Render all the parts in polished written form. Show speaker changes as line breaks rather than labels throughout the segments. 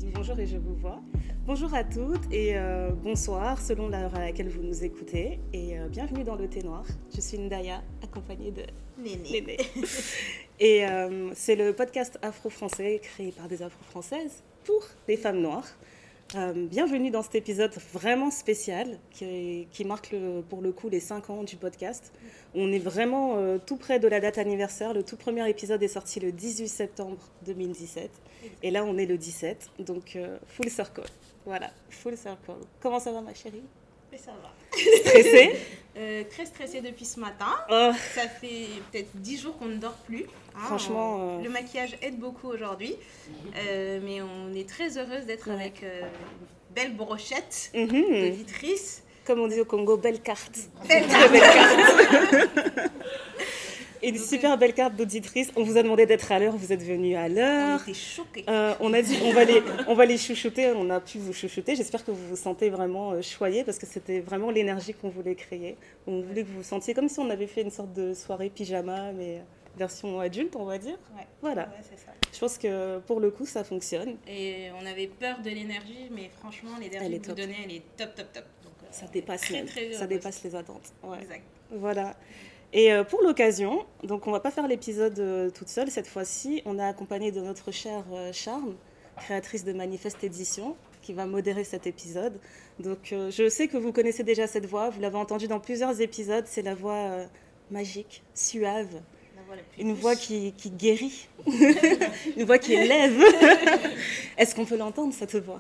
dis bonjour et je vous vois. Bonjour à toutes et bonsoir selon l'heure à laquelle vous nous écoutez. Et bienvenue dans le Thé Noir. Je suis Ndaya, accompagnée de Néné. Et c'est le podcast afro-français créé par des afro-françaises pour des femmes noires. Bienvenue dans cet épisode vraiment spécial qui marque pour le coup les 5 ans du podcast. On est vraiment tout près de la date anniversaire. Le tout premier épisode est sorti le 18 septembre 2017 et là on est le 17, donc full circle. Voilà, full circle. Comment ça va ma chérie?
Mais ça va.
Stressée?
Très stressée depuis ce matin. Ça fait peut-être 10 jours qu'on ne dort plus.
Franchement...
Le maquillage aide beaucoup aujourd'hui. Mais on est très heureuse d'être avec une belle brochette d'auditrices.
Comme on dit au Congo, belle carte.
Belle
carte. Et une super belle carte d'auditrice. On vous a demandé d'être à l'heure, vous êtes venus à l'heure.
On était choqués.
On a dit on va les chouchouter, on a pu vous chouchouter. J'espère que vous vous sentez vraiment choyés parce que c'était vraiment l'énergie qu'on voulait créer. On voulait que vous vous sentiez comme si on avait fait une sorte de soirée pyjama, mais version adulte, on va dire.
Ouais.
Voilà.
Ouais, c'est ça.
Je pense que pour le coup, ça fonctionne.
Et on avait peur de l'énergie, mais franchement, l'énergie que vous donnez, elle est top. Donc,
ça dépasse
très,
même.
très
ça dépasse les attentes. Ouais.
Exact.
Voilà. Et pour l'occasion, donc on ne va pas faire l'épisode toute seule cette fois-ci. On est accompagné de notre chère Charme, créatrice de Manifeste Édition, qui va modérer cet épisode. Donc je sais que vous connaissez déjà cette voix, vous l'avez entendue dans plusieurs épisodes. C'est la voix magique, suave, une voix qui guérit, une voix qui élève. Est-ce qu'on peut l'entendre cette voix?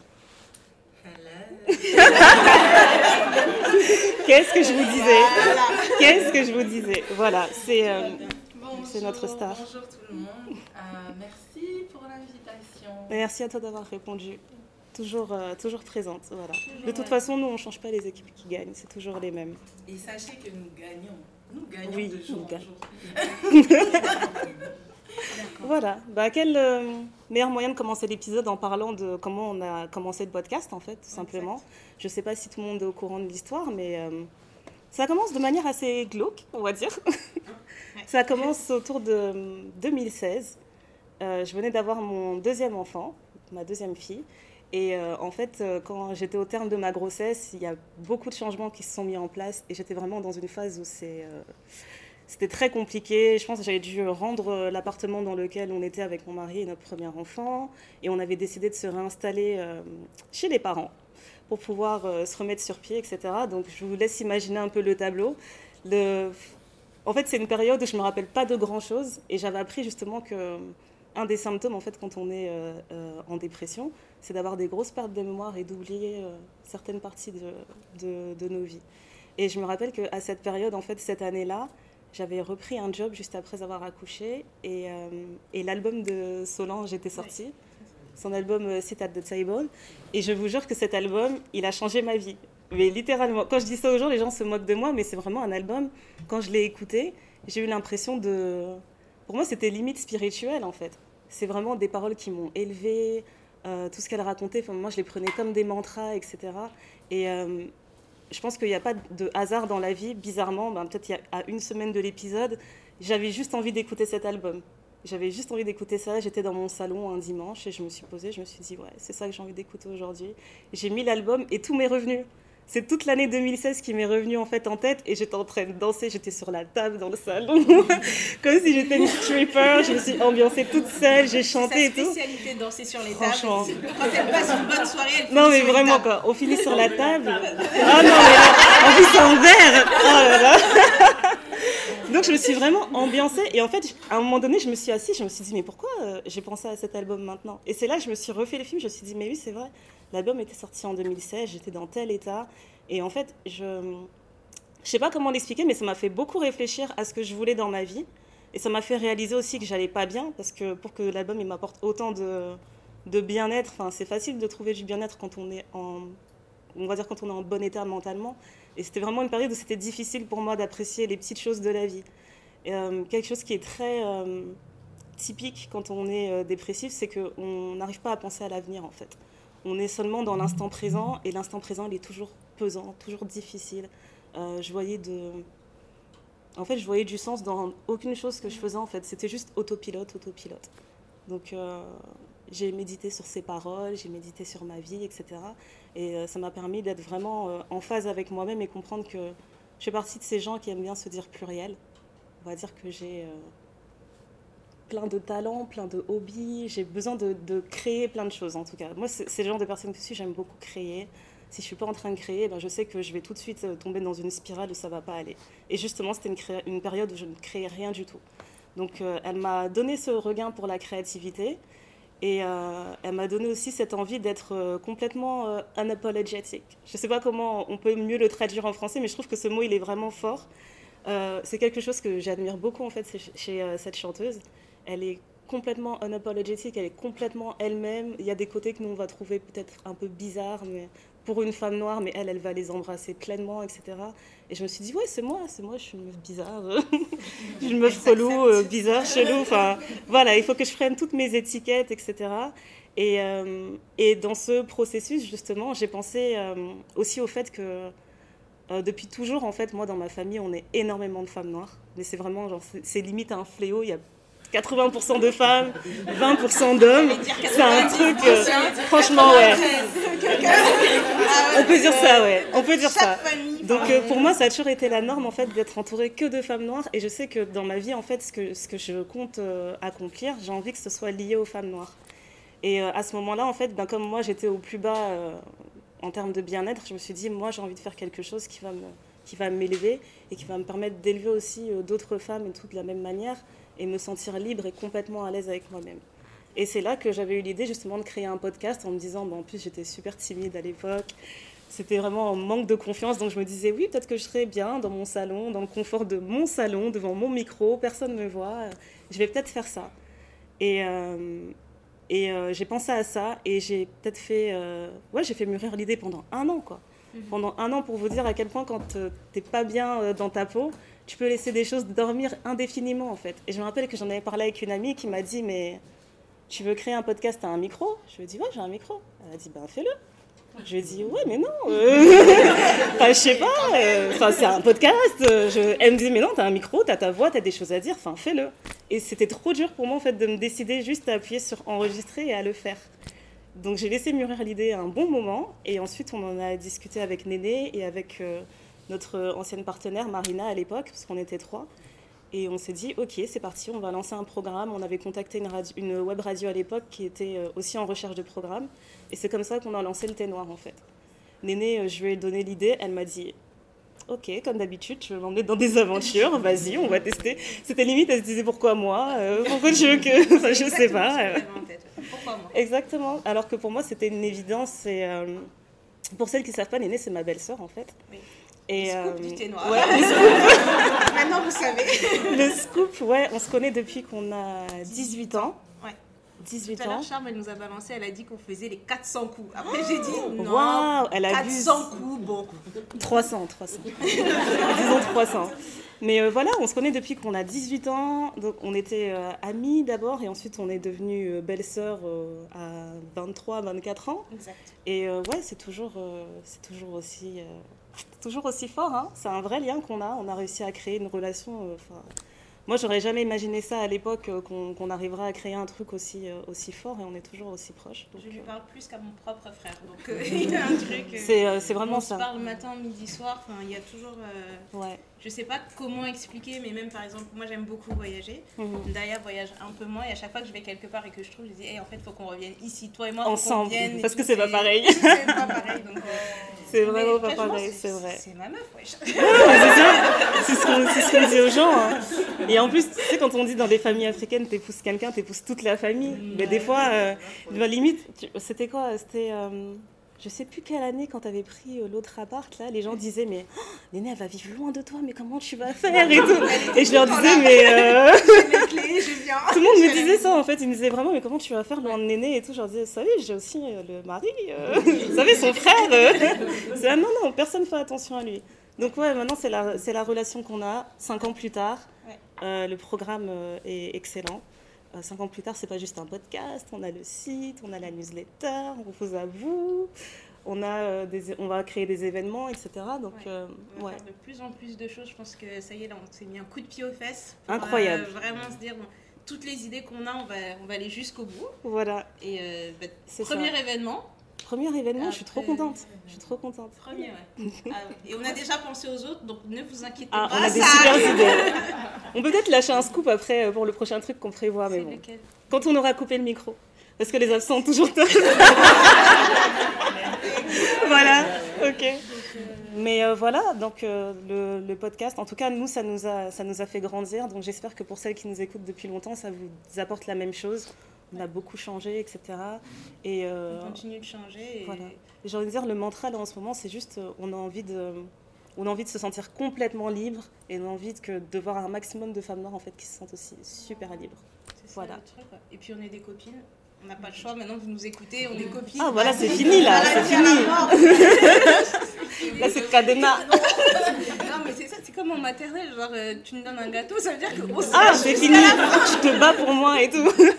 Qu'est-ce que je vous disais? Voilà, c'est notre star.
Bonjour tout le monde. Merci pour l'invitation.
Merci à toi d'avoir répondu. Toujours présente. Voilà. De toute façon, nous, on ne change pas les équipes qui gagnent. C'est toujours les mêmes.
Et sachez que nous gagnons. Nous gagnons
oui,
de jour en jour.
Voilà. Quel meilleur moyen de commencer l'épisode en parlant de comment on a commencé le podcast, en fait, tout simplement.
Exact.
Je ne sais pas si tout le monde est au courant de l'histoire, mais ça commence de manière assez glauque, on va dire. Ça commence autour de 2016. Je venais d'avoir mon deuxième enfant, ma deuxième fille. Et en fait, quand j'étais au terme de ma grossesse, il y a beaucoup de changements qui se sont mis en place. Et j'étais vraiment dans une phase où c'était très compliqué. Je pense que j'avais dû rendre l'appartement dans lequel on était avec mon mari et notre premier enfant. Et on avait décidé de se réinstaller chez les parents pour pouvoir se remettre sur pied, etc. Donc, je vous laisse imaginer un peu le tableau. En fait, c'est une période où je ne me rappelle pas de grand-chose. Et j'avais appris justement qu'un des symptômes, en fait, quand on est en dépression, c'est d'avoir des grosses pertes de mémoire et d'oublier certaines parties de nos vies. Et je me rappelle qu'à cette période, en fait, cette année-là, j'avais repris un job juste après avoir accouché et l'album de Solange était sorti, son album Sit at the Table. Et je vous jure que cet album, il a changé ma vie. Mais littéralement, quand je dis ça aux gens, les gens se moquent de moi, mais c'est vraiment un album, quand je l'ai écouté, j'ai eu l'impression Pour moi, c'était limite spirituel, en fait. C'est vraiment des paroles qui m'ont élevée, tout ce qu'elle racontait, moi, je les prenais comme des mantras, etc. Et... je pense qu'il n'y a pas de hasard dans la vie. Bizarrement, peut-être à une semaine de l'épisode, j'avais juste envie d'écouter cet album. J'avais juste envie d'écouter ça. J'étais dans mon salon un dimanche et je me suis posée, je me suis dit, ouais, c'est ça que j'ai envie d'écouter aujourd'hui. J'ai mis l'album et tout m'est revenu. C'est toute l'année 2016 qui m'est revenue en fait en tête et j'étais en train de danser, j'étais sur la table dans le salon, comme si j'étais une stripper, je me suis ambiancée toute seule, j'ai chanté et tout.
C'est sa spécialité de danser sur les
Franchement.
tables. Quand elle passe une bonne soirée, elle finit
Non mais
sur les
vraiment
tables.
quoi, on finit sur la table. Ah non mais là, en plus c'est en verre. Oh là là. Donc je me suis vraiment ambiancée et en fait à un moment donné je me suis assise, je me suis dit mais pourquoi j'ai pensé à cet album maintenant? Et c'est là que je me suis refait le film, je me suis dit mais oui c'est vrai, l'album était sorti en 2016, j'étais dans tel état et en fait je sais pas comment l'expliquer mais ça m'a fait beaucoup réfléchir à ce que je voulais dans ma vie et ça m'a fait réaliser aussi que j'allais pas bien parce que pour que l'album il m'apporte autant de bien-être, c'est facile de trouver du bien-être quand on est en bon état mentalement. Et c'était vraiment une période où c'était difficile pour moi d'apprécier les petites choses de la vie. Quelque chose qui est très typique quand on est dépressif, c'est qu'on n'arrive pas à penser à l'avenir en fait. On est seulement dans l'instant présent et l'instant présent il est toujours pesant, toujours difficile. Je voyais du sens dans aucune chose que je faisais en fait. C'était juste autopilote. Donc j'ai médité sur ses paroles, j'ai médité sur ma vie, etc. Et ça m'a permis d'être vraiment en phase avec moi-même et comprendre que je fais partie de ces gens qui aiment bien se dire pluriel. On va dire que j'ai plein de talents, plein de hobbies, j'ai besoin de créer plein de choses en tout cas. Moi, c'est le genre de personne que je suis, j'aime beaucoup créer. Si je ne suis pas en train de créer, ben je sais que je vais tout de suite tomber dans une spirale où ça ne va pas aller. Et justement, c'était une période où je ne créais rien du tout. Donc, elle m'a donné ce regain pour la créativité. Et elle m'a donné aussi cette envie d'être complètement unapologetic. Je ne sais pas comment on peut mieux le traduire en français, mais je trouve que ce mot, il est vraiment fort. C'est quelque chose que j'admire beaucoup, en fait, chez cette chanteuse. Elle est complètement unapologetic, elle est complètement elle-même. Il y a des côtés que nous, on va trouver peut-être un peu bizarres, mais pour une femme noire, mais elle va les embrasser pleinement, etc. Et je me suis dit, ouais, c'est moi, je suis une meuf bizarre. Je suis une meuf relou, bizarre, chelou. Enfin, voilà, il faut que je prenne toutes mes étiquettes, etc. Et dans ce processus, justement, j'ai pensé aussi au fait que depuis toujours, en fait, moi, dans ma famille, on est énormément de femmes noires. Mais c'est vraiment, genre, c'est limite un fléau. Il y a 80% de femmes, 20% d'hommes. C'est un truc, franchement, ouais. On peut dire ça, ouais. On peut dire ça. Donc pour moi, ça a toujours été la norme, en fait, d'être entourée que de femmes noires. Et je sais que dans ma vie, en fait, ce que je compte accomplir, j'ai envie que ce soit lié aux femmes noires. Et à ce moment-là, en fait, ben, comme moi, j'étais au plus bas en termes de bien-être, je me suis dit, moi, j'ai envie de faire quelque chose qui va m'élever et qui va me permettre d'élever aussi d'autres femmes et tout de la même manière, et me sentir libre et complètement à l'aise avec moi-même. Et c'est là que j'avais eu l'idée justement de créer un podcast en me disant, en plus j'étais super timide à l'époque, c'était vraiment un manque de confiance, donc je me disais oui, peut-être que je serais bien dans mon salon, dans le confort de mon salon, devant mon micro, personne ne me voit, je vais peut-être faire ça. Et j'ai pensé à ça et j'ai peut-être fait, j'ai fait mûrir l'idée pendant 1 an, quoi. Pendant 1 an, pour vous dire à quel point quand t'es pas bien dans ta peau, tu peux laisser des choses dormir indéfiniment, en fait. Et je me rappelle que j'en avais parlé avec une amie qui m'a dit, mais tu veux créer un podcast, t'as un micro? Je lui ai dit, ouais, j'ai un micro. Elle a dit, ben fais-le. Je lui ai dit, ouais, mais non. Enfin, je sais pas. C'est un podcast. Elle me dit, mais non, t'as un micro, t'as ta voix, t'as des choses à dire. Enfin, fais-le. Et c'était trop dur pour moi, en fait, de me décider juste à appuyer sur enregistrer et à le faire. Donc, j'ai laissé mûrir l'idée un bon moment. Et ensuite, on en a discuté avec Néné et avec notre ancienne partenaire, Marina, à l'époque, parce qu'on était 3. Et on s'est dit, ok, c'est parti, on va lancer un programme. On avait contacté une web radio à l'époque qui était aussi en recherche de programme. Et c'est comme ça qu'on a lancé le Thé Noir, en fait. Néné, je lui ai donné l'idée. Elle m'a dit, ok, comme d'habitude, tu veux m'emmener dans des aventures. Vas-y, on va tester. C'était limite, elle se disait, pourquoi moi? Pourquoi tu veux que... Enfin, je sais pas.
Pourquoi moi?
Exactement. Alors que pour moi, c'était une évidence. Et pour celles qui ne savent pas, Néné, c'est ma belle-sœur, en fait.
Oui.
Et,
le scoop du Thé Noir.
Ouais, le scoop.
Maintenant, vous savez.
Le scoop, ouais, on se connaît depuis qu'on a 18 ans.
Ouais.
18
Tout à l'heure,
ans.
Charme, elle nous a balancé, elle a dit qu'on faisait les 400 coups. Après, j'ai dit non,
Waouh, elle a
400 coups, bon.
300. Disons 300. Mais voilà, on se connaît depuis qu'on a 18 ans. Donc, on était amis d'abord et ensuite on est devenus belle-sœurs à 23, 24 ans.
Exact.
Et ouais, c'est toujours aussi fort. Hein. C'est un vrai lien qu'on a. On a réussi à créer une relation. Moi, j'aurais jamais imaginé ça à l'époque, qu'on arriverait à créer un truc aussi fort et on est toujours aussi proches.
Je lui parle plus qu'à mon propre frère. Donc, il y a un truc.
C'est vraiment ça.
On se parle matin, midi, soir. Enfin, il y a toujours.
Ouais.
Je sais pas comment expliquer, mais même par exemple, moi j'aime beaucoup voyager. Daya voyage un peu moins et à chaque fois que je vais quelque part et que je trouve, je dis, hey, en fait, il faut qu'on revienne ici, toi et moi,
ensemble,
qu'on
parce que c'est pas pareil.
C'est pas pareil. Donc,
c'est vraiment pas pareil, c'est vrai.
C'est ma meuf, wesh.
C'est ça, c'est ce qu'on dit aux gens. Hein. Et en plus, tu sais, quand on dit dans les familles africaines, t'épouses quelqu'un, t'épouses toute la famille. Mais des fois, limite, c'était quoi? C'était... je sais plus quelle année, quand tu avais pris l'autre appart, là, les gens disaient, mais Néné, elle va vivre loin de toi, mais comment tu vas faire et tout. Et je leur disais, mais...
J'ai mes clés, je viens.
Tout le monde me disait ça, en fait. Ils me disaient vraiment, mais comment tu vas faire loin de Néné et tout. Je leur disais, vous savez, j'ai aussi le mari, vous savez, son frère. C'est non, personne ne fait attention à lui. Donc ouais, maintenant, c'est la relation qu'on a, 5 ans plus tard. Le programme est excellent. 5 ans plus tard, c'est pas juste un podcast, on a le site, on a la newsletter, on vous avoue, on va créer des événements, etc. Donc,
on va faire de plus en plus de choses. Je pense que ça y est, là, on s'est mis un coup de pied aux fesses.
Incroyable.
Vraiment se dire, bon, toutes les idées qu'on a, on va aller jusqu'au bout.
Voilà.
Et premier événement.
Premier événement, je suis trop contente.
Premier, ouais. Et on a déjà pensé aux autres, donc ne vous inquiétez
pas.
On
a des super idées. On peut peut-être lâcher un scoop après pour le prochain truc qu'on prévoit, mais bon.
Lequel?
Quand on aura coupé le micro. Parce que les absents ont toujours tort. Voilà, ok. Mais voilà, donc le podcast, en tout cas, nous, ça nous a fait grandir. Donc j'espère que pour celles qui nous écoutent depuis longtemps, ça vous apporte la même chose. On a beaucoup changé, etc. Et,
on continue de changer. Et...
Voilà. Et j'ai envie de dire, le mantra, là, en ce moment, c'est juste, on a envie de se sentir complètement libre et on a envie de voir un maximum de femmes noires, en fait, qui se sentent aussi super libres.
C'est voilà. Ça, le truc, quoi. Et puis, on est des copines. On n'a pas le choix, maintenant vous nous écoutez, on est copines.
Ah voilà, c'est fini là, c'est fini. Là, c'est cadenas.
Non, mais c'est ça, c'est comme en maternelle, genre tu me donnes un gâteau, ça veut dire que...
Ah, c'est fini, tu te bats pour moi et tout.
Donc,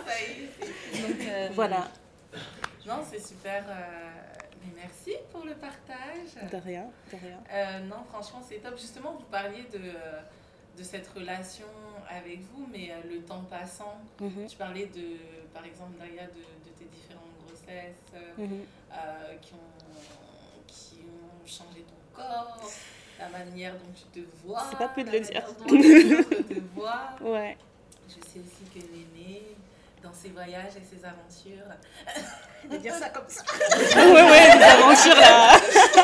voilà.
Non, c'est super. Mais merci pour le partage.
De rien.
Non, franchement, c'est top. Justement, vous parliez de cette relation avec vous, mais le temps passant, tu parlais par exemple, Daya, de tes différentes grossesses qui ont changé ton corps, la manière dont tu te vois.
C'est pas peu de le dire.
Tu te vois.
Ouais.
Je sais aussi que Néné, dans ses voyages et ses aventures...
De dire ça comme ça.
Ouais, des aventures là.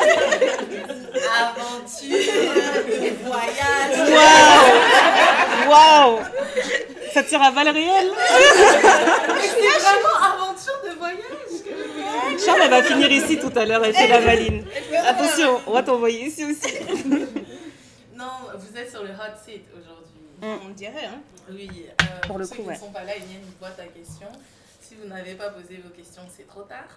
Aventures et voyages.
Waouh. Ça tire à balles réelles.
C'est vraiment aventure de voyage.
Charles, elle va finir ici tout à l'heure, elle fait la maline. Attention, on va t'envoyer ici aussi.
Non, vous êtes sur le hot seat aujourd'hui.
On dirait, hein.
Oui.
Pour le
ceux
coup,
qui ne sont pas là, il y a une boîte à questions. Si vous n'avez pas posé vos questions, c'est trop tard.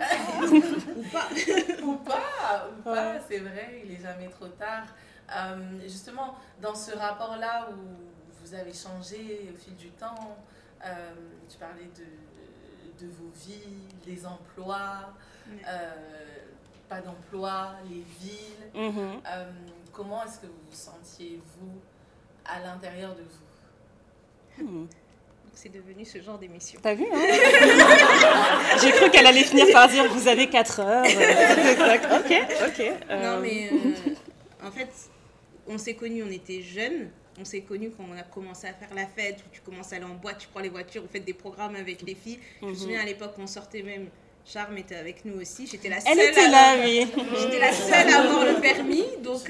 Ou pas, c'est vrai, il n'est jamais trop tard. Justement, dans ce rapport-là où vous avez changé au fil du temps, tu parlais de vos vies, les emplois, pas d'emploi, les villes. Comment est-ce que vous vous sentiez, vous, à l'intérieur de vous?
C'est devenu ce genre d'émission.
T'as vu, hein? J'ai cru qu'elle allait finir par dire vous avez 4 heures. Ok.
Non, mais en fait, on s'est connus, on était jeunes. On s'est connus quand on a commencé à faire la fête, où tu commences à aller en boîte, tu prends les voitures, vous faites des programmes avec les filles. Je me souviens à l'époque, on sortait même. Charme était avec nous aussi. J'étais la seule.
Elle était là, oui.
J'étais la seule à avoir le permis, donc.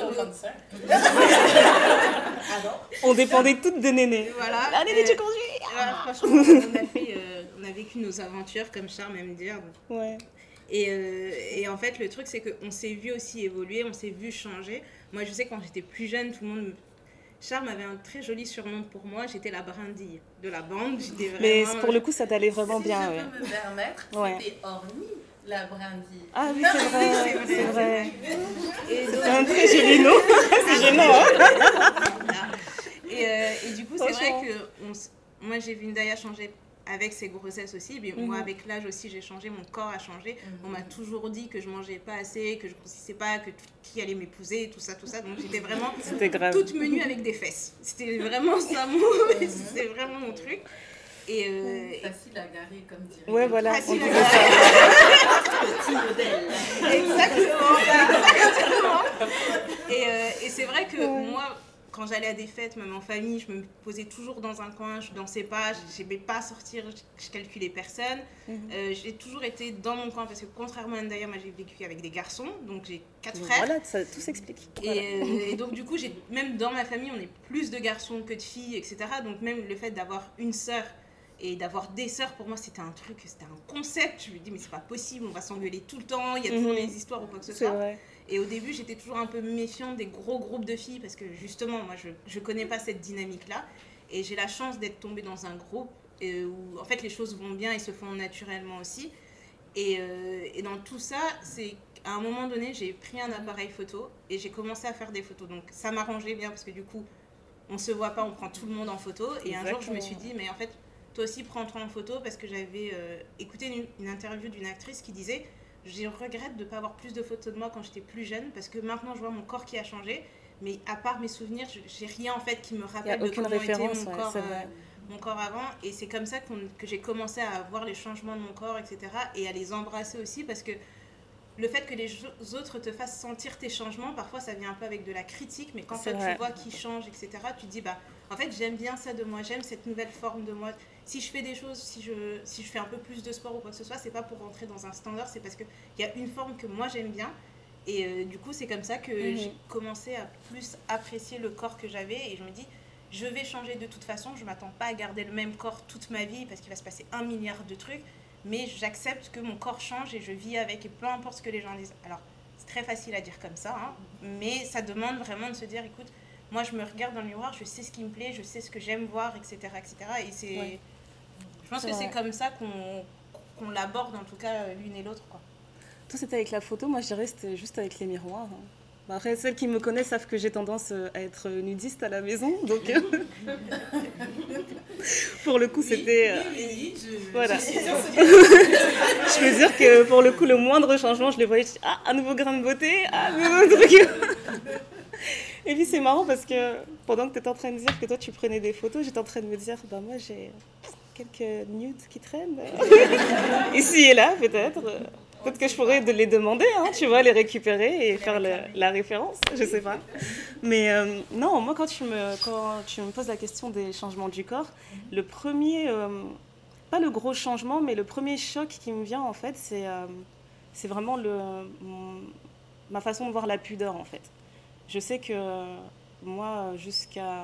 On dépendait toutes de Néné.
Voilà.
Ah, Néné, tu conduis.
Franchement, on a vécu nos aventures, comme Charme aime dire.
Ouais.
Et en fait, le truc, c'est qu'on s'est vu aussi évoluer, on s'est vu changer. Moi, je sais, quand j'étais plus jeune, tout le monde... Charme avait un très joli surnom pour moi, j'étais la brindille de la bande. J'étais vraiment...
Mais pour le coup, ça t'allait vraiment bien.
Si je peux me permettre, c'était hormis la brindille.
Ah oui, c'est vrai.
Et donc...
C'est un très joli nom. C'est gênant, hein.
Et du coup, c'est vrai que moi, j'ai vu Ndaya changer avec ses grossesses aussi, mais moi avec l'âge aussi j'ai changé, mon corps a changé. On m'a toujours dit que je mangeais pas assez, que je grossissais pas, que qui allait m'épouser, tout ça, donc j'étais vraiment toute menue avec des fesses. C'était vraiment ça c'était vraiment mon truc. Et
facile à garer comme dirait.
Ouais, voilà.
Facile à garer. Petit modèle. Exactement. Et c'est vrai que moi, quand j'allais à des fêtes, même en famille, je me posais toujours dans un coin, je dansais pas, je n'aimais pas sortir, je calculais personne. J'ai toujours été dans mon coin parce que contrairement à Ndaya, moi j'ai vécu avec des garçons, donc j'ai 4 frères.
Voilà, ça, tout s'explique.
Et donc du coup, même dans ma famille, on est plus de garçons que de filles, etc. Donc même le fait d'avoir une sœur et d'avoir des sœurs, pour moi, c'était un truc, c'était un concept. Je me dis, mais c'est pas possible, on va s'engueuler tout le temps, il y a toujours des histoires ou quoi que ce soit.
Vrai.
Et au début, j'étais toujours un peu méfiante des gros groupes de filles parce que justement, moi, je connais pas cette dynamique-là. Et j'ai la chance d'être tombée dans un groupe où, en fait, les choses vont bien et se font naturellement aussi. Et dans tout ça, c'est qu'à un moment donné, j'ai pris un appareil photo et j'ai commencé à faire des photos. Donc, ça m'arrangeait bien parce que du coup, on se voit pas, on prend tout le monde en photo. Et un jour, je me suis dit, mais en fait, toi aussi, prends-toi en photo parce que j'avais écouté une interview d'une actrice qui disait... Je regrette de ne pas avoir plus de photos de moi quand j'étais plus jeune parce que maintenant je vois mon corps qui a changé, mais à part mes souvenirs, j'ai rien en fait qui me rappelle de comment était mon corps mon corps avant. Et c'est comme ça que j'ai commencé à voir les changements de mon corps, etc. Et à les embrasser aussi, parce que le fait que les autres te fassent sentir tes changements, parfois ça vient un peu avec de la critique, mais quand toi, tu vois qu'ils changent, etc., tu te dis, bah, en fait, j'aime bien ça de moi, j'aime cette nouvelle forme de moi. Si je fais des choses, si je fais un peu plus de sport ou quoi que ce soit, c'est pas pour rentrer dans un standard, c'est parce qu'il y a une forme que moi j'aime bien. Et du coup, c'est comme ça que j'ai commencé à plus apprécier le corps que j'avais. Et je me dis, je vais changer de toute façon. Je ne m'attends pas à garder le même corps toute ma vie parce qu'il va se passer 1 milliard de trucs. Mais j'accepte que mon corps change et je vis avec. Et peu importe ce que les gens disent. Alors, c'est très facile à dire comme ça. Hein, mais ça demande vraiment de se dire, écoute, moi, je me regarde dans le miroir, je sais ce qui me plaît, je sais ce que j'aime voir, etc. etc. Et c'est... Je pense que c'est comme ça qu'on l'aborde, en tout cas, l'une et l'autre, quoi.
Toi, c'était avec la photo. Moi, je dirais c'était juste avec les miroirs. Après, celles qui me connaissent savent que j'ai tendance à être nudiste à la maison. Donc, pour le coup, c'était... voilà. Je peux dire que pour le coup, le moindre changement, je les voyais. Je dis, ah, un nouveau grain de beauté, un nouveau truc. Et puis, c'est marrant parce que pendant que tu étais en train de dire que toi, tu prenais des photos, j'étais en train de me dire, bah, moi, j'ai quelques nudes qui traînent. Ici et là, peut-être. Peut-être que je pourrais les demander, hein, tu vois, les récupérer et faire la référence, je sais pas. Mais non, moi, quand tu me poses la question des changements du corps, le premier, pas le gros changement, mais le premier choc qui me vient, en fait, c'est vraiment ma façon de voir la pudeur, en fait. Je sais que moi, jusqu'à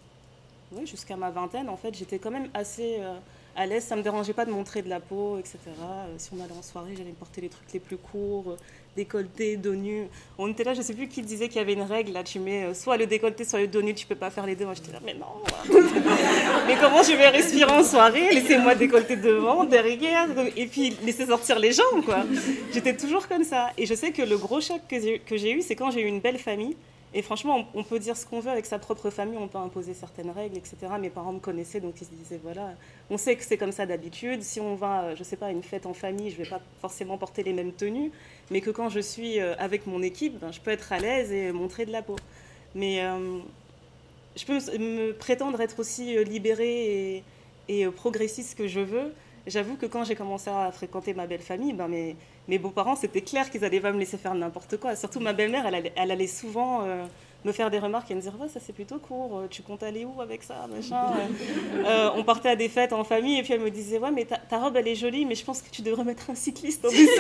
ma vingtaine, en fait, j'étais quand même assez... à l'aise, ça ne me dérangeait pas de montrer de la peau, etc. Si on allait en soirée, j'allais porter les trucs les plus courts, décolleté, dos nu. On était là, je ne sais plus qui disait qu'il y avait une règle, là, tu mets soit le décolleté, soit le dos nu, tu ne peux pas faire les deux. Moi, j'étais là, mais non. Mais comment je vais respirer en soirée? Laissez-moi décolleter devant, derrière, et puis laisser sortir les jambes, quoi. J'étais toujours comme ça. Et je sais que le gros choc que j'ai eu, c'est quand j'ai eu une belle famille. Et franchement, on peut dire ce qu'on veut avec sa propre famille, on peut imposer certaines règles, etc. Mes parents me connaissaient, donc ils se disaient, voilà, on sait que c'est comme ça d'habitude. Si on va, je sais pas, à une fête en famille, je vais pas forcément porter les mêmes tenues, mais que quand je suis avec mon équipe, ben, je peux être à l'aise et montrer de la peau. Mais je peux me prétendre être aussi libérée et progressiste que je veux. J'avoue que quand j'ai commencé à fréquenter ma belle famille, ben mes beaux-parents, c'était clair qu'ils n'allaient pas me laisser faire n'importe quoi. Surtout ma belle-mère, elle allait souvent me faire des remarques et me dire ouais, ça c'est plutôt court, tu comptes aller où avec ça, machin. On partait à des fêtes en famille et puis elle me disait ouais, mais ta robe elle est jolie, mais je pense que tu devrais mettre un cycliste en dessous.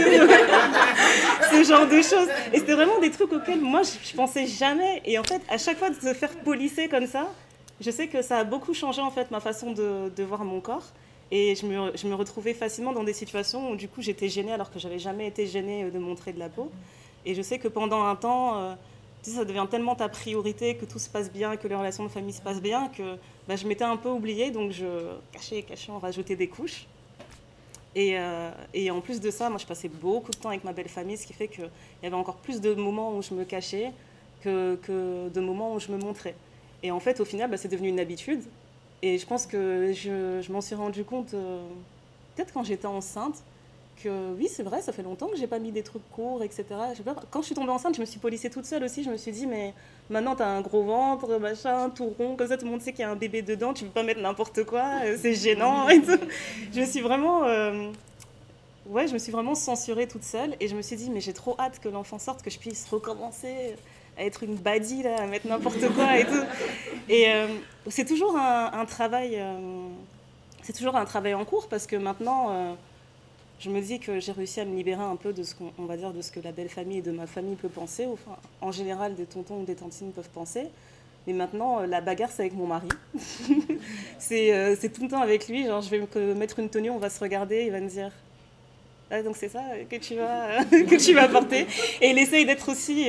Ce genre de choses. Et c'était vraiment des trucs auxquels moi je pensais jamais. Et en fait, à chaque fois de se faire polisser comme ça, je sais que ça a beaucoup changé en fait ma façon de voir mon corps. Et je me retrouvais facilement dans des situations où du coup j'étais gênée alors que j'avais jamais été gênée de montrer de la peau. Et je sais que pendant un temps, ça devient tellement ta priorité, que tout se passe bien, que les relations de famille se passent bien, que bah, je m'étais un peu oubliée, donc je cachais, on rajoutait des couches. Et en plus de ça, moi je passais beaucoup de temps avec ma belle famille, ce qui fait qu'il y avait encore plus de moments où je me cachais que de moments où je me montrais. Et en fait, au final, bah, c'est devenu une habitude. Et je pense que je m'en suis rendu compte, peut-être quand j'étais enceinte, que oui, c'est vrai, ça fait longtemps que j'ai pas mis des trucs courts, etc. Quand je suis tombée enceinte, je me suis polissée toute seule aussi. Je me suis dit, mais maintenant, t'as un gros ventre, machin, tout rond, comme ça, tout le monde sait qu'il y a un bébé dedans, tu peux pas mettre n'importe quoi, c'est gênant et tout. Je me suis vraiment... je me suis vraiment censurée toute seule. Et je me suis dit, mais j'ai trop hâte que l'enfant sorte, que je puisse recommencer à être une baddie, là, à mettre n'importe quoi et tout. Et c'est toujours un travail... c'est toujours un travail en cours parce que maintenant... je me dis que j'ai réussi à me libérer un peu de ce qu'on va dire de ce que la belle famille et de ma famille peut penser, enfin, en général des tontons ou des tantines peuvent penser. Mais maintenant, la bagarre, c'est avec mon mari. c'est tout le temps avec lui. Genre, je vais mettre une tenue, on va se regarder, il va me dire ah, donc c'est ça que tu vas porter. Et il essaye d'être aussi,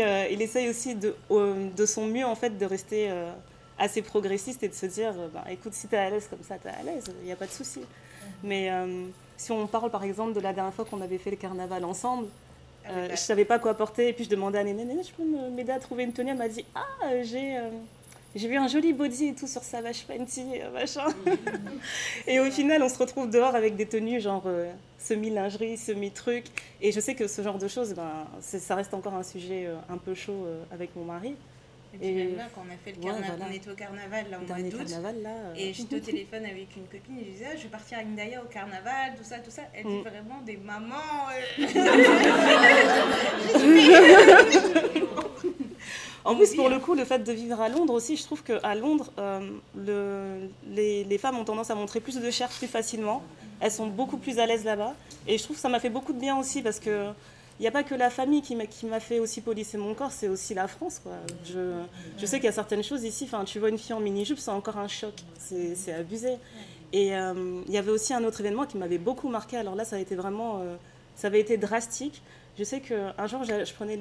de son mieux en fait de rester assez progressiste et de se dire, écoute, si t'es à l'aise comme ça, t'es à l'aise, il n'y a pas de souci. Mais si on parle par exemple de la dernière fois qu'on avait fait le carnaval ensemble, je savais pas quoi porter et puis je demandais à Néné, je peux m'aider à trouver une tenue. Elle m'a dit j'ai vu un joli body et tout sur sa vache Fenty, machin. Et au final, on se retrouve dehors avec des tenues genre semi-lingerie, semi-truc. Et je sais que ce genre de choses, ça reste encore un sujet un peu chaud avec mon mari.
Et puis même là, quand on a fait le carnaval, on était au carnaval là, au mois d'août. Et j'étais au téléphone avec une copine et je disais, je vais partir avec Ndaya au carnaval, tout ça, tout ça. Elle dit vraiment des mamans.
En plus, pour le coup, le fait de vivre à Londres aussi, je trouve qu'à Londres, les femmes ont tendance à montrer plus de chair plus facilement. Elles sont beaucoup plus à l'aise là-bas. Et je trouve que ça m'a fait beaucoup de bien aussi parce que il n'y a pas que la famille qui m'a fait aussi polisser mon corps, c'est aussi la France, quoi. Je sais qu'il y a certaines choses ici, tu vois une fille en mini-jupe, c'est encore un choc, c'est abusé. Et il y avait aussi un autre événement qui m'avait beaucoup marqué, alors là ça a été vraiment, ça avait été drastique. Je sais qu'un jour je prenais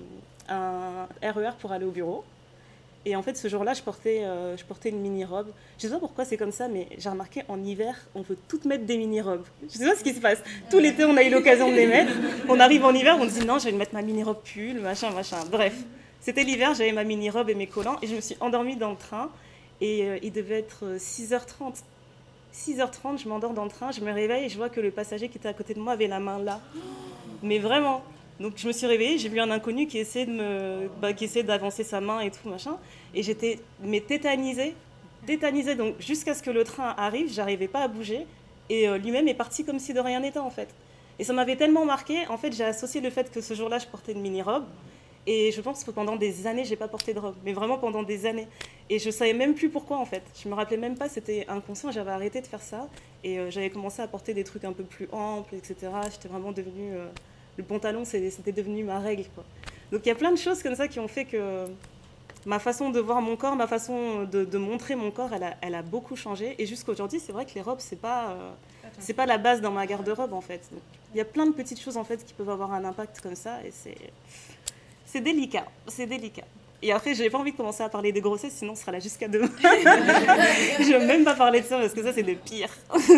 un RER pour aller au bureau. Et en fait, ce jour-là, je portais une mini-robe. Je ne sais pas pourquoi c'est comme ça, mais j'ai remarqué en hiver, on veut toutes mettre des mini-robes. Je ne sais pas ce qui se passe. Tout l'été, on a eu l'occasion de les mettre. On arrive en hiver, on dit non, je vais mettre ma mini-robe pull, machin. Bref, c'était l'hiver, j'avais ma mini-robe et mes collants. Et je me suis endormie dans le train. Et il devait être 6h30. 6h30, je m'endors dans le train, je me réveille et je vois que le passager qui était à côté de moi avait la main là. Mais vraiment. Donc je me suis réveillée, j'ai vu un inconnu qui essayait d'avancer sa main et tout machin, et j'étais tétanisée, donc jusqu'à ce que le train arrive, j'arrivais pas à bouger, et lui-même est parti comme si de rien n'était en fait. Et ça m'avait tellement marqué, en fait j'ai associé le fait que ce jour-là je portais une mini-robe, et je pense que pendant des années j'ai pas porté de robe, mais vraiment pendant des années, et je savais même plus pourquoi en fait, je me rappelais même pas, c'était inconscient, j'avais arrêté de faire ça, et j'avais commencé à porter des trucs un peu plus amples, etc. J'étais vraiment devenue... Le pantalon, c'était devenu ma règle, quoi. Donc il y a plein de choses comme ça qui ont fait que ma façon de voir mon corps, ma façon de montrer mon corps, elle a beaucoup changé. Et jusqu'à aujourd'hui, c'est vrai que les robes, c'est pas la base dans ma garde-robe, en fait. Donc, il y a plein de petites choses, en fait, qui peuvent avoir un impact comme ça. Et c'est délicat. Et après, je n'ai pas envie de commencer à parler des grossesses, sinon on sera là jusqu'à demain. Je ne veux même pas parler de ça, parce que ça, c'est le pire.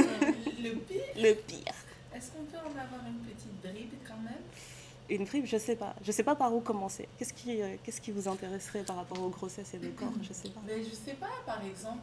Le pire.
Est-ce qu'on peut en avoir une petite bribe quand même?
Une bribe, je sais pas par où commencer. Qu'est-ce qui vous intéresserait par rapport aux grossesses et aux corps? Je sais pas.
Mais je sais pas, par exemple,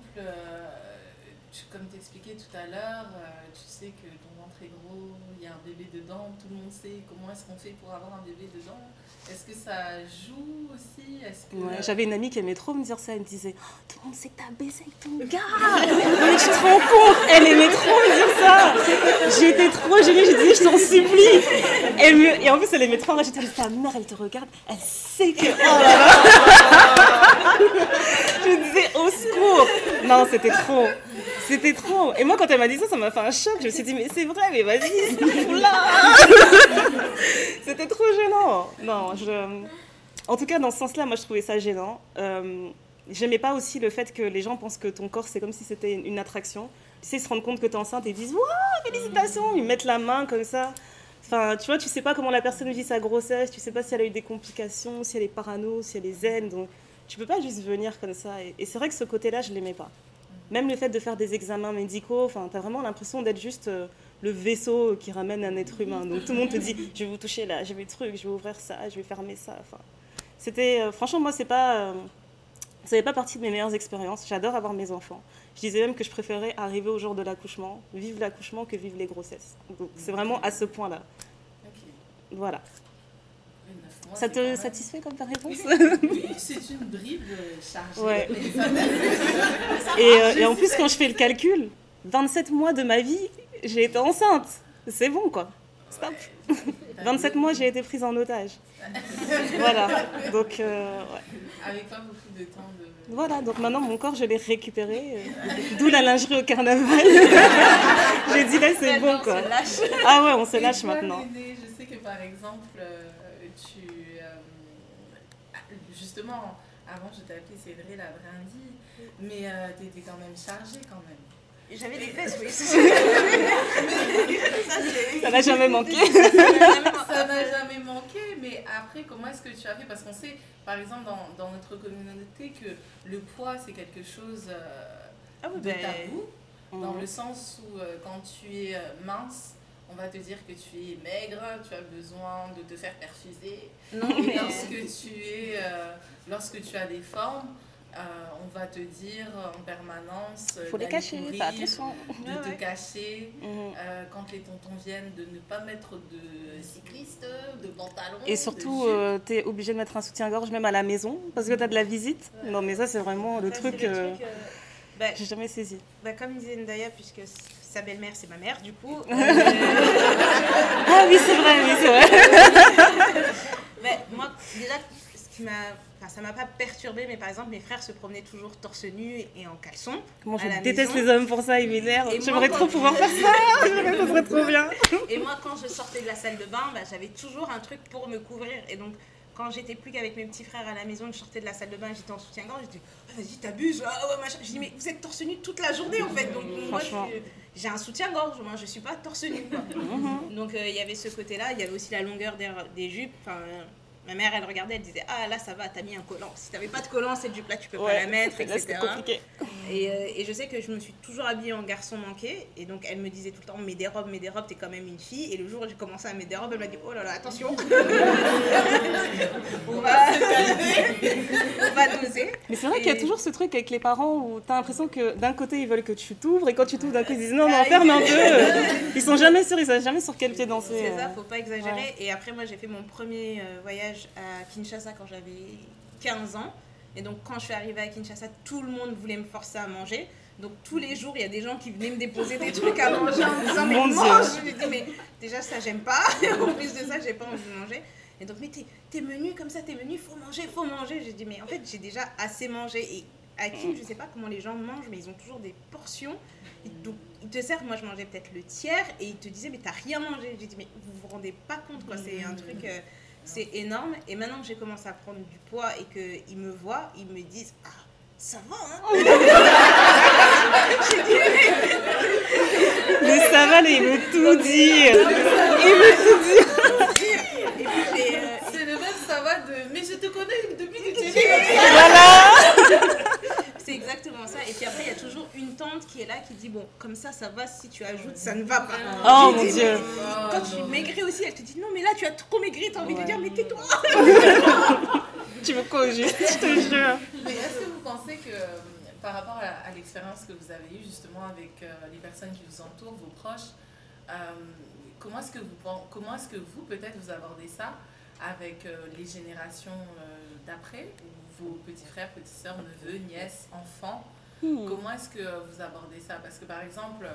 comme t'expliquais tout à l'heure, tu sais que ton ventre est gros, il y a un bébé dedans, tout le monde sait comment est-ce qu'on fait pour avoir un bébé dedans. Est-ce que ça joue aussi?
Ouais, j'avais une amie qui aimait trop me dire ça, elle me disait « Tout le monde sait que t'as baisé avec ton gars !» Mais tu te rends compte, elle aimait trop me dire ça. J'étais trop gênée, je disais « Je t'en supplie !» Et en plus, elle aimait trop en rajouter. Elle disait « Ta mère, elle te regarde, elle sait que... » Oh là là. Je me disais « Au secours !» Non, c'était trop. Et moi, quand elle m'a dit ça m'a fait un choc. Je me suis dit, mais c'est vrai, mais vas-y, là. C'était trop gênant. Non, en tout cas, dans ce sens-là, moi, je trouvais ça gênant. J'aimais pas aussi le fait que les gens pensent que ton corps, c'est comme si c'était une attraction. Tu sais, ils se rendent compte que t'es enceinte et ils disent, waouh, félicitations. Ils mettent la main comme ça. Enfin, tu vois, tu sais pas comment la personne vit sa grossesse. Tu sais pas si elle a eu des complications, si elle est parano, si elle est zen. Donc, tu peux pas juste venir comme ça. Et c'est vrai que ce côté-là, je l'aimais pas. Même le fait de faire des examens médicaux, tu as vraiment l'impression d'être juste le vaisseau qui ramène un être humain. Donc tout le monde te dit, je vais vous toucher là, je vais truc, je vais ouvrir ça, je vais fermer ça. Enfin, c'était, franchement, moi, ça fait pas partie de mes meilleures expériences. J'adore avoir mes enfants. Je disais même que je préférais arriver au jour de l'accouchement, vivre l'accouchement que vivre les grossesses. Donc c'est vraiment à ce point-là. Okay. Voilà. Ça te satisfait comme ta réponse?
Oui, c'est une bribe chargée.
Ouais. Et en plus, quand je fais le calcul, 27 mois de ma vie, j'ai été enceinte. C'est bon, quoi. Stop. 27 mois, j'ai été prise en otage. Voilà. Donc, ouais.
Avec pas beaucoup de temps de...
Voilà, donc maintenant, mon corps, je l'ai récupéré. D'où la lingerie au carnaval. J'ai dit, là, c'est bon, quoi. Ah ouais, on se lâche maintenant.
Néné, je sais que, par exemple... Justement, avant je t'appelais Cédrée la brindille, mais t'étais quand même chargée quand même.
J'avais des fesses, oui.
Ça n'a jamais manqué.
Ça n'a jamais manqué, mais après, comment est-ce que tu as fait? Parce qu'on sait, par exemple, dans notre communauté, que le poids, c'est quelque chose de tabou, dans le sens où quand tu es mince, on va te dire que tu es maigre, tu as besoin de te faire perfuser. Non, et lorsque tu as des formes, on va te dire en permanence
faut les cacher,
courir,
fais attention.
de te cacher, quand les tontons viennent, de ne pas mettre de cycliste, de pantalon.
Et surtout, tu es obligé de mettre un soutien-gorge même à la maison parce que tu as de la visite. Non, mais ça, c'est vraiment le truc que j'ai jamais saisi.
Comme disait Ndaya, puisque sa belle-mère, c'est ma mère, du coup.
Ah oui, c'est vrai, oui, c'est vrai.
Moi, déjà, ça m'a pas perturbée, mais par exemple, mes frères se promenaient toujours torse nu et en caleçon.
Comment je déteste les hommes pour ça, ils m'énervent. J'aimerais trop pouvoir faire ça, ça serait trop bien.
Et moi, quand je sortais de la salle de bain, j'avais toujours un truc pour me couvrir. Et donc, quand j'étais plus qu'avec mes petits frères à la maison, que je sortais de la salle de bain et j'étais en soutien-gorge, je dis vas-y, t'abuses. Je dis mais vous êtes torse nu toute la journée en fait. Donc moi, j'ai un soutien-gorge, moi je suis pas torse nu. Donc il y avait ce côté-là, il y avait aussi la longueur des jupes. Ma mère, elle regardait, elle disait ah là ça va, t'as mis un collant. Si t'avais pas de collant, cette jupe là tu peux pas la mettre, etc.
C'est compliqué.
Et je sais que je me suis toujours habillée en garçon manqué, et donc elle me disait tout le temps mets des robes, t'es quand même une fille. Et le jour où j'ai commencé à mettre des robes, elle m'a dit oh là là, attention. on va doser.
Mais c'est vrai qu'il y a toujours ce truc avec les parents où t'as l'impression que d'un côté ils veulent que tu t'ouvres, et quand tu t'ouvres d'un coup ils disent non, ferme un peu. Ils sont jamais sûrs, ils savent jamais sur quel pied danser.
C'est ça, faut pas exagérer. Et après moi j'ai fait mon premier voyage à Kinshasa quand j'avais 15 ans. Et donc quand je suis arrivée à Kinshasa, tout le monde voulait me forcer à manger. Donc tous les jours, il y a des gens qui venaient me déposer des trucs à manger en me disant mais mange. Je me dis mais déjà ça j'aime pas. En plus de ça, j'ai pas envie de manger. Et donc mais t'es menu comme ça, faut manger. J'ai dit mais en fait j'ai déjà assez mangé. Et à Kin, je sais pas comment les gens mangent, mais ils ont toujours des portions. Et donc ils te servent, moi je mangeais peut-être le tiers et ils te disaient mais t'as rien mangé. J'ai dit mais vous vous rendez pas compte quoi, c'est un truc. C'est énorme. Et maintenant que j'ai commencé à prendre du poids et qu'ils me voient, ils me disent ah, ça va, hein.
Mais ça va, il veut tout dire. Il veut tout dire.
Et puis
c'est le même ça va mais je te connais depuis que tu es
Voilà.
C'est exactement ça. Et puis après, il y a toujours une tante qui est là qui dit bon, comme ça va. Si tu ajoutes, ça ne va pas.
Oh mon Dieu.
Quand tu maigris aussi, elle te dit non, mais là, tu as trop maigri. T'as envie de dire mais tais-toi.
Tu me causes juste, je te jure.
Mais est-ce que vous pensez que par rapport à l'expérience que vous avez eue justement avec les personnes qui vous entourent, vos proches, comment est-ce que vous peut-être vous abordez ça avec les générations d'après, vos petits frères, petites sœurs, neveux, nièces, enfants? Comment est-ce que vous abordez ça? Parce que par exemple,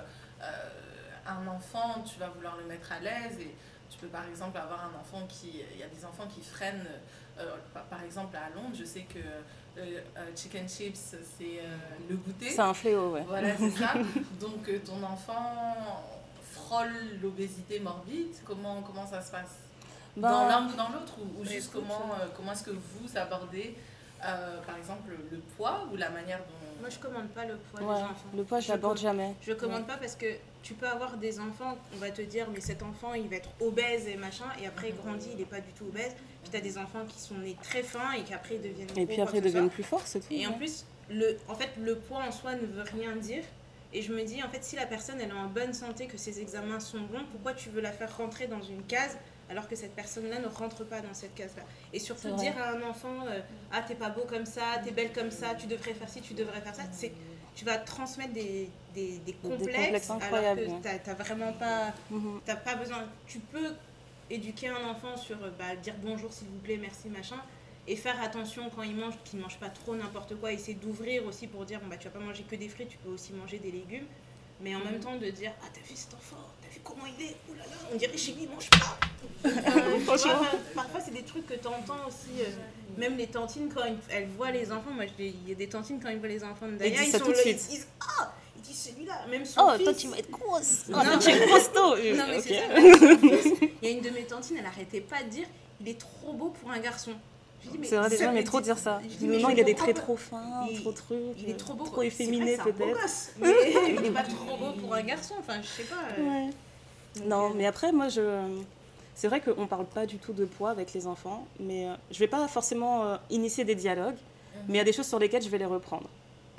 un enfant, tu vas vouloir le mettre à l'aise et tu peux par exemple avoir un enfant il y a des enfants qui freinent, par exemple à Londres, je sais que chicken chips, c'est le goûter.
C'est un fléau, ouais.
Voilà, c'est ça. Donc ton enfant frôle l'obésité morbide, comment ça se passe? Dans l'un ou dans l'autre, ou juste comment est-ce que vous abordez par exemple le poids ou la manière dont...
Moi je commande pas le poids des enfants.
Le poids je l'aborde jamais.
Je commande pas parce que tu peux avoir des enfants, on va te dire mais cet enfant il va être obèse et machin, et après il grandit, il est pas du tout obèse. Puis tu as des enfants qui sont nés très fins et qui après deviennent gros.
Et puis après ils deviennent plus forts, c'est tout.
Et en plus, le poids en soi ne veut rien dire. Et je me dis, en fait, si la personne elle est en bonne santé, que ses examens sont bons, pourquoi tu veux la faire rentrer dans une case alors que cette personne-là ne rentre pas dans cette case-là? Et surtout dire à un enfant, ah t'es pas beau comme ça, t'es belle comme ça, tu devrais faire ci, tu devrais faire ça, tu vas transmettre des complexes alors que t'as vraiment pas, t'as pas besoin. Tu peux éduquer un enfant sur dire bonjour s'il vous plaît, merci, machin, et faire attention quand il mange, qu'il ne mange pas trop n'importe quoi, essayer d'ouvrir aussi pour dire tu vas pas manger que des frites, tu peux aussi manger des légumes, mais en même temps de dire ah t'as vu cet enfant, t'as vu comment il est, oh là là, on dirait chez lui il mange pas. Parfois c'est des trucs que tu entends aussi, même les tantines quand elles voient les enfants, il y a des tantines quand ils voient les enfants de Daya, ils disent ah, ils disent celui-là, même son fils.
Toi tu vas être grosse, toi tu es costaud.
Non mais c'est ça, il y a une de mes tantines, elle arrêtait pas de dire il est trop beau pour un garçon.
C'est vrai, les gens aiment trop dire ça. Non, il a des traits trop fins, trop trucs.
Il est trop beau,
trop efféminé peut-être.
Mais il n'est pas trop beau pour un garçon, enfin je sais pas.
Ouais. Non, mais après moi c'est vrai qu'on parle pas du tout de poids avec les enfants, mais je vais pas forcément initier des dialogues, mais il y a des choses sur lesquelles je vais les reprendre.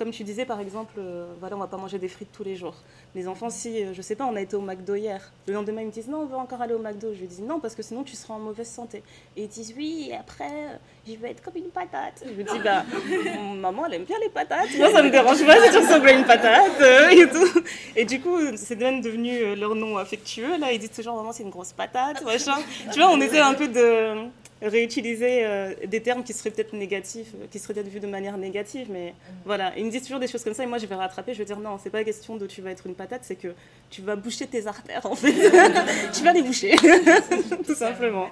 comme tu disais, par exemple, voilà, on va pas manger des frites tous les jours. Les enfants, si, je sais pas, on a été au McDo hier. Le lendemain, ils me disent, non, on veut encore aller au McDo. Je lui dis, non, parce que sinon, tu seras en mauvaise santé. Et ils disent, oui, et après, je vais être comme une patate. Je lui dis, bah, maman, elle aime bien les patates. Moi, ça me dérange pas si tu ressembles à une patate et tout. Et du coup, c'est même devenu leur nom affectueux. Là, ils disent toujours, maman, c'est une grosse patate, machin. Tu vois, on essaie un peu de réutiliser des termes qui seraient peut-être négatifs, qui seraient peut-être vus de manière négative, mais voilà. Ils me disent toujours des choses comme ça et moi je vais rattraper, je vais dire non, c'est pas question de tu vas être une patate, c'est que tu vas boucher tes artères en fait. Tu vas les boucher, tout simplement.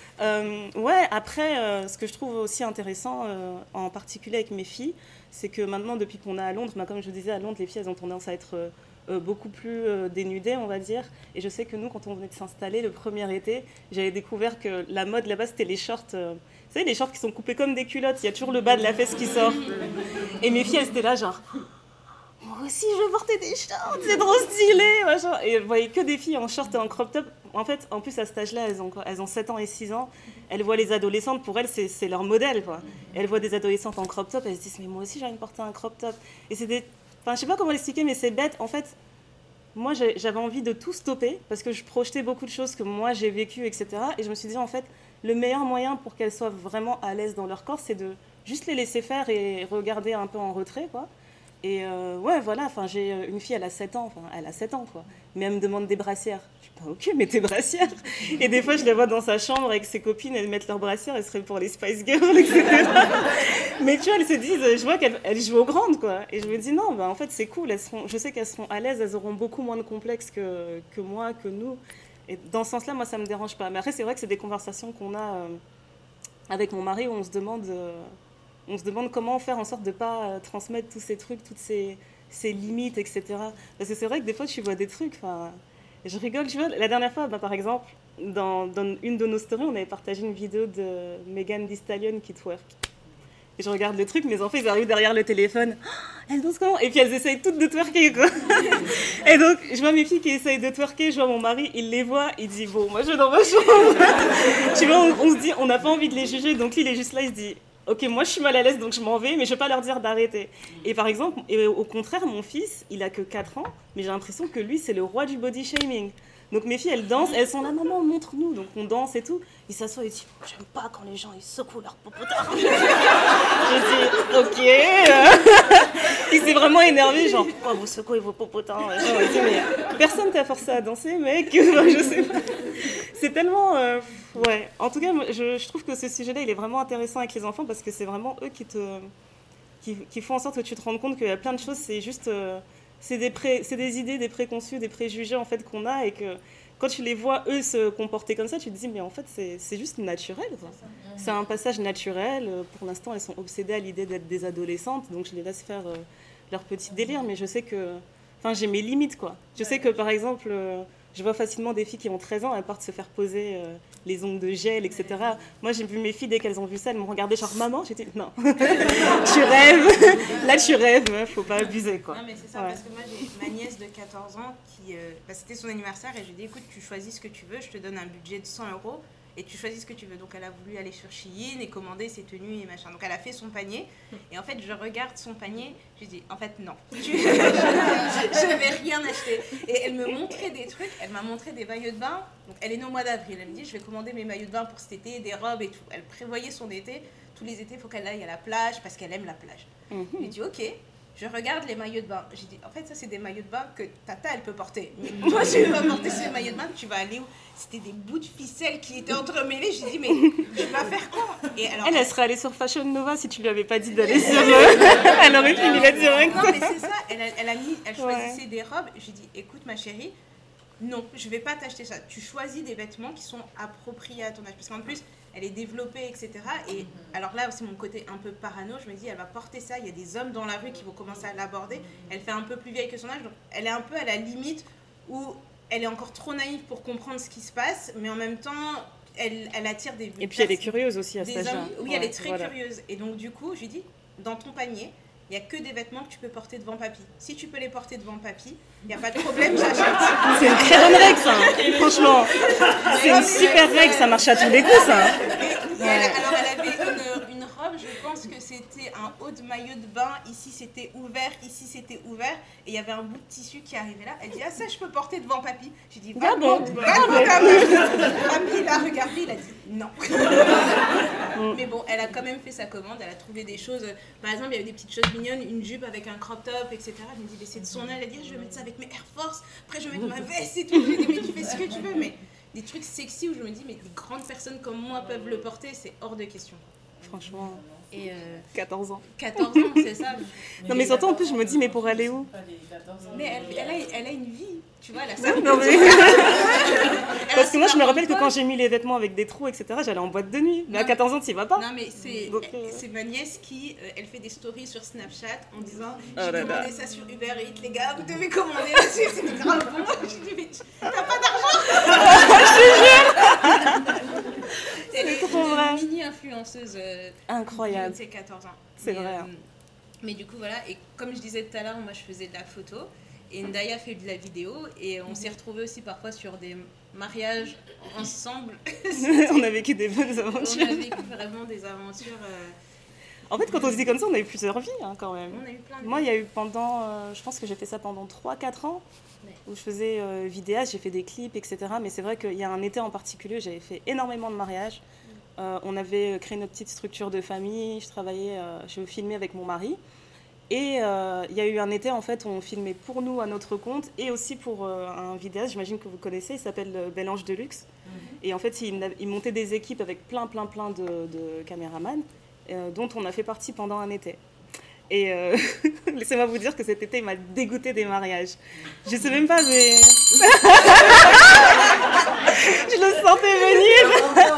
Ouais, après, ce que je trouve aussi intéressant, en particulier avec mes filles, c'est que maintenant, depuis qu'on est à Londres, comme je disais, à Londres, les filles, elles ont tendance à être beaucoup plus dénudées, on va dire. Et je sais que nous, quand on venait de s'installer le premier été, j'avais découvert que la mode là-bas, c'était les shorts. Vous savez, les shorts qui sont coupés comme des culottes, il y a toujours le bas de la fesse qui sort. Et mes filles, elles étaient là, genre... Moi aussi, je veux porter des shorts, c'est trop stylé, machin. Et elles voyaient que des filles en short et en crop top. En fait, en plus, à cet âge-là, elles ont 7 ans et 6 ans. Elles voient les adolescentes, pour elles, c'est leur modèle, quoi. Elles voient des adolescentes en crop top, elles se disent, mais moi aussi, j'ai envie de porter un crop top. Et c'est des... Enfin, je sais pas comment l'expliquer, mais c'est bête. En fait, moi, j'avais envie de tout stopper, parce que je projetais beaucoup de choses que moi, j'ai vécues, etc. Et je me suis dit, en fait, le meilleur moyen pour qu'elles soient vraiment à l'aise dans leur corps, c'est de juste les laisser faire et regarder un peu en retrait, quoi. Et ouais, voilà, enfin, j'ai une fille, elle a 7 ans, quoi. Mais elle me demande des brassières. Je dis, ok, mets tes brassières. Et des fois, je la vois dans sa chambre avec ses copines, elles mettent leurs brassières, elles seraient pour les Spice Girls, etc. Mais tu vois, elles se disent, je vois qu'elles jouent aux grandes, quoi. Et je me dis, non, en fait, c'est cool, je sais qu'elles seront à l'aise, elles auront beaucoup moins de complexes que moi, que nous. Et dans ce sens-là, moi, ça me dérange pas. Mais après, c'est vrai que c'est des conversations qu'on a avec mon mari où on se demande comment faire en sorte de ne pas transmettre tous ces trucs, toutes ces limites, etc. Parce que c'est vrai que des fois, tu vois des trucs, je rigole, tu vois. La dernière fois, par exemple, dans une de nos stories, on avait partagé une vidéo de Megan Thee Stallion qui twerk. Et je regarde le truc, mes enfants, ils arrivent derrière le téléphone. Oh, elles dansent comment ? Et puis elles essayent toutes de twerker, quoi. Et donc, je vois mes filles qui essayent de twerker, je vois mon mari, il les voit, il dit, bon, moi je vais dans ma chambre. Tu vois, on se dit, on n'a pas envie de les juger, donc lui, il est juste là, il se dit, ok, moi je suis mal à l'aise, donc je m'en vais, mais je ne vais pas leur dire d'arrêter. Et par exemple, au contraire, mon fils, il a que 4 ans, mais j'ai l'impression que lui, c'est le roi du body shaming. Donc mes filles, elles dansent, elles sont là, maman, montre-nous. Donc on danse et tout. Il s'assoit et dit, j'aime pas quand les gens ils secouent leur popotin. Je dis, ok. Il s'est vraiment énervé, genre, pourquoi vous secouez vos popotins ? Je dis, mais personne t'a forcé à danser, mec. Je sais pas. C'est tellement... ouais. En tout cas, je trouve que ce sujet-là, il est vraiment intéressant avec les enfants parce que c'est vraiment eux qui font en sorte que tu te rendes compte qu'il y a plein de choses, c'est juste... c'est des idées, des préconçus, des préjugés en fait qu'on a et que quand tu les vois eux se comporter comme ça, tu te dis mais en fait c'est juste naturel, quoi. C'est un passage naturel. Pour l'instant elles sont obsédées à l'idée d'être des adolescentes, donc je les laisse faire leur petit délire, mais je sais que, enfin j'ai mes limites, quoi. Je sais que par exemple je vois facilement des filles qui ont 13 ans, elles partent se faire poser les ongles de gel, etc. Moi, j'ai vu mes filles, dès qu'elles ont vu ça, elles m'ont regardé genre « Maman ?» J'ai dit « Non, tu rêves. Là, tu rêves, faut pas abuser, quoi. »
Non, mais c'est ça, parce que moi, j'ai ma nièce de 14 ans qui... c'était son anniversaire et je lui ai dit « Écoute, tu choisis ce que tu veux, je te donne un budget de 100 € et tu choisis ce que tu veux. » Donc, elle a voulu aller sur Shein et commander ses tenues et machin. Donc, elle a fait son panier. Et en fait, je regarde son panier, je dis « En fait, non. Je n'avais rien acheté. » Et elle me montrait des trucs. Elle m'a montré des maillots de bain. Donc, elle est née au mois d'avril. Elle me dit « Je vais commander mes maillots de bain pour cet été, des robes et tout. » Elle prévoyait son été. Tous les étés, il faut qu'elle aille à la plage parce qu'elle aime la plage. Je lui ai dit « Ok. » Je regarde les maillots de bain. J'ai dit, en fait, ça, c'est des maillots de bain que Tata, elle peut porter. Mais moi, je ne vais pas porter ces maillots de bain. Tu vas aller où ? C'était des bouts de ficelle qui étaient entremêlés. J'ai dit, mais tu vas faire quoi ? Et alors,
elle serait allée sur Fashion Nova si tu lui avais pas dit d'aller sur... Elle aurait fini là direct.
Non, mais c'est ça. Elle choisissait des robes. J'ai dit, écoute, ma chérie, non, je ne vais pas t'acheter ça. Tu choisis des vêtements qui sont appropriés à ton âge. Parce qu'en plus, elle est développée, etc. Et alors là, c'est mon côté un peu parano. Je me dis, elle va porter ça. Il y a des hommes dans la rue qui vont commencer à l'aborder. Elle fait un peu plus vieille que son âge. Donc, elle est un peu à la limite où elle est encore trop naïve pour comprendre ce qui se passe. Mais en même temps, elle attire des...
Et puis, elle est curieuse aussi à cet âge.
Oui, elle est très curieuse. Et donc, du coup, je lui dis, dans ton panier, il n'y a que des vêtements que tu peux porter devant papy. Si tu peux les porter devant papy, il n'y a pas de problème, j'achète.
C'est une très bonne règle, ça. Franchement, c'est une super règle, ça marche à tous les coups, ça.
Alors, elle avait une robe, je pense que c'était un haut de maillot de bain, ici c'était ouvert, ici c'était ouvert, et il y avait un bout de tissu qui arrivait là. Elle dit, ah ça je peux porter devant papy. J'ai dit, va devant papy. Papy il a regardé, il a dit non. Mais bon, elle a quand même fait sa commande, elle a trouvé des choses. Par exemple, il y avait des petites choses mignonnes, une jupe avec un crop top, etc. Elle me dit, mais c'est de son âge. Elle a dit, je vais mettre ça avec mes Air Force, après je vais mettre ma veste et tout. Je lui ai dit, mais tu fais ce que tu veux, mais des trucs sexy où je me dis, mais des grandes personnes comme moi peuvent le porter, c'est hors de question.
Franchement.
Et
14 ans.
14 ans, c'est ça.
Non, mais surtout, en plus, je me dis, mais pour aller où?
Mais elle a une vie, tu vois, là.
Non, mais... Parce que moi, je me rappelle que quand j'ai mis les vêtements avec des trous, etc., j'allais en boîte de nuit. Mais à 14 ans, tu y vas pas.
Non, mais c'est ma nièce qui, elle fait des stories sur Snapchat en disant, j'ai commandé ça sur Uber Eats, les gars, vous devez commander là-dessus, c'est grave bon. Je dis, mais t'as pas d'argent. Elle est
trop vrai.
une mini-influenceuse.
Incroyable.
De ses 14 ans.
C'est vrai.
Mais du coup, voilà, et comme je disais tout à l'heure, moi je faisais de la photo et Ndaya fait de la vidéo et on s'est retrouvés aussi parfois sur des mariages ensemble.
On a vécu des bonnes aventures.
On a vécu vraiment des aventures.
En fait, quand on se dit comme ça, on a eu plusieurs vies quand même.
On a eu plein de
Moi, il y a eu pendant, je pense que j'ai fait ça pendant 3-4 ans, où je faisais vidéaste, j'ai fait des clips, etc. Mais c'est vrai qu'il y a un été en particulier, j'avais fait énormément de mariages. On avait créé notre petite structure de famille, je filmais avec mon mari. Et il y a eu un été, en fait, où on filmait pour nous à notre compte et aussi pour un vidéaste, j'imagine que vous connaissez, il s'appelle Bel-Ange Deluxe. Et en fait, il montait des équipes avec plein de caméramans, dont on a fait partie pendant un été. Et laissez-moi vous dire que cet été, il m'a dégoûté des mariages. Je sais même pas, mais... Je le sentais venir.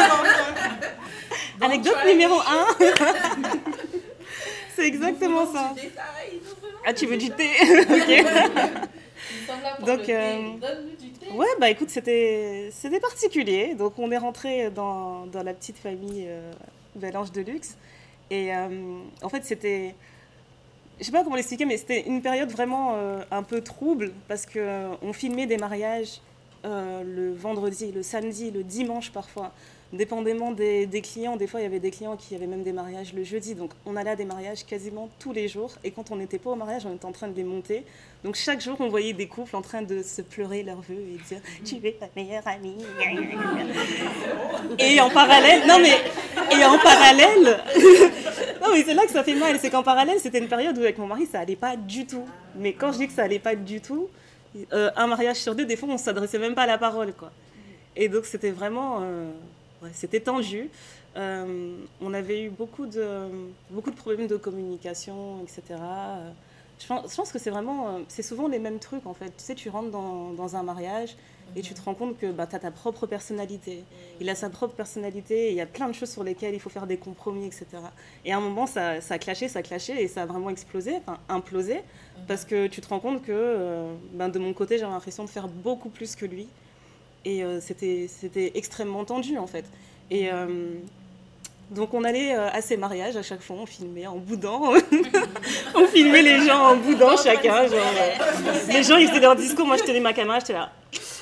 Anecdote numéro 1. C'est exactement ça. Ah, tu veux du thé? Ok. Donc, ouais, bah écoute, c'était particulier. Donc, on est rentré dans la petite famille Bel-Ange Deluxe. Et en fait, c'était... Je sais pas comment l'expliquer, mais c'était une période vraiment un peu trouble parce qu'on filmait des mariages le vendredi, le samedi, le dimanche parfois. Dépendamment des clients, des fois il y avait des clients qui avaient même des mariages le jeudi, donc on allait à des mariages quasiment tous les jours, et quand on n'était pas au mariage, on était en train de les monter, donc chaque jour on voyait des couples en train de se pleurer leurs vœux et dire « tu es ma meilleure amie ». Et en parallèle, non mais c'est là que ça fait mal, c'est qu'en parallèle c'était une période où avec mon mari ça allait pas du tout, mais quand je dis que ça allait pas du tout, un mariage sur deux, des fois on s'adressait même pas à la parole, quoi. Et donc c'était vraiment... c'était tendu. On avait eu beaucoup de problèmes de communication, etc. Je pense que c'est souvent les mêmes trucs en fait. Tu sais, tu rentres dans un mariage et tu te rends compte que tu as ta propre personnalité. Il a sa propre personnalité et il y a plein de choses sur lesquelles il faut faire des compromis, etc. Et à un moment, ça clashait et ça a vraiment implosé, parce que tu te rends compte que de mon côté, j'avais l'impression de faire beaucoup plus que lui. Et c'était extrêmement tendu, en fait. Et donc, on allait à ces mariages, à chaque fois, on filmait en boudant. On filmait les gens en boudant, chacun. Les gens, ils faisaient leur discours. Moi, je tenais ma caméra, j'étais là.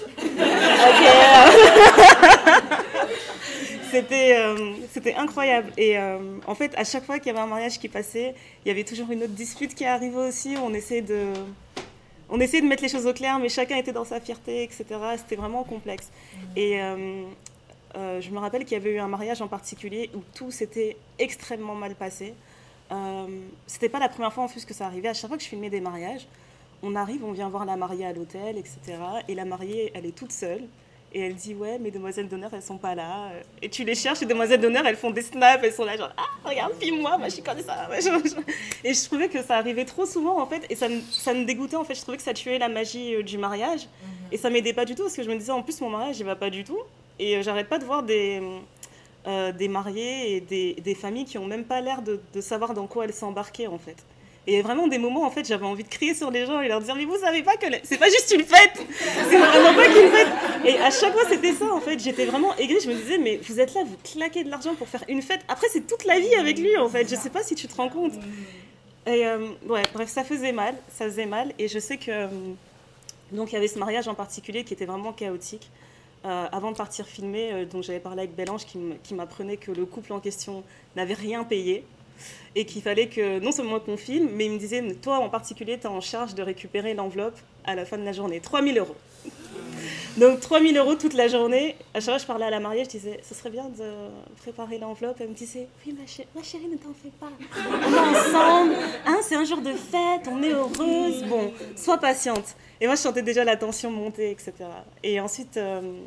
C'était incroyable. Et en fait, à chaque fois qu'il y avait un mariage qui passait, il y avait toujours une autre dispute qui arrivait aussi. On essayait de mettre les choses au clair, mais chacun était dans sa fierté, etc. C'était vraiment complexe. Et je me rappelle qu'il y avait eu un mariage en particulier où tout s'était extrêmement mal passé. C'était pas la première fois en plus que ça arrivait. À chaque fois que je filmais des mariages, on vient voir la mariée à l'hôtel, etc. Et la mariée, elle est toute seule. Et elle dit, ouais, mes demoiselles d'honneur, elles sont pas là. Et tu les cherches, les demoiselles d'honneur, elles font des snaps, elles sont là genre, ah, regarde, filme-moi, moi je suis comme ça. Et je trouvais que ça arrivait trop souvent, en fait, et ça me dégoûtait, en fait. Je trouvais que ça tuait la magie du mariage. Et ça m'aidait pas du tout, parce que je me disais, en plus, mon mariage, il va pas du tout. Et j'arrête pas de voir des mariés et des familles qui ont même pas l'air de savoir dans quoi elles s'embarquaient, en fait. Et vraiment des moments, en fait, j'avais envie de crier sur les gens et leur dire, mais vous savez pas que c'est pas juste une fête, c'est vraiment pas qu'une fête. Et à chaque fois, c'était ça, en fait. J'étais vraiment aigrie. Je me disais, mais vous êtes là, vous claquez de l'argent pour faire une fête. Après, c'est toute la vie avec lui, en fait. Je sais pas si tu te rends compte. Et bref, ça faisait mal. Et je sais que donc il y avait ce mariage en particulier qui était vraiment chaotique. Avant de partir filmer, donc j'avais parlé avec Bel-Ange qui m'apprenait que le couple en question n'avait rien payé. et qu'il fallait que non seulement qu'on filme, mais il me disait, toi en particulier, tu es en charge de récupérer l'enveloppe à la fin de la journée. 3 000 €. Donc 3 000 € toute la journée. À chaque fois, je parlais à la mariée, je disais, ce serait bien de préparer l'enveloppe. Elle me disait, oui ma chérie, ne t'en fais pas. On est ensemble, hein, c'est un jour de fête, on est heureuse. Bon, sois patiente. Et moi, je sentais déjà la tension monter, etc. Et ensuite,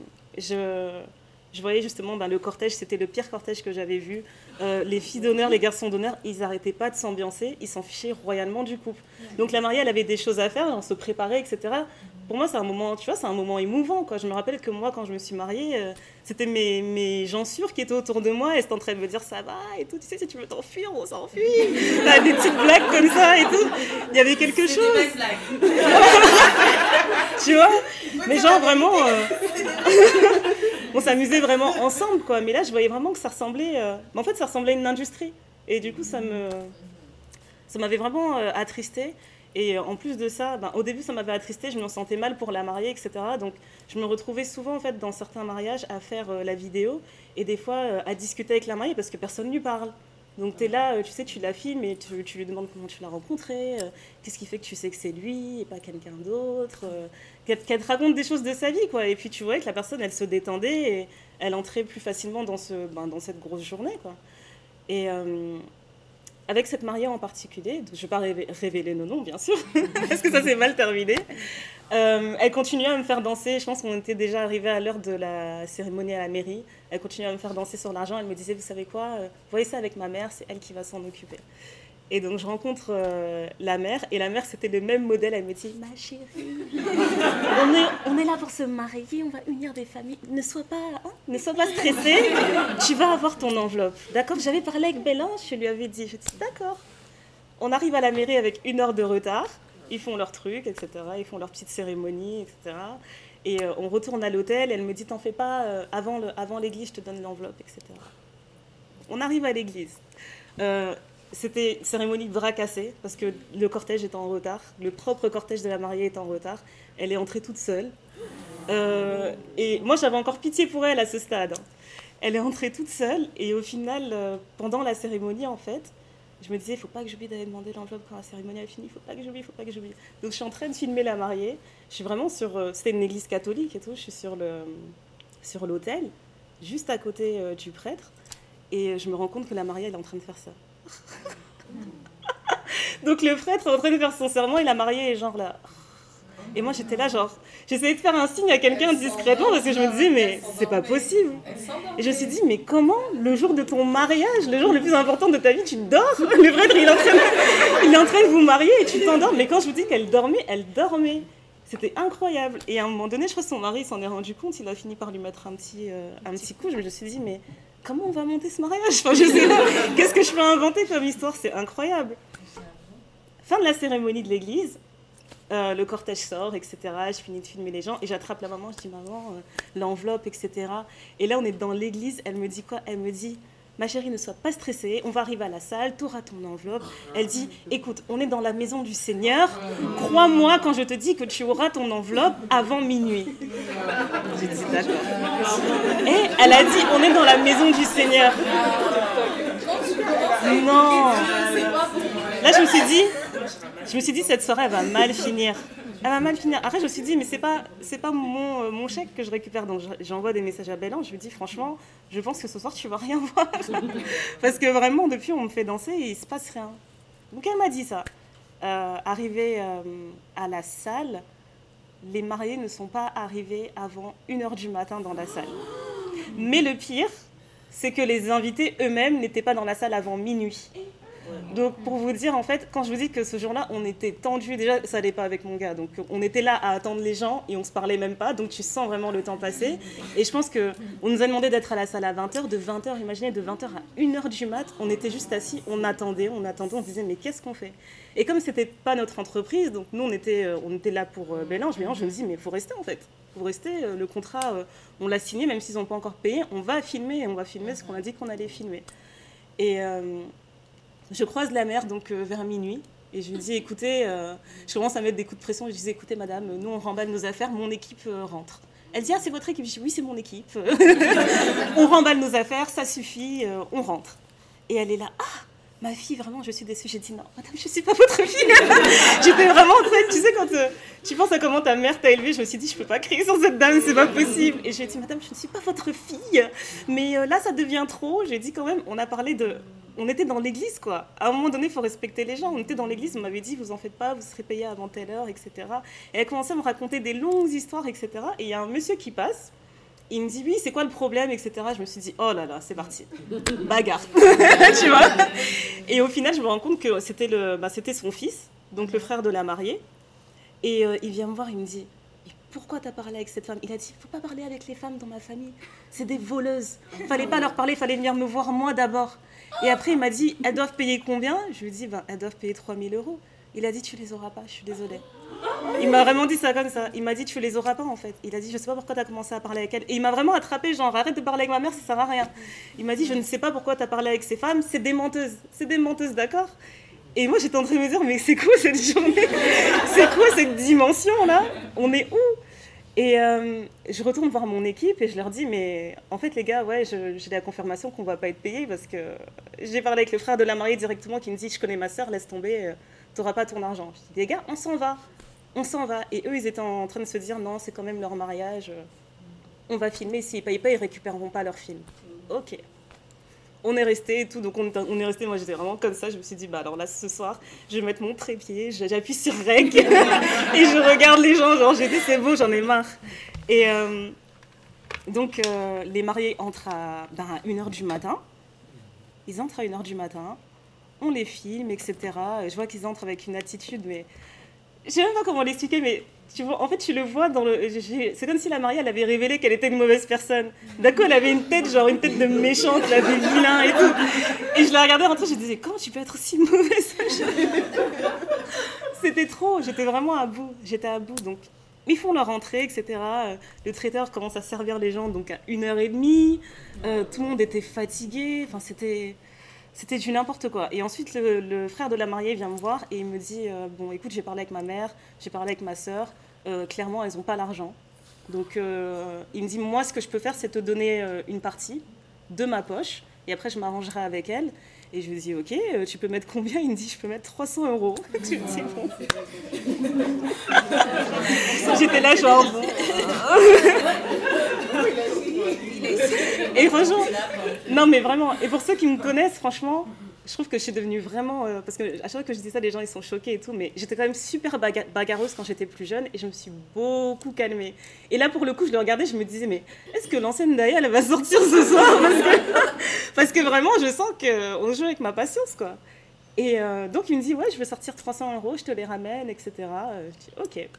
je voyais justement le cortège, c'était le pire cortège que j'avais vu. Les filles d'honneur, les garçons d'honneur, ils n'arrêtaient pas de s'ambiancer, ils s'en fichaient royalement du couple. Donc la mariée, elle avait des choses à faire, on se préparait, etc. Pour moi, c'est un moment, tu vois, c'est un moment émouvant, quoi. Je me rappelle que moi, quand je me suis mariée, c'était mes gens sûrs qui étaient autour de moi et c'était en train de me dire ça va et tout. Tu sais, si tu veux t'enfuir, on s'enfuit. T'as des petites blagues comme ça et tout. Il y avait quelque chose.
C'est des blagues.
Tu vois. Mais genre vraiment, on s'amusait vraiment ensemble, quoi. Mais là, je voyais vraiment que ça ressemblait, en fait, ça ressemblait à une industrie. Et du coup, ça m'avait vraiment attristée. Et en plus de ça, au début, ça m'avait attristée, je me sentais mal pour la mariée, etc. Donc, je me retrouvais souvent, en fait, dans certains mariages, à faire la vidéo et des fois à discuter avec la mariée parce que personne ne lui parle. Donc, tu es là, tu sais, tu la filmes et tu lui demandes comment tu l'as rencontré, qu'est-ce qui fait que tu sais que c'est lui et pas quelqu'un d'autre, qu'elle te raconte des choses de sa vie, quoi. Et puis, tu voyais que la personne, elle se détendait et elle entrait plus facilement dans cette grosse journée, quoi. Et avec cette mariée en particulier, je ne vais pas révéler nos noms, bien sûr, parce que ça s'est mal terminé. Elle continuait à me faire danser. Je pense qu'on était déjà arrivé à l'heure de la cérémonie à la mairie. Elle continuait à me faire danser sur l'argent. Elle me disait, vous savez quoi, voyez ça avec ma mère, c'est elle qui va s'en occuper. Et donc, je rencontre la mère. Et la mère, c'était le même modèle. Elle me dit, ma chérie, on est là pour se marier, on va unir des familles. Ne sois pas stressée. Tu vas avoir ton enveloppe. D'accord? J'avais parlé avec Bélange, je lui avais dit, d'accord. On arrive à la mairie avec 1 heure de retard. Ils font leur truc, etc. Ils font leur petite cérémonie, etc. Et on retourne à l'hôtel. Elle me dit, t'en fais pas, avant l'église, je te donne l'enveloppe, etc. On arrive à l'église. C'était cérémonie de bras cassés parce que le cortège est en retard. Le propre cortège de la mariée est en retard. Elle est entrée toute seule. Et moi, j'avais encore pitié pour elle à ce stade. Elle est entrée toute seule et au final, pendant la cérémonie, en fait, je me disais, il ne faut pas que j'oublie d'aller demander l'enveloppe quand la cérémonie est finie. Il ne faut pas que j'oublie. Donc, je suis en train de filmer la mariée. Je suis vraiment sur... c'était une église catholique et tout. Je suis sur l'autel, juste à côté du prêtre. Et je me rends compte que la mariée, elle est en train de faire ça. Donc le prêtre est en train de faire son serment et la mariée est genre là. Et moi j'étais là genre, j'essayais de faire un signe à quelqu'un discrètement parce que je me disais mais c'est pas possible. Et je me suis dit mais comment le jour de ton mariage, le jour le plus important de ta vie, tu dors? Le prêtre il est en train de vous marier et tu t'endors. Mais quand je vous dis qu'elle dormait, elle dormait. C'était incroyable. Et à un moment donné, je crois que son mari s'en est rendu compte, il a fini par lui mettre un petit coup. Je me suis dit mais comment on va monter ce mariage? Enfin, je sais pas. Qu'est-ce que je peux inventer comme histoire? C'est incroyable. Fin de la cérémonie de l'église, le cortège sort, etc. Je finis de filmer les gens et j'attrape la maman. Je dis maman, l'enveloppe, etc. Et là, on est dans l'église. Elle me dit quoi? Elle me dit, ma chérie, ne sois pas stressée. On va arriver à la salle. Tu auras ton enveloppe. Elle dit, écoute, on est dans la maison du Seigneur. Crois-moi quand je te dis que tu auras ton enveloppe avant minuit. J'ai dit d'accord. Et elle a dit, on est dans la maison du Seigneur. Non. Là, je me suis dit, cette soirée, elle va mal finir. Elle va mal finir. Après, je me suis dit, mais c'est pas mon chèque que je récupère. Donc, j'envoie des messages à Bélan. Je lui dis, franchement, je pense que ce soir, tu vas rien voir. Parce que vraiment, depuis, on me fait danser et il se passe rien. Donc, elle m'a dit ça. Arrivée à la salle, les mariés ne sont pas arrivés avant 1h du matin dans la salle. Mais le pire, c'est que les invités eux-mêmes n'étaient pas dans la salle avant minuit. Donc, pour vous dire, en fait, quand je vous dis que ce jour-là, on était tendus, déjà, ça n'allait pas avec mon gars. Donc, on était là à attendre les gens et on ne se parlait même pas. Donc, tu sens vraiment le temps passer. Et je pense qu'on nous a demandé d'être à la salle à 20h. De 20h, imaginez, de 20h à 1h du mat, on était juste assis, on attendait, on se disait, mais qu'est-ce qu'on fait? Et comme ce n'était pas notre entreprise, donc nous, on était là pour Bélange. Je me dis, mais il faut rester, en fait. Il faut rester. Le contrat, on l'a signé, même s'ils n'ont pas encore payé. On va filmer ce qu'on a dit qu'on allait filmer. Et... je croise la mère donc vers minuit et je lui dis écoutez, je commence à mettre des coups de pression. Je lui dis écoutez madame, nous on remballe nos affaires, mon équipe rentre. Elle dit ah c'est votre équipe? Je dis oui c'est mon équipe. On remballe nos affaires, ça suffit, on rentre. Et elle est là ma fille, vraiment, je suis déçue. J'ai dit, non, madame, je ne suis pas votre fille. J'étais vraiment en train, tu sais, quand tu penses à comment ta mère t'a élevée, je me suis dit, je ne peux pas crier sur cette dame, c'est pas possible. Et j'ai dit, madame, je ne suis pas votre fille. Mais là, ça devient trop. J'ai dit, quand même, on a parlé de... On était dans l'église, quoi. À un moment donné, il faut respecter les gens. On était dans l'église, on m'avait dit, vous en faites pas, vous serez payé avant telle heure, etc. Et elle commençait à me raconter des longues histoires, etc. Et il y a un monsieur qui passe. Il me dit, oui, c'est quoi le problème, etc. Je me suis dit, oh là là, c'est parti. Bagarre. Tu vois. Et au final, je me rends compte que c'était son fils, donc le frère de la mariée. Et il vient me voir, il me dit, mais pourquoi t'as parlé avec cette femme? Il a dit, faut pas parler avec les femmes dans ma famille. C'est des voleuses. Fallait pas leur parler, fallait venir me voir moi d'abord. Et après, il m'a dit, elles doivent payer combien? Je lui ai dit, elles doivent payer 3 000 €. Il a dit, tu les auras pas, je suis désolée. Il m'a vraiment dit ça comme ça. Il m'a dit, tu les auras pas en fait. Il a dit, je sais pas pourquoi tu as commencé à parler avec elle. Et il m'a vraiment attrapé, genre, arrête de parler avec ma mère, ça sert à rien. Il m'a dit, je ne sais pas pourquoi tu as parlé avec ces femmes, c'est des menteuses. C'est des menteuses, d'accord? Et moi, j'étais en train de me dire, mais c'est quoi cette journée? C'est quoi cette dimension-là? On est où? Et je retourne voir mon équipe et je leur dis, mais en fait, les gars, ouais, j'ai la confirmation qu'on va pas être payés parce que j'ai parlé avec le frère de la mariée directement qui me dit, je connais ma sœur, laisse tomber, t'auras pas ton argent. Je dis, les gars, on s'en va. On s'en va. Et eux, ils étaient en train de se dire, non, c'est quand même leur mariage. On va filmer. S'ils ne payent pas, ils ne récupéreront pas leur film. Ok. On est resté et tout. Donc, on est resté. Moi, j'étais vraiment comme ça. Je me suis dit, bah alors là, ce soir, je vais mettre mon trépied. J'appuie sur REC. Et je regarde les gens. Genre, j'ai dit, c'est bon, j'en ai marre. Et donc, les mariés entrent à 1h du matin. Ils entrent à 1h du matin. On les filme, etc. Et je vois qu'ils entrent avec une attitude, mais... Je sais même pas comment l'expliquer, mais tu vois, en fait, tu le vois dans le... C'est comme si la mariée, elle avait révélé qu'elle était une mauvaise personne. D'un coup, elle avait une tête, genre une tête de méchante, elle avait vilain et tout. Et je la regardais rentrer, je disais, comment tu peux être aussi mauvaise? C'était trop, j'étais vraiment à bout. J'étais à bout, donc... Ils font leur entrée, etc. Le traiteur commence à servir les gens, donc à 1h30. Tout le monde était fatigué. Enfin, c'était du n'importe quoi. Et ensuite, le frère de la mariée vient me voir et il me dit bon, écoute, j'ai parlé avec ma mère, j'ai parlé avec ma sœur. Clairement, elles n'ont pas l'argent. Donc, il me dit moi, ce que je peux faire, c'est te donner une partie de ma poche. Et après, je m'arrangerai avec elle. Et je lui dis ok, tu peux mettre combien? Il me dit je peux mettre 300 €. Je me dis bon. J'étais là, genre bon. Et franchement, non mais vraiment, et pour ceux qui me connaissent, franchement, je trouve que je suis devenue vraiment, parce que à chaque fois que je dis ça, les gens ils sont choqués et tout, mais j'étais quand même super bagarreuse quand j'étais plus jeune et je me suis beaucoup calmée. Et là pour le coup, je le regardais, je me disais mais est-ce que l'ancienne Daya elle va sortir ce soir parce que vraiment je sens qu'on joue avec ma patience quoi. Et donc il me dit ouais, je veux sortir 300 €, je te les ramène, etc. Je dis ok.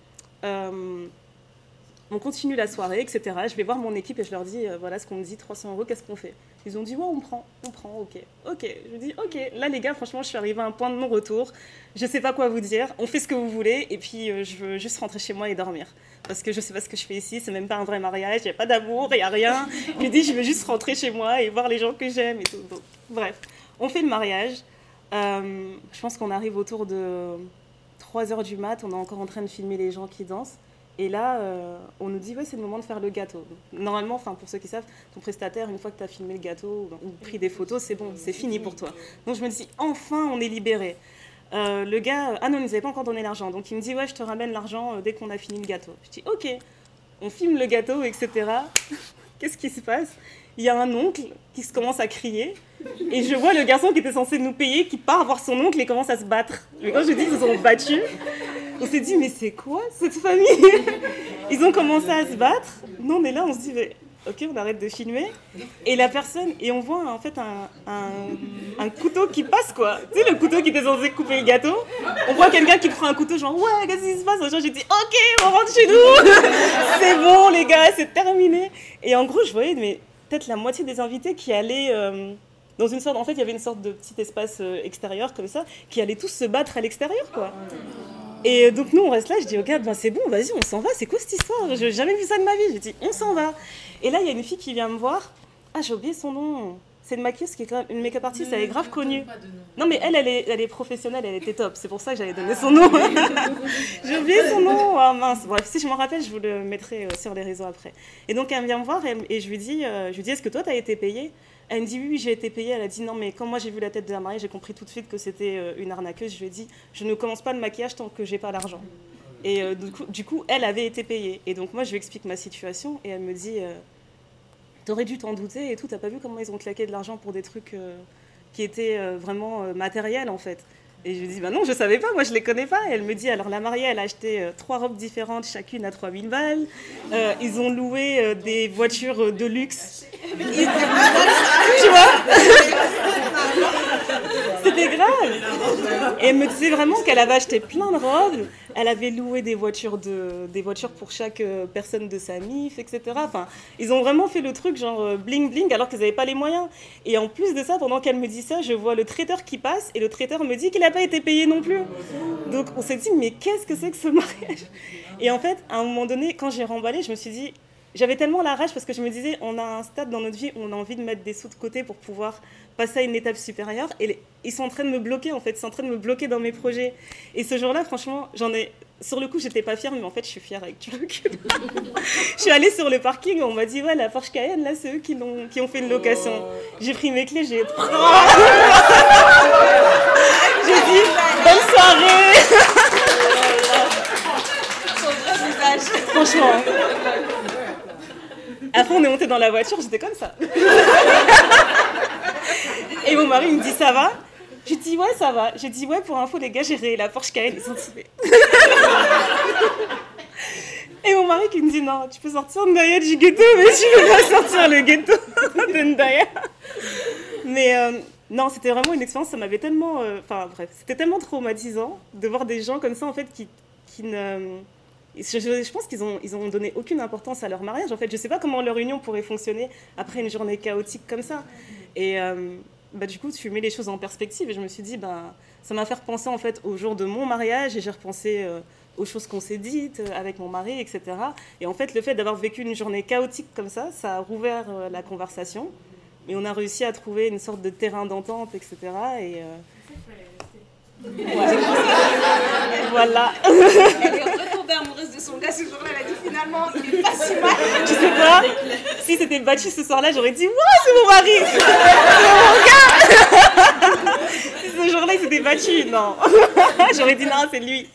On continue la soirée, etc. Je vais voir mon équipe et je leur dis, voilà ce qu'on me dit, 300 €, qu'est-ce qu'on fait? Ils ont dit, ouais, on prend, ok. Je dis, ok. Là, les gars, franchement, je suis arrivée à un point de non-retour. Je sais pas quoi vous dire. On fait ce que vous voulez. Et puis, je veux juste rentrer chez moi et dormir. Parce que je sais pas ce que je fais ici. C'est même pas un vrai mariage. Il n'y a pas d'amour, il n'y a rien. Je dis, je veux juste rentrer chez moi et voir les gens que j'aime et tout. Donc, bref, on fait le mariage. Je pense qu'on arrive autour de 3h du mat. On est encore en train de filmer les gens qui dansent. Et là, on nous dit, ouais, c'est le moment de faire le gâteau. Normalement, pour ceux qui savent, ton prestataire, une fois que tu as filmé le gâteau ou pris des photos, c'est bon, c'est fini pour toi. Donc je me dis, enfin, on est libérés. Le gars, non, il ne nous avait pas encore donné l'argent. Donc il me dit, ouais, je te ramène l'argent dès qu'on a fini le gâteau. Je dis, ok, on filme le gâteau, etc. Qu'est-ce qui se passe? Il y a un oncle qui se commence à crier. Et je vois le garçon qui était censé nous payer qui part voir son oncle et commence à se battre. Mais quand je dis qu'ils se sont battus, on s'est dit, mais c'est quoi cette famille? Ils ont commencé à se battre. Nous, on est là, on se dit, mais, ok, on arrête de filmer. Et la personne, et on voit en fait un couteau qui passe, quoi. Tu sais, le couteau qui était censé couper le gâteau. On voit quelqu'un qui prend un couteau, genre, ouais, qu'est-ce qui se passe? J'ai dit, ok, on rentre chez nous. C'est bon, les gars, c'est terminé. Et en gros, je voyais, mais peut-être la moitié des invités qui allaient... dans une sorte, en fait, il y avait une sorte de petit espace extérieur comme ça, qui allaient tous se battre à l'extérieur, quoi. Et donc nous, on reste là, je dis, ok, ben c'est bon, vas-y, on s'en va, c'est quoi cette histoire? Je n'ai jamais vu ça de ma vie. Je dis, on s'en va. Et là, il y a une fille qui vient me voir. Ah, j'ai oublié son nom. C'est une maquilleuse qui est quand même une make-up artiste, elle est grave connue.
Pas de nom.
Non, mais elle est professionnelle, elle était top. C'est pour ça que j'avais donné son nom. J'ai oublié son nom. Ah mince. Bref, si je m'en rappelle, je vous le mettrai sur les réseaux après. Et donc, elle vient me voir et je lui dis est-ce que toi, tu as été payée ? Elle me dit oui, j'ai été payée. Elle a dit non, mais quand moi j'ai vu la tête de la mariée, j'ai compris tout de suite que c'était une arnaqueuse. Je lui ai dit, je ne commence pas le maquillage tant que j'ai pas l'argent. Et du coup, elle avait été payée. Et donc, moi, je lui explique ma situation et elle me dit... T'aurais dû t'en douter et tout, t'as pas vu comment ils ont claqué de l'argent pour des trucs qui étaient vraiment matériels en fait. Et je lui dis, bah non, je savais pas, moi je les connais pas. Et elle me dit, alors la mariée, elle a acheté 3 robes différentes, chacune à 3000 balles. Ils ont loué des voitures de luxe. Tu vois ? C'était grave. Et elle me disait vraiment qu'elle avait acheté plein de robes. Elle avait loué des voitures pour chaque personne de sa MIF, etc. Enfin, ils ont vraiment fait le truc genre bling bling alors qu'ils n'avaient pas les moyens. Et en plus de ça, pendant qu'elle me dit ça, je vois le traiteur qui passe et le traiteur me dit qu'il n'a pas été payé non plus. Donc on s'est dit, mais qu'est-ce que c'est que ce mariage ? Et en fait, à un moment donné, quand j'ai remballé, je me suis dit, j'avais tellement la rage parce que je me disais, on a un stade dans notre vie où on a envie de mettre des sous de côté pour pouvoir passer à une étape supérieure. Et ils sont en train de me bloquer, en fait. Ils sont en train de me bloquer dans mes projets. Et ce jour-là, franchement, sur le coup, j'étais pas fière, mais en fait, je suis fière avec du recul. Je suis allée sur le parking, on m'a dit, ouais, la Porsche Cayenne, là, c'est eux qui ont fait une location. J'ai pris mes clés, j'ai dit, bonne soirée. Franchement. Après, on est monté dans la voiture, j'étais comme ça. Et mon mari me dit, ça va ? J'ai dit, ouais, ça va. J'ai dit, ouais, pour info, les gars, j'ai rayé la Porsche Cayenne, ils sont tués. Et mon mari qui me dit, non, tu peux sortir Ndaya du ghetto, mais tu peux pas sortir le ghetto de Ndaya. Mais non, c'était vraiment une expérience, ça m'avait tellement... Enfin, bref, c'était tellement traumatisant de voir des gens comme ça, en fait, qui ne... Je pense qu'ils ont donné aucune importance à leur mariage. En fait, je sais pas comment leur union pourrait fonctionner après une journée chaotique comme ça. Et du coup, tu mets les choses en perspective et je me suis dit, ça m'a fait penser en fait au jour de mon mariage et j'ai repensé aux choses qu'on s'est dites avec mon mari, etc. Et en fait, le fait d'avoir vécu une journée chaotique comme ça a rouvert la conversation. Et on a réussi à trouver une sorte de terrain d'entente, etc. Et voilà.
Elle est retombée amoureuse de son gars ce jour-là. Elle a dit finalement, il est pas si mal.
Je sais pas. Si c'était battu ce soir-là, j'aurais dit ouais, c'est mon mari, c'est mon gars. Si ce jour-là il s'était battu, non. J'aurais dit non, c'est lui.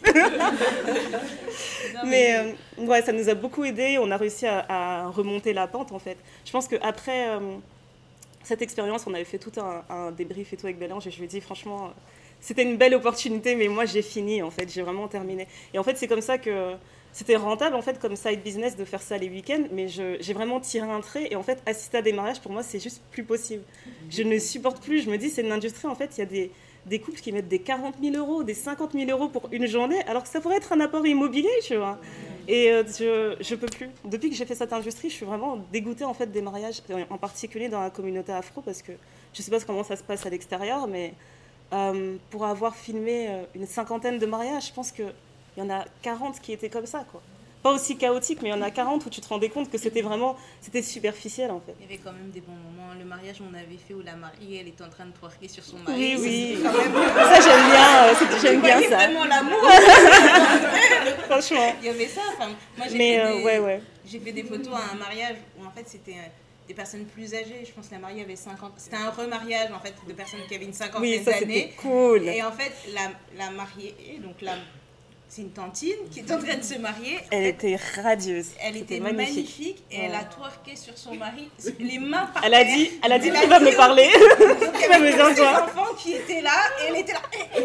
Mais ouais, ça nous a beaucoup aidé. On a réussi à remonter la pente en fait. Je pense qu'après cette expérience, on avait fait tout un débrief et tout avec Bélange et je lui ai dit franchement. C'était une belle opportunité, mais moi, j'ai fini, en fait. J'ai vraiment terminé. Et en fait, c'est comme ça que c'était rentable, en fait, comme side business, de faire ça les week-ends. Mais j'ai vraiment tiré un trait. Et en fait, assister à des mariages, pour moi, c'est juste plus possible. Je ne supporte plus. Je me dis, c'est une industrie, en fait, il y a des couples qui mettent des 40 000 euros, des 50 000 euros pour une journée, alors que ça pourrait être un apport immobilier, tu vois. Et je peux plus. Depuis que j'ai fait cette industrie, je suis vraiment dégoûtée, en fait, des mariages, en particulier dans la communauté afro, parce que je sais pas comment ça se passe à l'extérieur, mais... pour avoir filmé une 50aine de mariages, je pense qu'il y en a 40 qui étaient comme ça, quoi. Pas aussi chaotique, mais il y en a 40 où tu te rendais compte que c'était superficiel, en fait.
Il y avait quand même des bons moments. Le mariage qu'on avait fait où la mariée, elle était en train de twerker sur son mari.
Oui. Ça, j'aime bien ça.
Vraiment l'amour.
Franchement.
Il y avait ça. Enfin, moi, j'ai fait des photos à un mariage où, en fait, c'était... des personnes plus âgées, je pense que la mariée avait 50... C'était un remariage, en fait, de personnes qui avaient une cinquantaine d'années.
C'était cool.
Et en fait, la mariée, donc c'est une tantine qui est en train de se marier.
Elle était radieuse.
Elle était magnifique et elle a twerké sur son mari, les mains par
terre. Elle a dit tu vas me parler.
Tu vas me dire quoi. Les enfants qui étaient là et elle était là.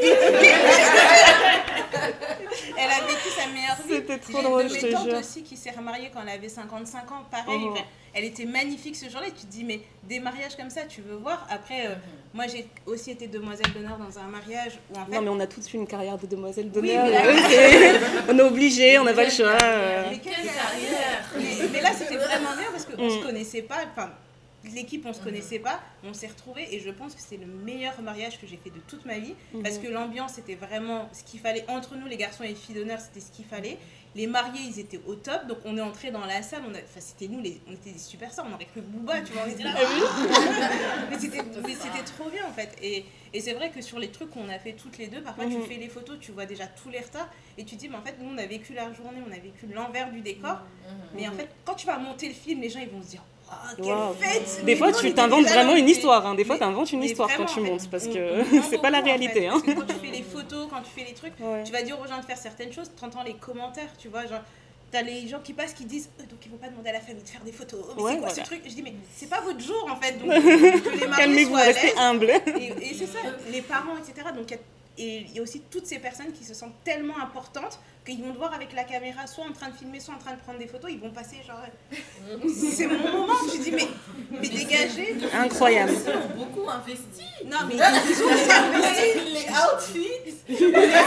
Elle a vécu sa meilleure vie.
C'était trop drôle, je te jure.
J'ai une de mes tantes aussi qui s'est remariée quand elle avait 55 ans, pareil. Elle était magnifique ce jour-là. Et tu te dis, mais des mariages comme ça, tu veux voir. Après, moi, j'ai aussi été demoiselle d'honneur dans un mariage où en fait...
Non, mais on a tous eu une carrière de demoiselle d'honneur. Oui, on est obligé, on n'a pas le choix.
Mais quelle carrière. Mais là, c'était vraiment bien parce qu'on ne se connaissait pas. Enfin, l'équipe, on se connaissait pas, on s'est retrouvés et je pense que c'est le meilleur mariage que j'ai fait de toute ma vie parce que l'ambiance était vraiment ce qu'il fallait entre nous, les garçons et les filles d'honneur, c'était ce qu'il fallait. Les mariés, ils étaient au top, donc on est entrés dans la salle, c'était nous, on était des superstars, on aurait cru Booba, tu vois, on était là. mais c'était trop bien en fait. Et c'est vrai que sur les trucs qu'on a fait toutes les deux, parfois tu fais les photos, tu vois déjà tous les retards et tu te dis, mais en fait, nous on a vécu la journée, on a vécu l'envers du décor, mais en fait, quand tu vas monter le film, les gens ils vont se dire, oh, quelle fête!
Des fois, tu t'inventes vraiment une histoire. Hein. Des fois, tu inventes une histoire quand tu montes parce que c'est pas la réalité.
En fait, parce que quand tu fais les photos, quand tu fais les trucs, tu vas dire aux gens de faire certaines choses, tu entends les commentaires, tu vois, genre. T'as les gens qui passent qui disent donc ils vont pas demander à la famille de faire des photos. Mais c'est quoi ce truc? Je dis mais c'est pas votre jour en fait. Donc que les mariés
calmez-vous,
soient à l'aise.
restez humble.
Et c'est ça, les parents, etc. Donc il y a aussi toutes ces personnes qui se sentent tellement importantes qu'ils vont te voir avec la caméra, soit en train de filmer, soit en train de prendre des photos. Ils vont passer genre c'est mon moment. Je dis mais dégagez.
Incroyable.
Ils ont beaucoup investi.
Non mais ils ont aussi investi.
Les outfits.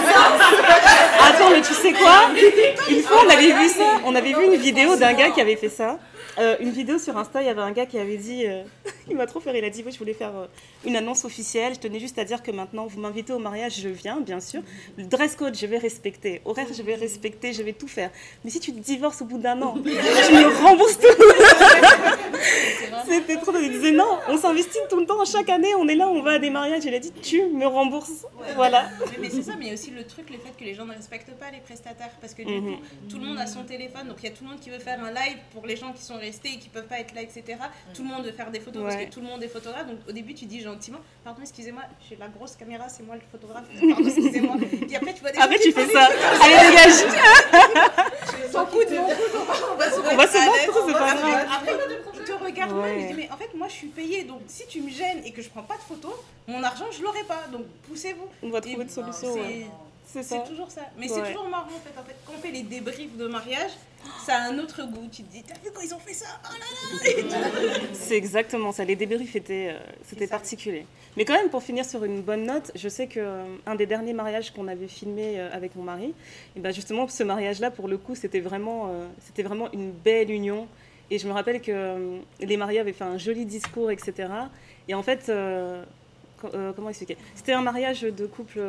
Attends, mais tu sais quoi? Une fois, on avait vu ça. On avait vu une vidéo d'un gars qui avait fait ça. Une vidéo sur Insta, il y avait un gars qui avait dit, il m'a trop fait rire, il a dit, oui, je voulais faire une annonce officielle, je tenais juste à dire que maintenant, vous m'invitez au mariage, je viens, bien sûr. Le dress code, je vais respecter. Horaire, je vais respecter, je vais tout faire. Mais si tu te divorces au bout d'un an, tu me rembourses tout. C'était trop drôle. Il disait, non, on s'investit tout le temps, chaque année, on est là, on va à des mariages. Il a dit, tu me rembourses. Voilà.
Mais c'est ça, mais il y a aussi le truc, le fait que les gens ne respectent pas les prestataires, parce que du coup, tout le monde a son téléphone, donc il y a tout le monde qui veut faire un live pour les gens qui sont restés et qui peuvent pas être là, etc. Tout le monde veut faire des photos parce que tout le monde est photographe, donc au début tu dis gentiment, pardon, excusez-moi, j'ai la grosse caméra, c'est moi le photographe, pardon, excusez-moi. Puis après tu vois des
après
gens
tu
qui
fais
font
ça, allez dégage.
Ton coude, mon coude, on va se
battre, c'est pas grave.
Après ils te regardent mal, je dis mais en fait moi je suis payée, donc si tu me gênes et que je prends pas de photos, mon argent je l'aurai pas, donc poussez-vous.
On va trouver une solution.
C'est toujours ça. Mais c'est toujours marrant en fait. Quand on fait les débriefs de mariage, ça a un autre goût. Tu te dis, t'as vu quand ils ont fait ça? Oh là là.
C'est exactement ça. Les débriefs c'était particulier. Mais quand même, pour finir sur une bonne note, je sais qu'un des derniers mariages qu'on avait filmé avec mon mari, et ben justement, ce mariage-là, pour le coup, c'était vraiment une belle union. Et je me rappelle que les mariés avaient fait un joli discours, etc. Et en fait, comment expliquer? C'était un mariage de couple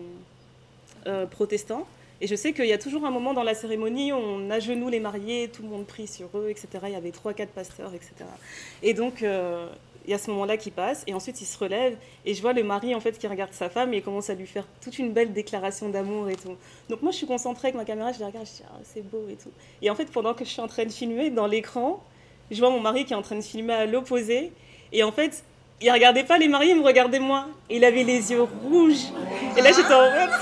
protestant. Et je sais qu'il y a toujours un moment dans la cérémonie où on agenouille les mariés, tout le monde prie sur eux, etc. Il y avait 3-4 pasteurs, etc. Et donc, il y a ce moment-là qui passe. Et ensuite, il se relève. Et je vois le mari, en fait, qui regarde sa femme et il commence à lui faire toute une belle déclaration d'amour et tout. Donc moi, je suis concentrée avec ma caméra. Je les regarde, je dis, ah, c'est beau et tout. Et en fait, pendant que je suis en train de filmer, dans l'écran, je vois mon mari qui est en train de filmer à l'opposé. Et en fait, il regardait pas les mariés, il me regardait moi. Et il avait les yeux rouges. Et là, j'étais en mode...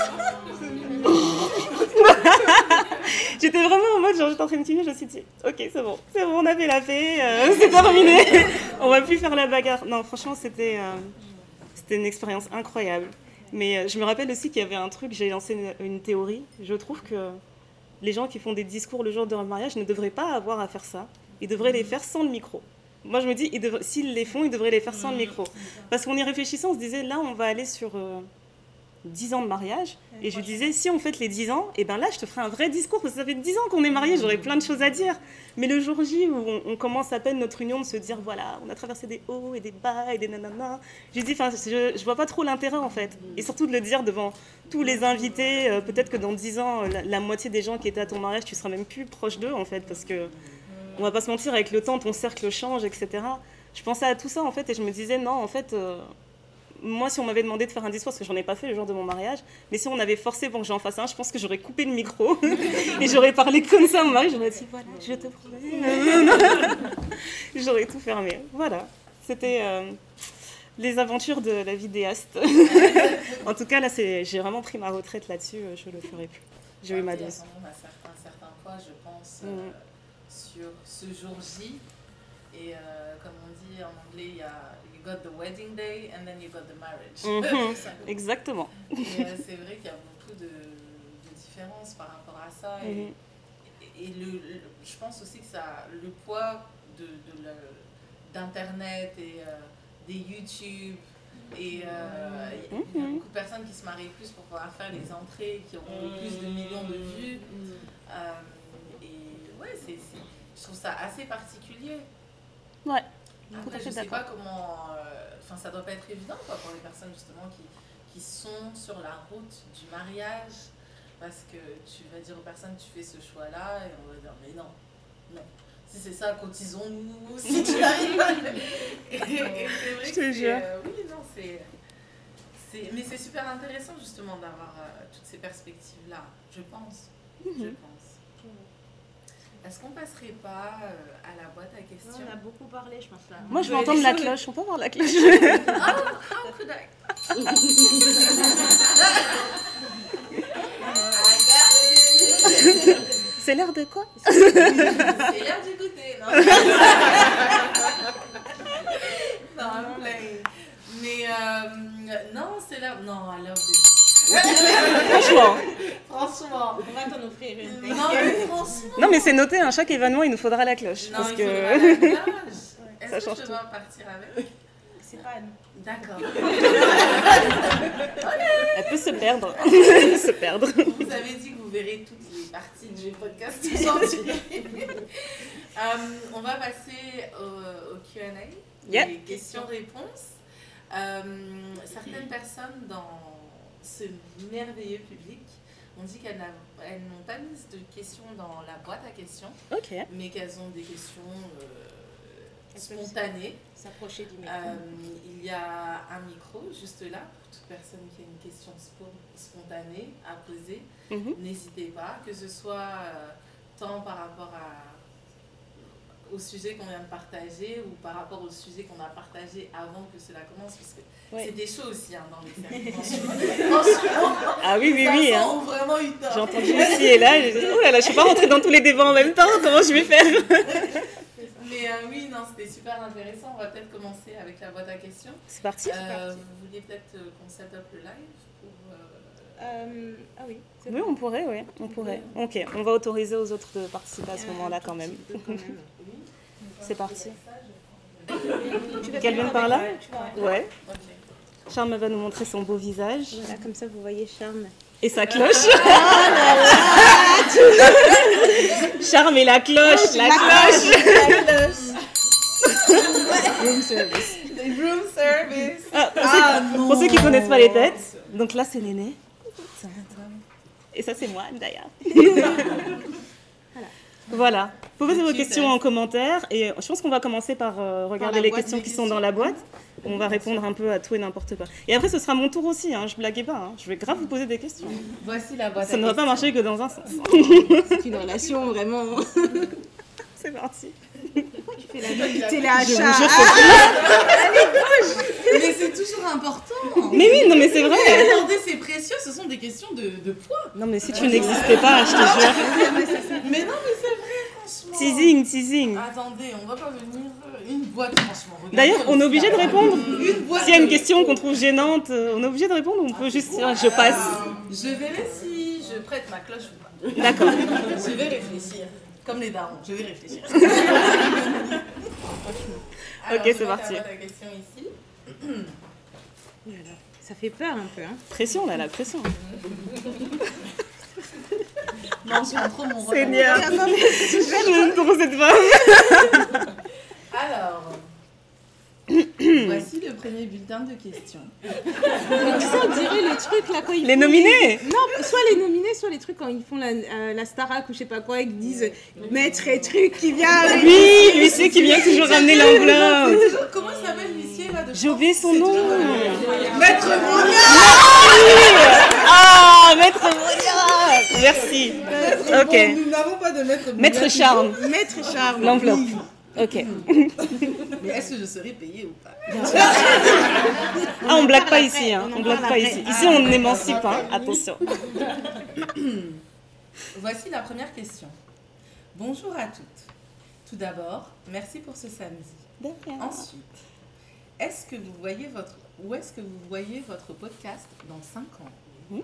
J'étais vraiment en mode, genre, j'étais en train de filmer, je me suis dit, ok, c'est bon, on avait la paix, c'est terminé, on va plus faire la bagarre. Non, franchement, c'était une expérience incroyable. Mais je me rappelle aussi qu'il y avait un truc, j'ai lancé une théorie. Je trouve que les gens qui font des discours le jour de leur mariage ne devraient pas avoir à faire ça. Ils devraient les faire sans le micro. Moi, je me dis, s'ils les font, ils devraient les faire sans le micro. Parce qu'en y réfléchissant, on se disait, là, on va aller sur 10 ans de mariage. Et je lui disais, si on fête les 10 ans, et ben là, je te ferai un vrai discours, parce que ça fait 10 ans qu'on est mariés, j'aurais plein de choses à dire. Mais le jour J, où on commence à peine notre union, de se dire, voilà, on a traversé des hauts et des bas et des nanana, je lui dis, je vois pas trop l'intérêt, en fait. Et surtout de le dire devant tous les invités, peut-être que dans 10 ans, la moitié des gens qui étaient à ton mariage, tu seras même plus proche d'eux, en fait, parce que, on va pas se mentir, avec le temps, ton cercle change, etc. Je pensais à tout ça, en fait, et je me disais, non, en fait... moi, si on m'avait demandé de faire un discours, parce que j'en ai pas fait le jour de mon mariage, mais si on avait forcé pour que j'en fasse un, je pense que j'aurais coupé le micro et j'aurais parlé comme ça à mon mari. J'aurais dit, voilà, je te promets. J'aurais tout fermé. Voilà, c'était les aventures de la vidéaste. En tout cas, là, j'ai vraiment pris ma retraite là-dessus. Je le ferai plus. J'ai eu ma dose.
À un certain point, je pense, sur ce jour J. Et comme on dit en anglais, il y a you got the wedding day and then you got the marriage.
Exactement.
Et c'est vrai qu'il y a beaucoup de différences par rapport à ça. Et je pense aussi que ça, le poids d'Internet et des YouTube. Et il y a beaucoup de personnes qui se marient plus pour pouvoir faire les entrées, qui auront plus de millions de vues. Et ouais, je trouve ça assez particulier.
Ouais.
Après, je ne sais pas comment... ça doit pas être évident quoi, pour les personnes justement qui sont sur la route du mariage. Parce que tu vas dire aux personnes, tu fais ce choix-là, et on va dire, mais non. Si c'est ça, cotisons-nous, si tu arrives. Et c'est vrai
je te jure.
Oui, non, mais c'est super intéressant justement d'avoir toutes ces perspectives-là, je pense. Est-ce qu'on passerait pas à la boîte à questions?
On a beaucoup parlé, je pense. Là.
Moi, je veux entendre la cloche. On peut voir la cloche?
How could I?
C'est l'heure de quoi?
C'est l'heure du goûter, non? Non, I'm playing. Mais non, c'est l'heure... Non, I love this. Franchement.
On va t'en offrir une.
Non, mais franchement.
Non, mais c'est noté, à chaque événement, il nous faudra la cloche.
Non,
parce
il
que...
faudra la cloche. Est-ce
Ça
que
change
je
tout.
dois partir avec?
C'est pas Anne.
D'accord.
Elle peut se perdre. Elle peut se perdre.
Vous avez dit que vous verrez toutes les parties du podcast aujourd'hui. On va passer au Q&A,
Yep.
les questions-réponses. Certaines personnes dans ce merveilleux public ont dit qu'elles n'ont pas mis de questions dans la boîte à questions,
Ok.
mais qu'elles ont des questions spontanées.
S'approcher du micro.
Il y a un micro juste là pour toute personne qui a une question spontanée à poser. N'hésitez pas, que ce soit tant par rapport au sujet qu'on vient de partager ou par rapport au sujet qu'on a partagé avant que cela commence, parce que c'est des choses aussi dans les séries. Franchement,
Ah oui, oui, oui.
ça sent vraiment une
J'ai entendu ici et là, et j'ai dit, oh là là, je ne suis pas rentrée dans tous les débats en même temps, comment je vais faire?
Mais oui, non, c'était super intéressant. On va peut-être commencer avec la boîte à questions.
C'est parti.
Vous vouliez peut-être qu'on set up le live pour,
Ah oui.
Oui, on pourrait, oui, on pourrait. Ok, on va autoriser aux autres de participer à ce moment-là quand même. C'est parti. Qu'elle vienne par là? Ouais.
Ok.
Charme va nous montrer son beau visage.
Voilà, comme ça vous voyez Charme.
Et sa cloche. Charme et la cloche, la cloche.
Room service.
Room service.
Pour ceux qui ne connaissent pas les têtes, donc là c'est Néné. Et ça c'est moi, Ndaya. Voilà. Vous pouvez poser vos questions en commentaire et je pense qu'on va commencer par regarder les questions qui sont dans la boîte. On va répondre un peu à tout et n'importe quoi. Et après ce sera mon tour aussi, je blaguais pas. Je vais grave vous poser des questions.
Voici la boîte à
Ça ne va pas marcher que dans un sens.
C'est une relation vraiment.
C'est parti.
Tu fais la téléachat.
Mais c'est toujours important.
Mais oui, non mais c'est vrai.
Attendez, c'est précieux, ce sont des questions de poids.
Non mais si tu n'existais pas, je te jure.
Mais non, mais c'est vrai, franchement.
Teasing.
Attendez, on va pas venir une boîte, franchement. Regardez,
D'ailleurs, on est obligé de répondre.
Une boîte.
S'il y a une question qu'on trouve gênante, on est obligé de répondre ou on peut juste dire je passe.
Je verrai si je prête ma cloche ou pas.
D'accord.
Je vais réfléchir. Comme les darons, je vais réfléchir. Alors,
Ok, c'est parti.
La question ici.
Ça fait peur un peu.
Pression là, la pression.
Non, je prends trop mon rôle.
Seigneur. J'aime trop cette femme.
Alors, voici le premier bulletin de questions.
Tu sais, on dirait les trucs là quand ils
Les
font
nominés.
Non, soit les nominés, soit les trucs quand ils font la Starac ou je sais pas quoi, ils disent maître et truc qui vient.
Oui, lui c'est qui vient toujours ramener l'enveloppe.
Comment il s'appelle l'huissier là de
J'ai oublié son nom.
Maître Monia.
Ah, Maître Monia. Merci. Ok.
Nous n'avons pas de maître Monia.
Maître Charme.
Maître Charme.
L'enveloppe. Ok.
Mais est-ce que je serai payée ou pas?
Ah, on blague pas ici. On blague
parle
pas
après.
ici. Ici, on n'émancipe pas. Attention.
Voici la première question. Bonjour à toutes. Tout d'abord, merci pour ce samedi. Ensuite, où est-ce que vous voyez votre podcast dans 5 ans?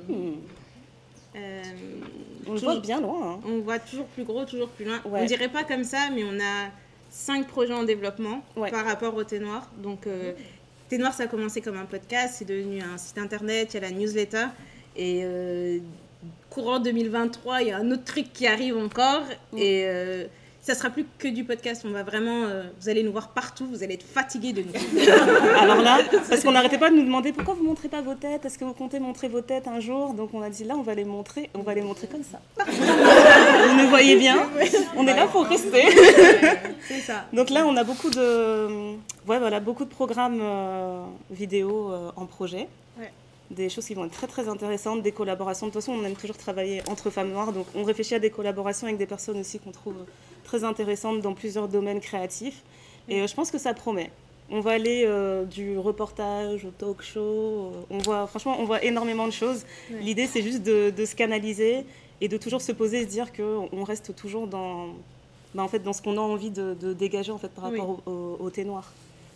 On le voit bien loin.
On voit toujours plus gros, toujours plus loin.
Ouais.
On dirait pas comme ça, mais on a 5 projets en développement
Ouais.
par rapport au Thé Noir. Donc, Thé Noir, ça a commencé comme un podcast, c'est devenu un site internet, il y a la newsletter. Et courant 2023, il y a un autre truc qui arrive encore. Et ça sera plus que du podcast. On va vraiment, vous allez nous voir partout. Vous allez être fatigués de nous.
Alors là, parce qu'on n'arrêtait pas de nous demander pourquoi vous montrez pas vos têtes. Est-ce que vous comptez montrer vos têtes un jour? Donc on a dit là, on va les montrer comme ça. Vous nous voyez bien. On est là pour rester.
C'est ça.
Donc là, on a beaucoup de programmes vidéo en projet.
Ouais.
Des choses qui vont être très très intéressantes, des collaborations. De toute façon, on aime toujours travailler entre femmes noires, donc on réfléchit à des collaborations avec des personnes aussi qu'on trouve très intéressantes dans plusieurs domaines créatifs. Et je pense que ça promet. On va aller du reportage au talk show. On voit énormément de choses.
Ouais.
L'idée, c'est juste de se canaliser et de toujours se poser et se dire qu'on reste toujours dans ce qu'on a envie de dégager en fait, par rapport au thé noir.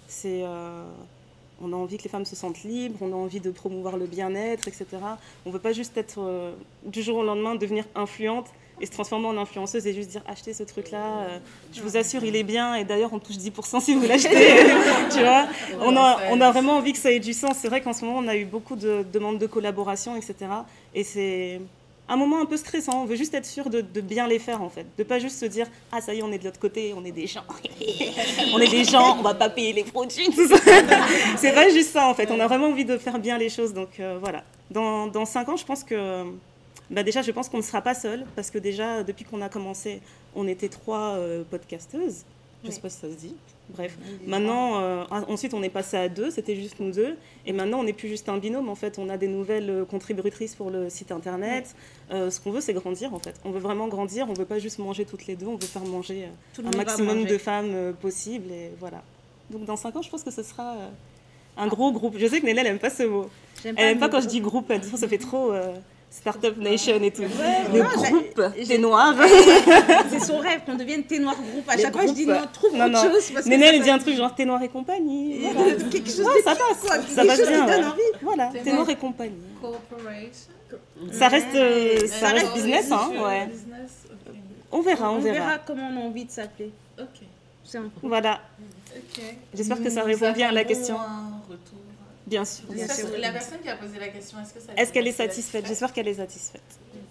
On a envie que les femmes se sentent libres, on a envie de promouvoir le bien-être, etc. On ne veut pas juste être, du jour au lendemain, devenir influente et se transformer en influenceuse et juste dire achetez ce truc-là, je vous assure, il est bien, et d'ailleurs, on touche 10% si vous l'achetez. Tu vois, on a vraiment envie que ça ait du sens. C'est vrai qu'en ce moment, on a eu beaucoup de demandes de collaboration, etc. Et c'est un moment un peu stressant. On veut juste être sûr de bien les faire, en fait. De pas juste se dire « Ah, ça y est, on est de l'autre côté, on est des gens. On est des gens, on va pas payer les produits. » tout ça. C'est pas juste ça, en fait. On a vraiment envie de faire bien les choses. Donc, voilà. Dans 5 ans, je pense que... déjà, je pense qu'on ne sera pas seul. Parce que déjà, depuis qu'on a commencé, on était 3 podcasteuses. Je ne sais pas si ça se dit. Bref. Maintenant, ensuite, on est passé à 2. C'était juste nous 2. Et maintenant, on n'est plus juste un binôme. En fait, on a des nouvelles contributrices pour le site internet. Ce qu'on veut, c'est grandir, en fait. On veut vraiment grandir. On ne veut pas juste manger toutes les deux. On veut faire manger un maximum de femmes possible. Et voilà. Donc, dans 5 ans, je pense que ce sera un gros groupe. Je sais que Nénel n'aime pas ce mot. Elle n'aime pas quand je dis groupe. Elle dit ça fait trop... Startup Nation et tout. Le groupe Thé Noir.
C'est son rêve qu'on devienne Thé Noir groupe. À chaque fois, je dis non, trouve autre chose.
Nénel, elle dit un truc genre Thé Noir et compagnie. Voilà.
Quelque chose
ça passe.
Quoi,
ça passe bien.
Qui donne envie.
Voilà, Thé Noir et compagnie.
Corporation.
Ça reste business, hein. Ouais.
Business, okay.
On verra.
On verra comment on a envie de s'appeler.
Ok.
C'est un coup.
Voilà.
Ok.
J'espère que ça répond bien à la question.
Un retour.
Bien sûr.
La personne qui a posé la question,
est-ce qu'elle est satisfaite? J'espère qu'elle est satisfaite.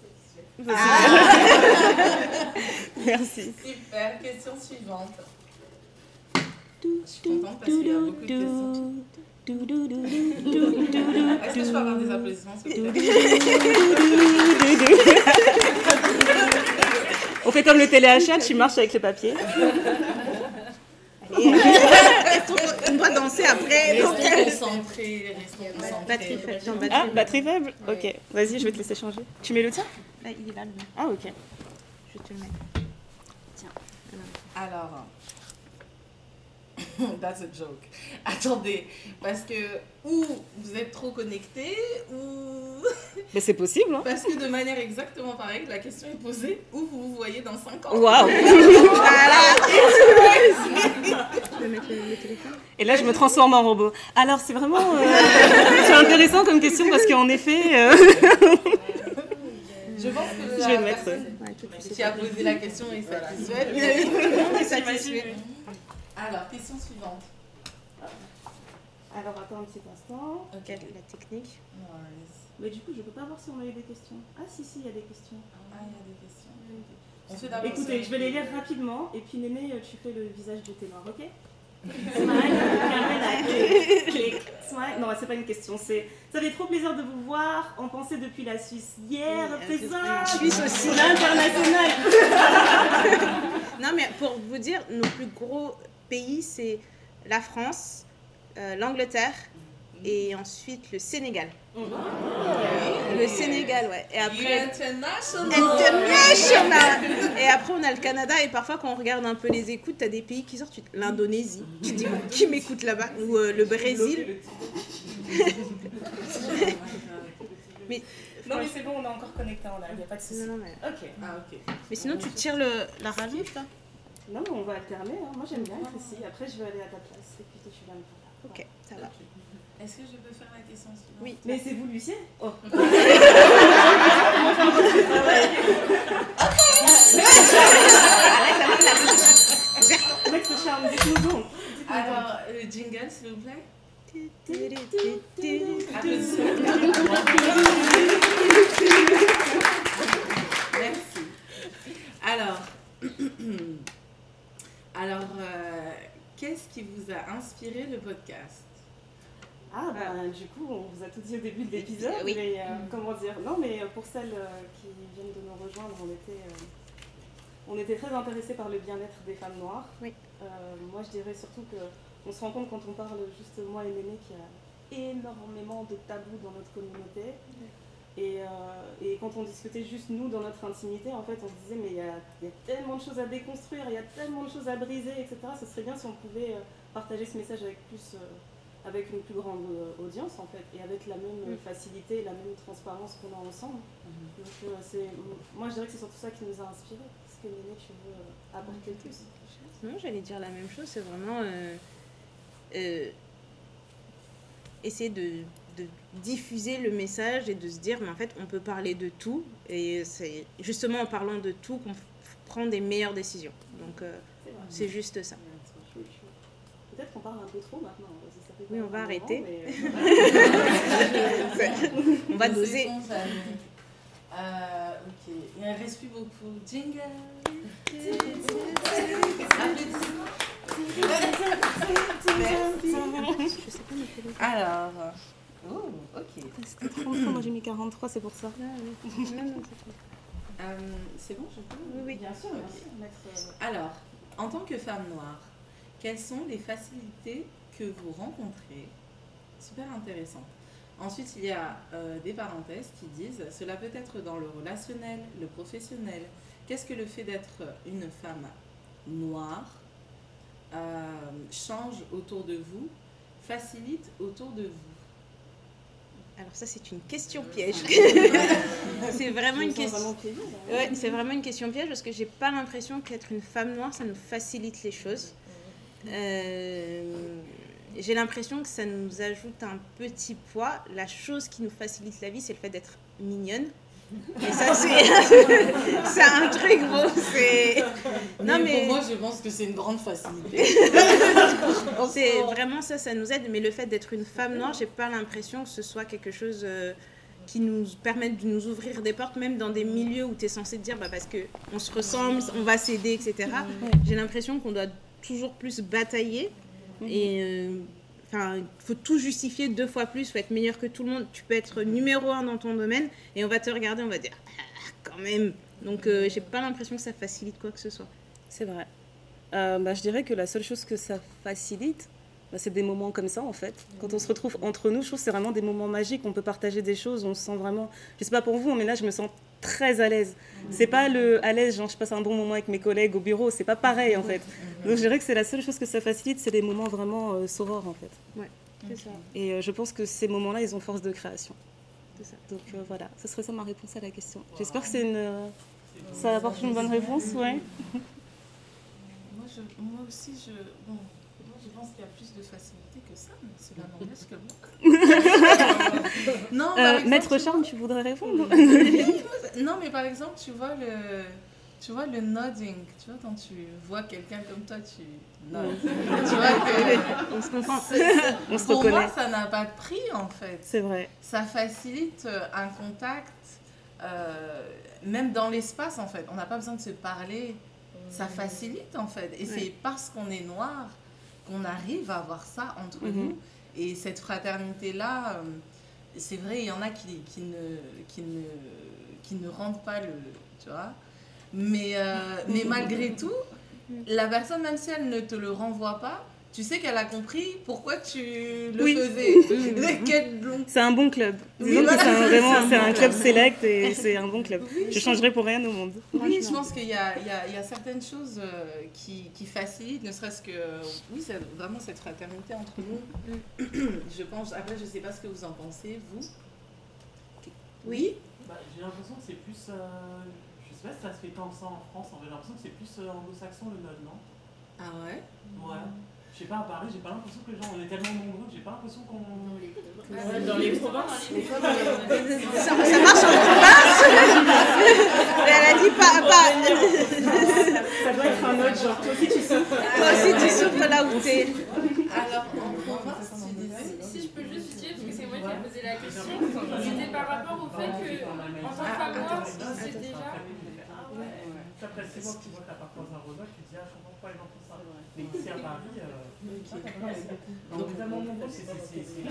Merci.
Super. Question suivante. Je suis contente parce qu'il y a beaucoup de questions. Est-ce que je peux avoir des applaudissements?
On fait comme le téléachat, tu marches avec le papier.
On doit danser après.
Restons concentrés.
Batterie faible. Ok, vas-y, je vais te laisser changer. Tu mets le tien?
Il est là, lui.
Ah, ok.
Je vais te le mettre. Tiens.
Alors, that's a joke. Attendez, parce que ou vous êtes trop connectés, ou...
Mais c'est possible, hein.
Parce que de manière exactement pareille, la question est posée, où vous vous voyez dans 5 ans?
Waouh.
Voilà. Je vais mettre le téléphone.
Et là, je me transforme en robot. Alors, c'est vraiment c'est intéressant comme question parce qu'en effet...
Je pense que
je vais le mettre.
Qui a posé la question est satisfaite.
On est satisfait.
Alors, question suivante.
Alors, attends un petit instant.
Ok, la technique.
Mais du coup, je peux pas voir si on a eu des questions. Ah, si, il y a des questions.
Ah, il y a des questions. On fait d'abord.
Écoutez, je vais les lire rapidement. Et puis, Néné, tu fais le visage de Thé Noir, ok? Smile, click, smile. Non, c'est pas une question. Ça fait trop plaisir de vous voir. En pensée depuis la Suisse. Yeah, représente.
Suisse aussi.
L'international.
Non, mais pour vous dire, nos plus gros pays, c'est la France, l'Angleterre et ensuite le Sénégal. Le Sénégal, ouais. Et après, international. Et après, on a le Canada. Et parfois, quand on regarde un peu les écoutes, t'as des pays qui sortent. L'Indonésie, tu te dis qui m'écoute là-bas, ou le Brésil. Mais
non, mais c'est bon, on est encore connecté en live, il n'y a pas de souci.
Non, mais...
Ok.
Ah, ok.
Mais sinon, tu tires la rallonge, là?
Non, mais on va alterner. Hein. Moi, j'aime bien être ici. Après, je vais aller à ta place. Et puis, tu vas me faire là.
Ok, ça va.
Est-ce que je peux faire la question suivante?
Oui.
Mais c'est vous, l'huissier? Oh. Maître Charme, dites-nous donc.
Alors, le jingle, s'il vous plaît. Merci. Alors, Alors, qu'est-ce qui vous a inspiré le podcast?
Du coup, on vous a tout dit au début de l'épisode,
Oui.
mais comment dire? Non, mais pour celles qui viennent de nous rejoindre, on était très intéressés par le bien-être des femmes noires.
Oui.
Moi, je dirais surtout qu'on se rend compte quand on parle, juste moi et Néné, qu'il y a énormément de tabous dans notre communauté. Et quand on discutait juste nous dans notre intimité, en fait, on se disait mais il y a tellement de choses à déconstruire, il y a tellement de choses à briser, etc. Ce serait bien si on pouvait partager ce message avec une plus grande audience, en fait, et avec la même facilité, la même transparence qu'on a ensemble. Donc, moi, je dirais que c'est surtout ça qui nous a inspirés. Est-ce que Néné, tu veux apporter plus?
Non, j'allais dire la même chose. C'est vraiment essayer de diffuser le message et de se dire, mais en fait, on peut parler de tout. Et c'est justement en parlant de tout qu'on prend des meilleures décisions. Donc, c'est juste ça.
Peut-être qu'on parle un peu trop maintenant.
Oui, on va arrêter.
Mais...
on va doser.
Ok, il ne reste plus beaucoup. Jingle. Alors, ok.
C'était 33, moi j'ai mis 43, c'est pour ça.
C'est bon, je peux?
Oui,
bien sûr.
Okay. Alors, en tant que femme noire, quelles sont les facilités que vous rencontrez? Super intéressant. Ensuite, il y a des parenthèses qui disent « Cela peut être dans le relationnel, le professionnel. Qu'est-ce que le fait d'être une femme noire change autour de vous, facilite autour de vous ?»
Alors ça, c'est une question piège. C'est vraiment une question. Ouais, c'est vraiment une question piège parce que j'ai pas l'impression qu'être une femme noire, ça nous facilite les choses. J'ai l'impression que ça nous ajoute un petit poids. La chose qui nous facilite la vie, c'est le fait d'être mignonne. Et ça, c'est un truc gros.
Non, mais pour moi, je pense que c'est une grande facilité.
C'est vraiment ça nous aide. Mais le fait d'être une femme noire, j'ai pas l'impression que ce soit quelque chose qui nous permette de nous ouvrir des portes, même dans des milieux où tu es censé te dire parce qu'on se ressemble, on va s'aider, etc. J'ai l'impression qu'on doit toujours plus batailler. Et il faut tout justifier 2 fois plus, il faut être meilleur que tout le monde. Tu peux être numéro 1 dans ton domaine et on va te regarder, on va dire quand même. Donc j'ai pas l'impression que ça facilite quoi que ce soit.
C'est vrai. Je dirais que la seule chose que ça facilite, c'est des moments comme ça en fait. Quand on se retrouve entre nous, je trouve que c'est vraiment des moments magiques. On peut partager des choses, on se sent vraiment... Je sais pas pour vous, mais là je me sens très à l'aise. C'est pas le à l'aise, genre je passe un bon moment avec mes collègues au bureau, c'est pas pareil en fait. Donc je dirais que c'est la seule chose que ça facilite, c'est les moments vraiment sauveurs en fait.
Ouais, c'est ça.
Et je pense que ces moments-là, ils ont force de création.
C'est ça.
Donc voilà, ce serait ça ma réponse à la question. J'espère que ça apporte une bonne réponse, ouais.
Moi aussi, je pense qu'il y a plus de facilité que ça, mais cela n'empêche que bon. Non,
Maître Charme, tu voudrais répondre?
Non, mais par exemple, tu vois le nodding, tu vois, quand tu vois quelqu'un comme toi, tu nods. Tu vois que...
On se comprend.
On se
pour
reconnaît.
moi, ça n'a pas de prix, en fait.
C'est vrai.
Ça facilite un contact, même dans l'espace, en fait. On n'a pas besoin de se parler. Ça facilite, en fait. Et c'est parce qu'on est noir qu'on arrive à avoir ça entre nous. Et cette fraternité-là, c'est vrai, il y en a qui ne rendent pas tu vois. Mais malgré tout, la personne, même si elle ne te le renvoie pas, tu sais qu'elle a compris pourquoi tu le faisais.
C'est un bon club. Disons que c'est un club select et c'est un bon club. Je ne changerai pour rien au monde.
Oui, je pense qu'il y a certaines choses qui facilitent, ne serait-ce que... Oui, c'est vraiment cette fraternité entre nous. Je pense... Après, je ne sais pas ce que vous en pensez, vous. Oui.
J'ai l'impression que c'est plus... je ne sais pas si ça se fait tant que ça en France. J'ai l'impression que c'est plus anglo-saxon le nod, non?
Ah ouais?
Ouais. Je sais pas, à Paris, j'ai pas l'impression que les gens, on est tellement nombreux que j'ai pas l'impression qu'on...
Dans les provinces.
Ça marche en province. Mais elle a dit pas.
Ça doit être un autre genre. Toi aussi tu souffres.
Toi aussi tu souffres là où t'es.
Alors, en province, tu disais...
Si je peux juste dire, parce que c'est moi qui ai posé la question, c'était par rapport au fait que, en tant que femme noire, c'est déjà...
Après 6 mois que tu vois que t'as pas croisé un Renoir, tu te dis, je comprends pas les gens font ça. Mais ici à Paris, donc évidemment, c'est la...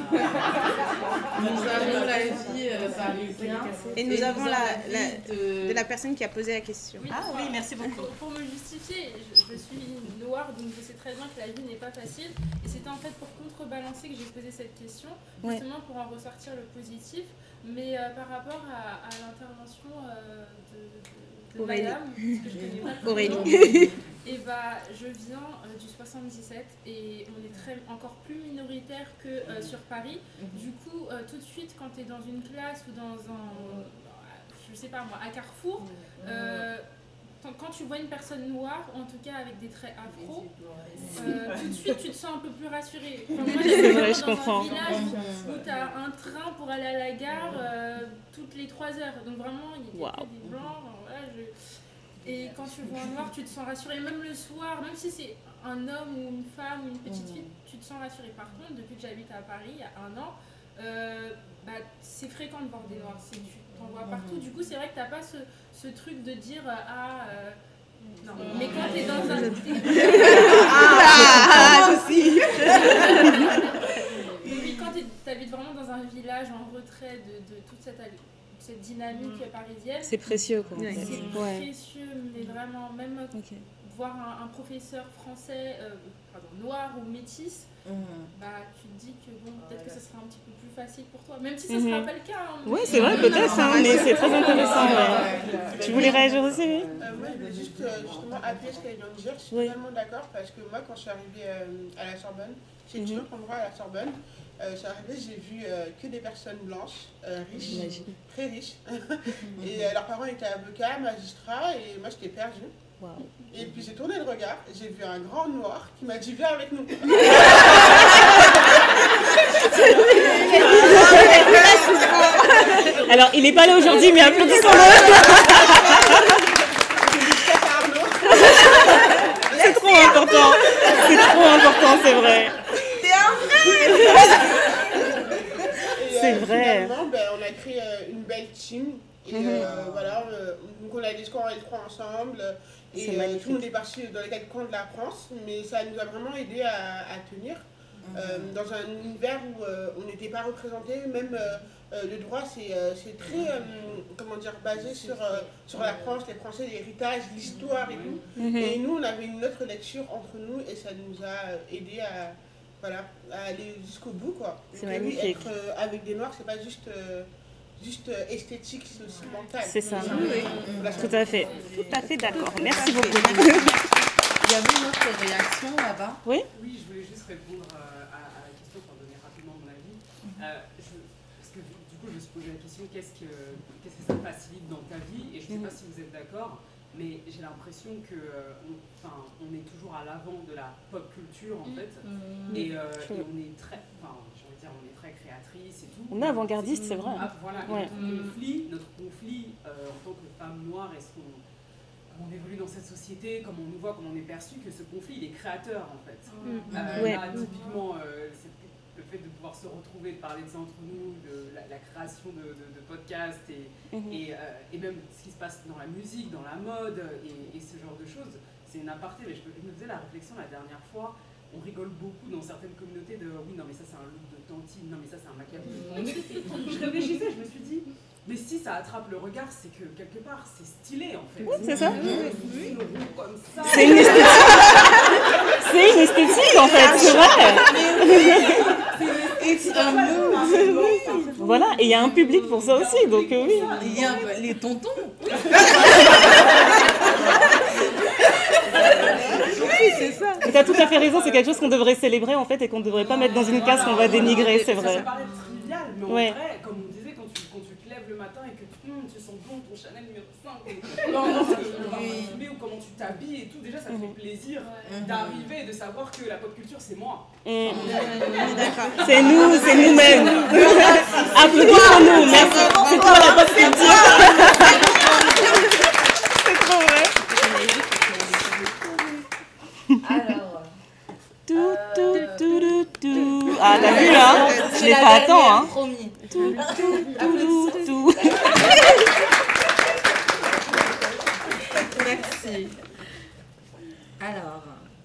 Nous avons la vie parisienne.
Et nous avons de la personne qui a posé la question.
Oui,
merci beaucoup.
Pour me justifier, je suis noire, donc je sais très bien que la vie n'est pas facile. Et c'était en fait pour contrebalancer que j'ai posé cette question, justement pour en ressortir le positif. Mais par rapport à l'intervention de
Aurélie.
madame, parce que je connais pas
Aurélie.
Et je viens du 77 et on est encore plus minoritaire que sur Paris. Du coup, tout de suite, quand tu es dans une classe ou dans je sais pas moi, à Carrefour, quand tu vois une personne noire, en tout cas avec des traits afro, tout de suite tu te sens un peu plus rassurée. Enfin, moi,
C'est vrai, je
dans
comprends.
un village où tu as un train pour aller à la gare toutes les 3 heures. Donc vraiment, il y a que des blancs. Voilà, Et quand tu vois un noir, tu te sens rassurée. Même le soir, même si c'est un homme ou une femme ou une petite fille, tu te sens rassurée. Par contre, depuis que j'habite à Paris, il y a 1 an, c'est fréquent de voir des noirs. Tu t'en vois partout. Du coup, c'est vrai que tu n'as pas ce truc de dire non. Mais quand tu es dans un...
aussi.
Oui, quand tu habites vraiment dans un village en retrait de toute cette dynamique parisienne.
C'est précieux, quoi.
C'est précieux, mais vraiment, même voir un professeur français, noir ou métis, tu te dis que peut-être que ce sera un petit peu plus facile pour toi, même si ce ne sera pas le cas.
Oui, c'est vrai, peut-être, mais c'est très intéressant. Tu voulais réagir aussi, oui?
Moi, je voulais juste justement appuyer ce qu'elle vient de dire. Je suis totalement d'accord parce que moi, quand je suis arrivée à la Sorbonne, j'ai étudié en droit à la Sorbonne. Je suis arrivée, j'ai vu que des personnes blanches, riches, très riches. Et leurs parents étaient avocats, magistrats, et moi, j'étais perdue.
Wow.
Et puis j'ai tourné le regard, j'ai vu un grand noir qui m'a dit viens avec nous.
Alors, il n'est pas là aujourd'hui, mais applaudissons-le. C'est trop important. C'est trop important, c'est vrai. C'est vrai.
Finalement, on a créé une belle team. Et voilà, donc on a des scores les 3 ensemble. Et tout le monde est parti dans les 4 coins de la France. Mais ça nous a vraiment aidé à tenir. Dans un univers où on n'était pas représenté, même le droit c'est très basé sur la France, les Français, l'héritage, l'histoire et tout. Et nous on avait une autre lecture entre nous et ça nous a aidé à aller jusqu'au bout, quoi.
C'est magnifique.
Être avec des noirs, c'est pas juste esthétique, c'est aussi mental.
C'est ça. Tout à fait. Tout à fait d'accord. Merci beaucoup.
Il y avait une autre réaction là-bas.
Oui.
Oui, je voulais juste répondre à la question pour donner rapidement mon avis. Parce que du coup, je me suis posé la question qu'est-ce que ça facilite dans ta vie? Et je ne sais pas si vous êtes d'accord, mais j'ai l'impression qu'on est toujours à l'avant de la pop culture en fait. Et on est très, on est très créatrice et tout.
On est avant-gardiste, c'est vrai.
Voilà, notre conflit en tant que femme noire, est-ce qu'on évolue dans cette société, comment on nous voit, comment on est perçu, que ce conflit, il est créateur en fait. Là, typiquement, le fait de pouvoir se retrouver, de parler de ça entre nous, de la création de podcasts et même ce qui se passe dans la musique, dans la mode et ce genre de choses, c'est une aparté. Mais je me faisais la réflexion la dernière fois, on rigole beaucoup dans certaines communautés de oui, non mais ça c'est un look de tantine, non mais ça c'est un maquillage de tantine. Je réfléchissais, je me suis dit, mais si ça attrape le regard, c'est que quelque part c'est stylé en fait.
Oui, c'est ça.
Comme ça.
C'est une esthétique. C'est une esthétique en fait, c'est vrai. Voilà, et il y a un public pour ça aussi, donc oui.
Il y a les tontons.
C'est ça. Mais tu as tout à fait raison, c'est quelque chose qu'on devrait célébrer en fait et qu'on ne devrait pas mettre dans une case qu'on va dénigrer, c'est vrai.
Ça paraît trivial, mais en vrai, comme on disait, quand tu te lèves le matin et que tu sens bon ton Chanel numéro 5, ou comment tu t'habilles et tout, déjà ça te fait plaisir d'arriver et de savoir que la pop culture c'est moi.
C'est nous, c'est nous-mêmes. Applaudissons-nous, merci. C'est toi la pop culture. C'est trop vrai.
Alors.
Tout. Ah, t'as vu là? Je l'ai pas à temps, hein.
Promis.
Tout.
Merci. Alors.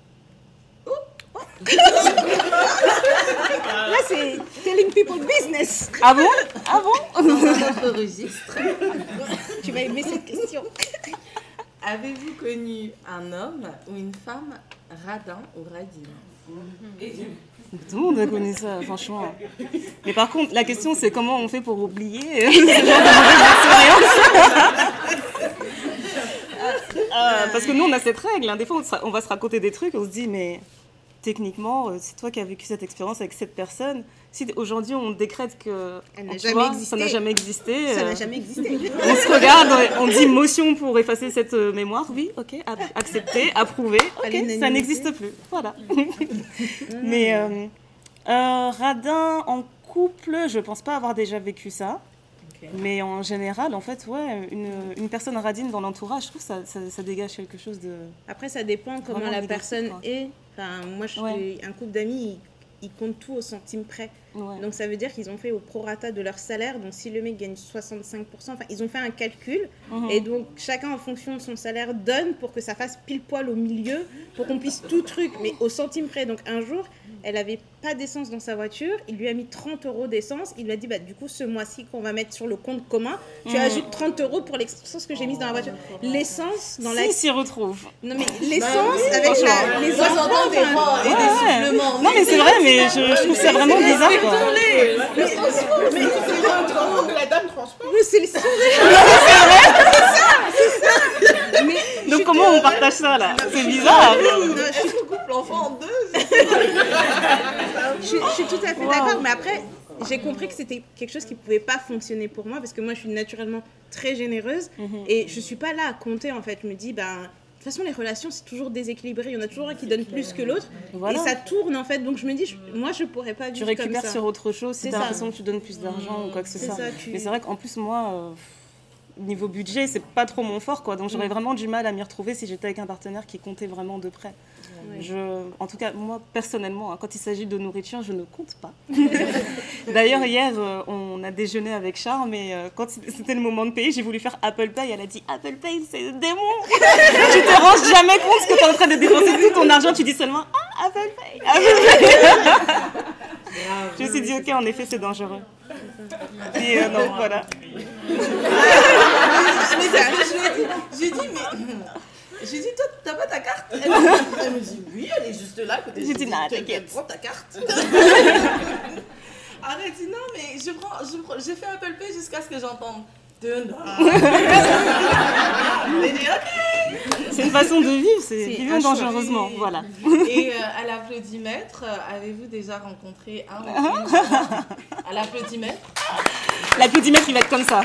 Là, c'est telling people business.
Ah bon?
Dans un autre registre.
Tu vas aimer cette question.
Avez-vous connu un homme ou une femme radin ou radine?
Tout le monde a connu ça, franchement. Mais par contre, la question, c'est comment on fait pour oublier ce genre de mauvaise expérience. Parce que nous, on a cette règle. Hein. Des fois, on va se raconter des trucs, on se dit, mais techniquement, c'est toi qui as vécu cette expérience avec cette personne. Si aujourd'hui, on décrète que ça n'a jamais existé.
Ça n'a jamais existé.
On se regarde, on dit motion pour effacer cette mémoire. Oui, ok, accepté, approuvé. Ok, ça n'existe plus. Voilà. Mais radin en couple, je pense pas avoir déjà vécu ça. Okay. Mais en général, en fait, ouais, une personne radine dans l'entourage, je trouve que ça dégage quelque chose de...
Après, ça dépend comment la personne est. Enfin, moi, je suis un couple d'amis, ils comptent tout au centime près. Ouais. Donc, ça veut dire qu'ils ont fait au prorata de leur salaire. Donc, si le mec gagne 65%, enfin, ils ont fait un calcul. Et donc, chacun, en fonction de son salaire, donne pour que ça fasse pile poil au milieu, pour qu'on puisse tout truc, mais au centime près. Donc, un jour, elle n'avait pas d'essence dans sa voiture. Il lui a mis 30 € d'essence. Il lui a dit, bah, du coup, ce mois-ci qu'on va mettre sur le compte commun, tu ajoutes 30 € pour l'essence que j'ai mise dans la voiture. L'essence dans la...
s'y retrouve.
Non, mais l'essence avec les enfants
et des soufflements.
Non, mais c'est vrai, mais je trouve ça vraiment bizarre.
Mais la dame transporte.
C'est le sourire. C'est ça. Mais
donc comment on partage ça là? C'est bizarre.
Est-ce qu'on coupe l'enfant en deux?
Je suis tout à fait d'accord, mais après j'ai compris que c'était quelque chose qui pouvait pas fonctionner pour moi parce que moi je suis naturellement très généreuse et je suis pas là à compter en fait. Je me dis de toute façon, les relations, c'est toujours déséquilibré. Il y en a toujours un qui donne plus que l'autre. Voilà. Et ça tourne, en fait. Donc, je me dis, moi, je pourrais pas vivre comme ça.
Tu récupères sur autre chose si tu as l'impression que tu donnes plus d'argent ou quoi que ce soit. Mais c'est vrai qu'en plus, moi, niveau budget, c'est pas trop mon fort, quoi. Donc, j'aurais vraiment du mal à m'y retrouver si j'étais avec un partenaire qui comptait vraiment de près. En tout cas, moi, personnellement, quand il s'agit de nourriture, je ne compte pas. D'ailleurs, hier, on a déjeuné avec Charles, mais quand c'était le moment de payer, j'ai voulu faire Apple Pay. Elle a dit, Apple Pay, c'est le démon. Tu te rends jamais compte que tu es en train de dépenser tout ton argent. Tu dis seulement, Apple Pay. Je me suis dit, ok, en effet, c'est dangereux. Et non, voilà.
Mais c'est ce que je lui ai dit. J'ai dit, mais... J'ai dit, toi, t'as pas ta carte? Elle me dit, oui, elle est juste là.
J'ai dit, non, t'inquiète.
Prends ta carte. Arrête, dit, non, mais j'ai fait Apple Pay jusqu'à ce que j'entende. J'ai dit, ok.
C'est une façon de vivre, c'est vivre dangereusement, voilà.
Et à l'applaudimètre, avez-vous déjà rencontré un ou une à l'applaudimètre?
L'applaudimètre, il va être comme ça.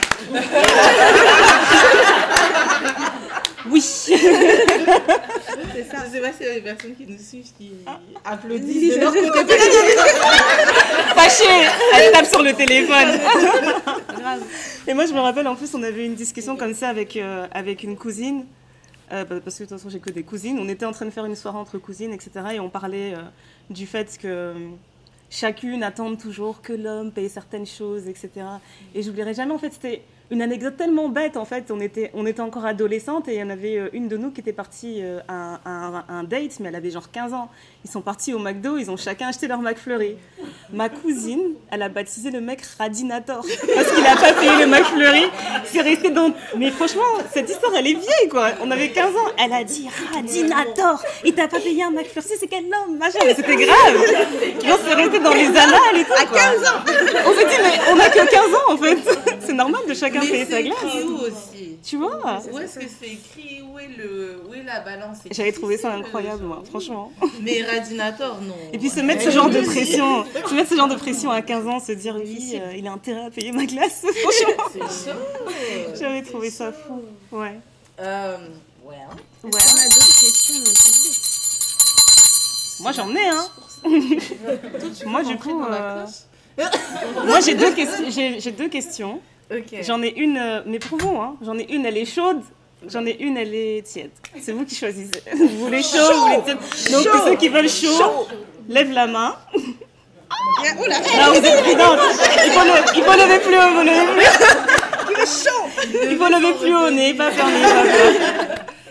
Oui.
C'est ça. Je sais pas si les personnes qui nous suivent qui applaudissent de leur côté.
Fâchée, elle tape sur le téléphone. Grave. Et moi, je me rappelle, en plus, on avait une discussion comme ça avec une cousine. Parce que de toute façon, j'ai que des cousines. On était en train de faire une soirée entre cousines, etc. Et on parlait du fait que chacune attend toujours que l'homme paye certaines choses, etc. Et j'oublierai jamais, en fait, c'était une anecdote tellement bête, en fait. On était encore adolescentes et il y en avait une de nous qui était partie à un date, mais elle avait genre 15 ans. Ils sont partis au McDo, ils ont chacun acheté leur McFlurry. Ma cousine, elle a baptisé le mec Radinator parce qu'il n'a pas payé le McFlurry. C'est resté dans... Mais franchement, cette histoire, elle est vieille, quoi. On avait 15 ans. Elle a dit Radinator, il t'a pas payé un McFlurry, c'est quel homme, machin. Mais c'était grave. Non, c'est resté dans les annales et tout.
À 15 ans.
On s'est dit, mais on n'a que 15 ans, en fait. C'est normal de chacun payer sa glace.
Mais c'est écrit où aussi?
Tu vois?
Où est-ce que c'est écrit? Où est la balance?
J'avais trouvé ça incroyable, moi, franchement.
Mais Radinator, non.
Et puis se mettre ce genre de pression, à 15 ans, se dire, oui, il a intérêt à payer ma glace, franchement.
C'est chaud.
J'avais trouvé ça fou. Ouais.
Ouais.
On a d'autres questions dans le public.
Moi, j'en ai, hein. Moi, du coup...
Moi,
j'ai deux questions.
Okay.
J'en ai une, mais pour vous, hein. J'en ai une, elle est chaude. J'en ai une, elle est tiède. C'est vous qui choisissez. Vous voulez chaud, vous voulez tiède. Donc, pour ceux qui veulent chaud, lève la main. Là, vous êtes prudente. Il faut lever plus haut, Il faut lever plus haut, n'ayez pas peur,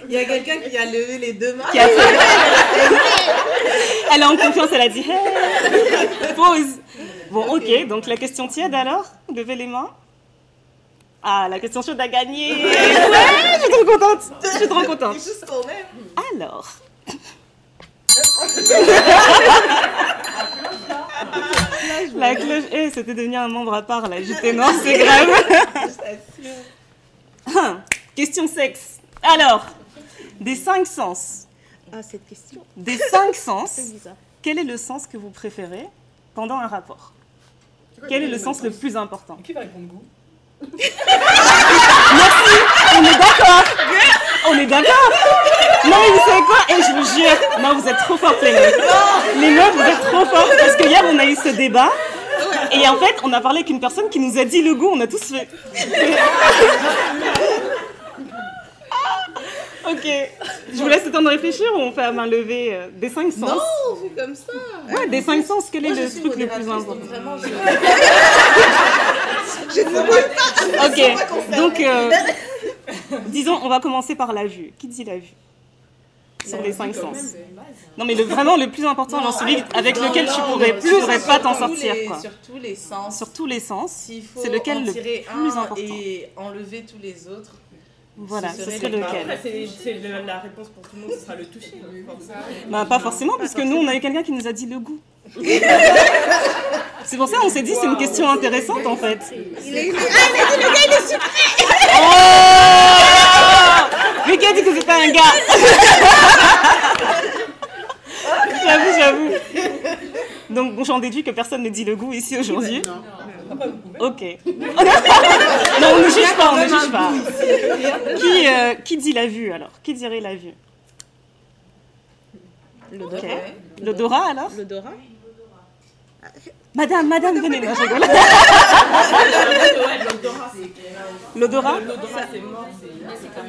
Il y a quelqu'un qui a levé les deux mains.
Elle est en confiance, elle a dit hey, pause. Bon, ok, donc la question tiède alors, levez les mains. Ah, la question chaude a gagné. Ouais, je suis trop contente. Je suis trop contente.
Juste quand même.
Alors. La cloche, c'était devenu un membre à part là. J'étais non, c'est grave. Question sexe. Alors, des 5 sens.
Ah, cette question.
Des 5 sens.
C'est bizarre.
Quel est le sens que vous préférez pendant un rapport? Quel est le sens le plus important?
Qui va répondre goût?
Merci, on est d'accord. On est d'accord. Non mais vous savez quoi? Et je vous jure, non vous êtes trop fortes les meufs. Les meufs vous êtes trop fortes parce que hier on a eu ce débat et en fait on a parlé avec une personne qui nous a dit le goût, on a tous fait. Ok, je vous laisse le temps de réfléchir ou on fait à main levée des 5 sens?
Non, on fait comme ça.
Ouais, des 5 sens, quel est
Moi,
le
je suis
truc le plus
modératrice,
important?
donc vraiment,
Ok, donc disons, on va commencer par la vue. Qui dit la vue? Sur les 5 sens. Non, mais vraiment le plus important, genre celui avec lequel tu pourrais pas t'en sortir. Quoi.
Sur tous les sens.
Sur tous les sens,
c'est
lequel le
tirer
plus
un
important?
Et enlever tous les autres.
Voilà, ce serait lequel?
Après, c'est la réponse pour tout le monde, ce sera le toucher.
Bah, pas forcément, puisque nous, on a eu quelqu'un qui nous a dit le goût. C'est pour ça qu'on s'est dit, c'est une question intéressante, en fait.
Il a dit le gars, il est sucré.
Oh! Mais qui a dit que c'était un gars? J'avoue. Donc, bon, j'en déduis que personne ne dit le goût ici aujourd'hui. Ok. Non, on ne juge pas, Qui dit la vue, alors? Qui dirait la vue?
L'odorat.
Ok. L'odorat, alors?
L'odorat.
Madame, venez, non, je rigole. L'odorat?
L'odorat, c'est mort. C'est quand même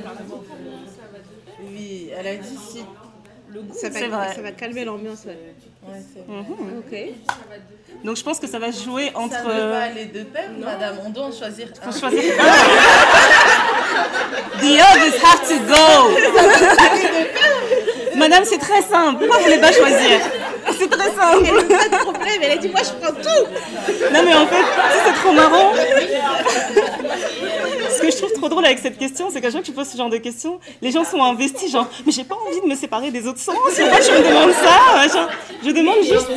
Oui, elle a dit si.
le goût.
C'est vrai.
Ça va calmer l'ambiance. Ouais.
Ouais, c'est
Ok.
Donc je pense que ça va se jouer entre...
Ça ne veut pas aller de pair, madame. On doit en choisir un.
Faut choisir un. The others have to go. Madame, c'est très simple. Pourquoi vous voulez pas choisir? C'est très simple.
Elle n'a pas de problème. Elle a dit, moi, je prends tout.
Non mais en fait, c'est trop marrant. Ce que je trouve trop drôle avec cette question, c'est qu'à chaque fois que tu poses ce genre de questions, les gens sont investis, genre, mais j'ai pas envie de me séparer des autres sens. Pourquoi tu me demandes ça, machin? Je demande juste...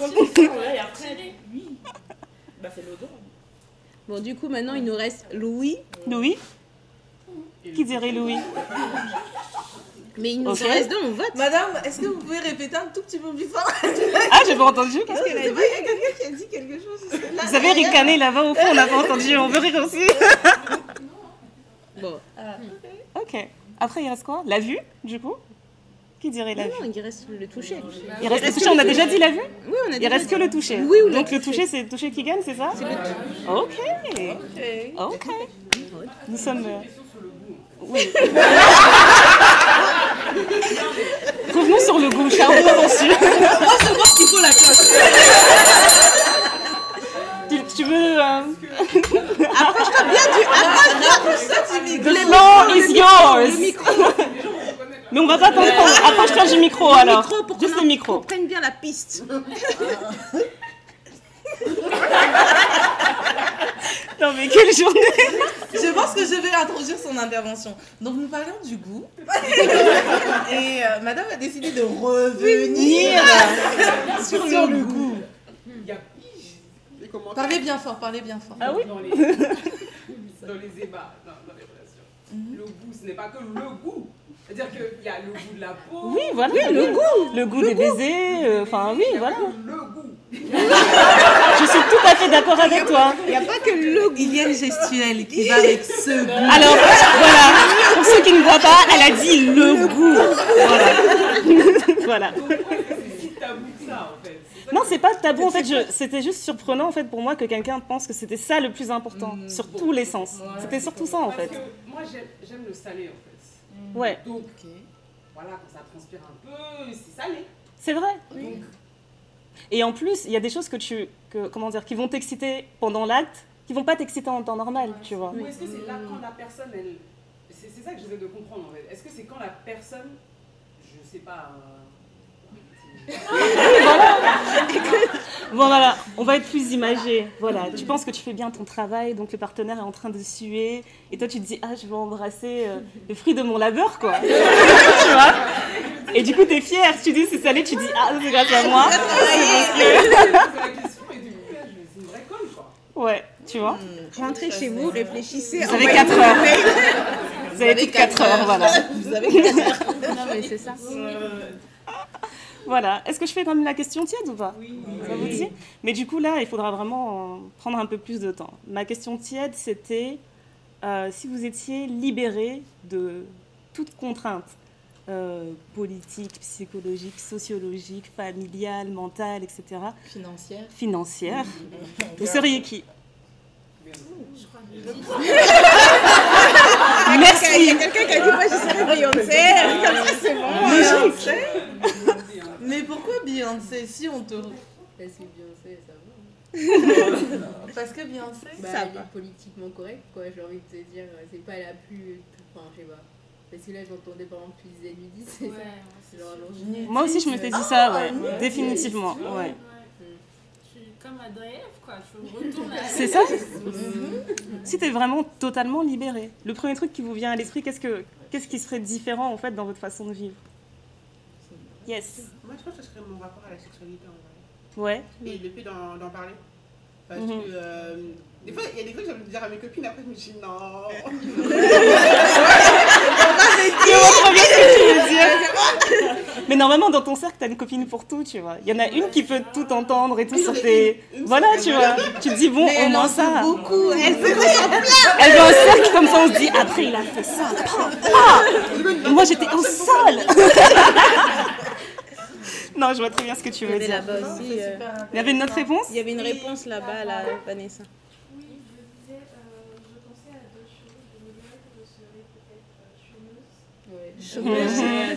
Bon, du coup, maintenant, il nous reste Louis.
Louis? Qui dirait Louis?
Mais il nous
Ok.
reste deux, on vote.
Madame, est-ce que vous pouvez répéter un tout petit peu plus fort?
Ah, j'ai pas entendu.
Qu'est-ce qu'elle a dit?
Il y a quelqu'un qui a dit quelque chose. Là,
Vous avez ricané là-bas au fond, on n'a pas entendu. On veut rire aussi.
Bon.
Ok. Après, il reste quoi? La vue, du coup? Qui dirait la vue?
Non, il reste le toucher.
Il reste le toucher, on a déjà dit la vue?
Oui, on a
Il
déjà
reste
dit.
que le toucher.
Oui, ou le
donc le
toucher.
toucher, c'est le toucher qui gagne, c'est ça? Ok. Ok. Nous sommes... Oui. Revenons sur le goût, Charles, on avance dessus.
Moi, je pense qu'il faut la classe.
Tu veux...
Approche-toi bien du micro.
The floor is yours. Mais on va pas t'entendre. Approche-toi du micro alors. Juste le micro.
On prenne bien la piste.
Non mais quelle journée.
Je pense que je vais introduire son intervention. Donc, nous parlions du goût. Et madame a décidé de revenir sur le goût. Parlez bien fort, parlez bien fort.
Ah oui.
Dans les ébats, dans les relations. Le goût, ce n'est pas que le goût. C'est-à-dire qu'il y a le goût de la peau.
Oui, voilà. Oui, le goût des baisers. Enfin, oui, voilà.
Le goût.
Je suis tout à fait d'accord avec toi.
Il n'y a pas que le goût. Il y a une gestuelle qui va avec ce goût.
Alors, voilà. Pour ceux qui ne voient pas, elle a dit le goût. Voilà. Voilà.
C'est si tabou que ça, en fait.
Non, c'est pas tabou. En fait, c'était juste surprenant en fait pour moi que quelqu'un pense que c'était ça le plus important sur tous les sens. C'était surtout ça en fait.
Parce que moi, j'aime le salé, en fait.
Ouais.
Donc, voilà, quand ça transpire un peu, c'est salé.
C'est vrai.
Donc,
Et en plus, il y a des choses comment dire, qui vont t'exciter pendant l'acte, qui vont pas t'exciter en temps normal, tu vois.
ou est-ce que c'est là quand la personne, c'est ça que j'essaie de comprendre en fait. Est-ce que c'est quand la personne, je sais pas...
Bon voilà, on va être plus imagé. Voilà, tu penses que tu fais bien ton travail, donc le partenaire est en train de suer, et toi tu te dis ah je vais embrasser le fruit de mon labeur quoi. Tu vois. Et du coup t'es fière, tu dis c'est salé, tu dis ah c'est grâce à moi.
C'est la question et du coup là c'est une vraie colle quoi.
Ouais, tu vois.
Rentrez chez vous, réfléchissez.
Vous avez 4 heures. Vous avez toutes 4 heures, voilà.
Vous avez 4 heures. Non mais c'est ça.
Voilà. Est-ce que je fais quand même la question tiède ou pas?
Oui.
Ça vous dit? Mais du coup, là, il faudra vraiment prendre un peu plus de temps. Ma question tiède, c'était si vous étiez libéré de toute contrainte politique, psychologique, sociologique, familiale, mentale, etc., financière, vous seriez qui?
Merci. Il y a quelqu'un qui a dit moi je serais Beyoncé. Comme ça c'est bon.
Mais pourquoi Beyoncé si on te...
Parce que Beyoncé, ça va.
Parce que Beyoncé,
Bah,
Ça
elle
va.
est politiquement correcte, quoi. J'ai envie de te dire, c'est pas la plus. Enfin, je sais pas. Parce que là, j'entendais par exemple plus Zenudi, c'est
Ouais,
ça. Genre,
Moi aussi, je me suis dit ça, ouais. Définitivement, ouais.
je suis comme Adriev, quoi. Je retourne à la
C'est ça? Si t'es vraiment totalement libéré, le premier truc qui vous vient à l'esprit, qu'est-ce qui serait différent en fait dans votre façon de vivre? Yes.
Moi, je pense que ce serait mon rapport à la sexualité en vrai.
Ouais.
Et le fait d'en parler. Parce
Mhm.
que des fois, il y a des trucs que j'ai envie de dire à mes copines, après je me dis non.
Mais normalement, dans ton cercle, t'as une copine pour tout, tu vois. Il y en a une qui peut tout entendre et tout sur tes... Voilà, tu vois. Tu te dis, bon, au moins ça.
Beaucoup. Elle fait
Elle veut un cercle comme ça, on se dit, après, il a fait ça. Ah, et moi, j'étais au sol. Non, je vois très bien ce que tu veux
Il y avait
dire.
là-bas aussi.
Il y avait une autre réponse?
Il y avait une réponse là-bas, là, Vanessa.
Oui, je disais, je pensais à d'autres choses. Je me dirais que je serais peut-être chômeuse.
Ouais.
Mhm.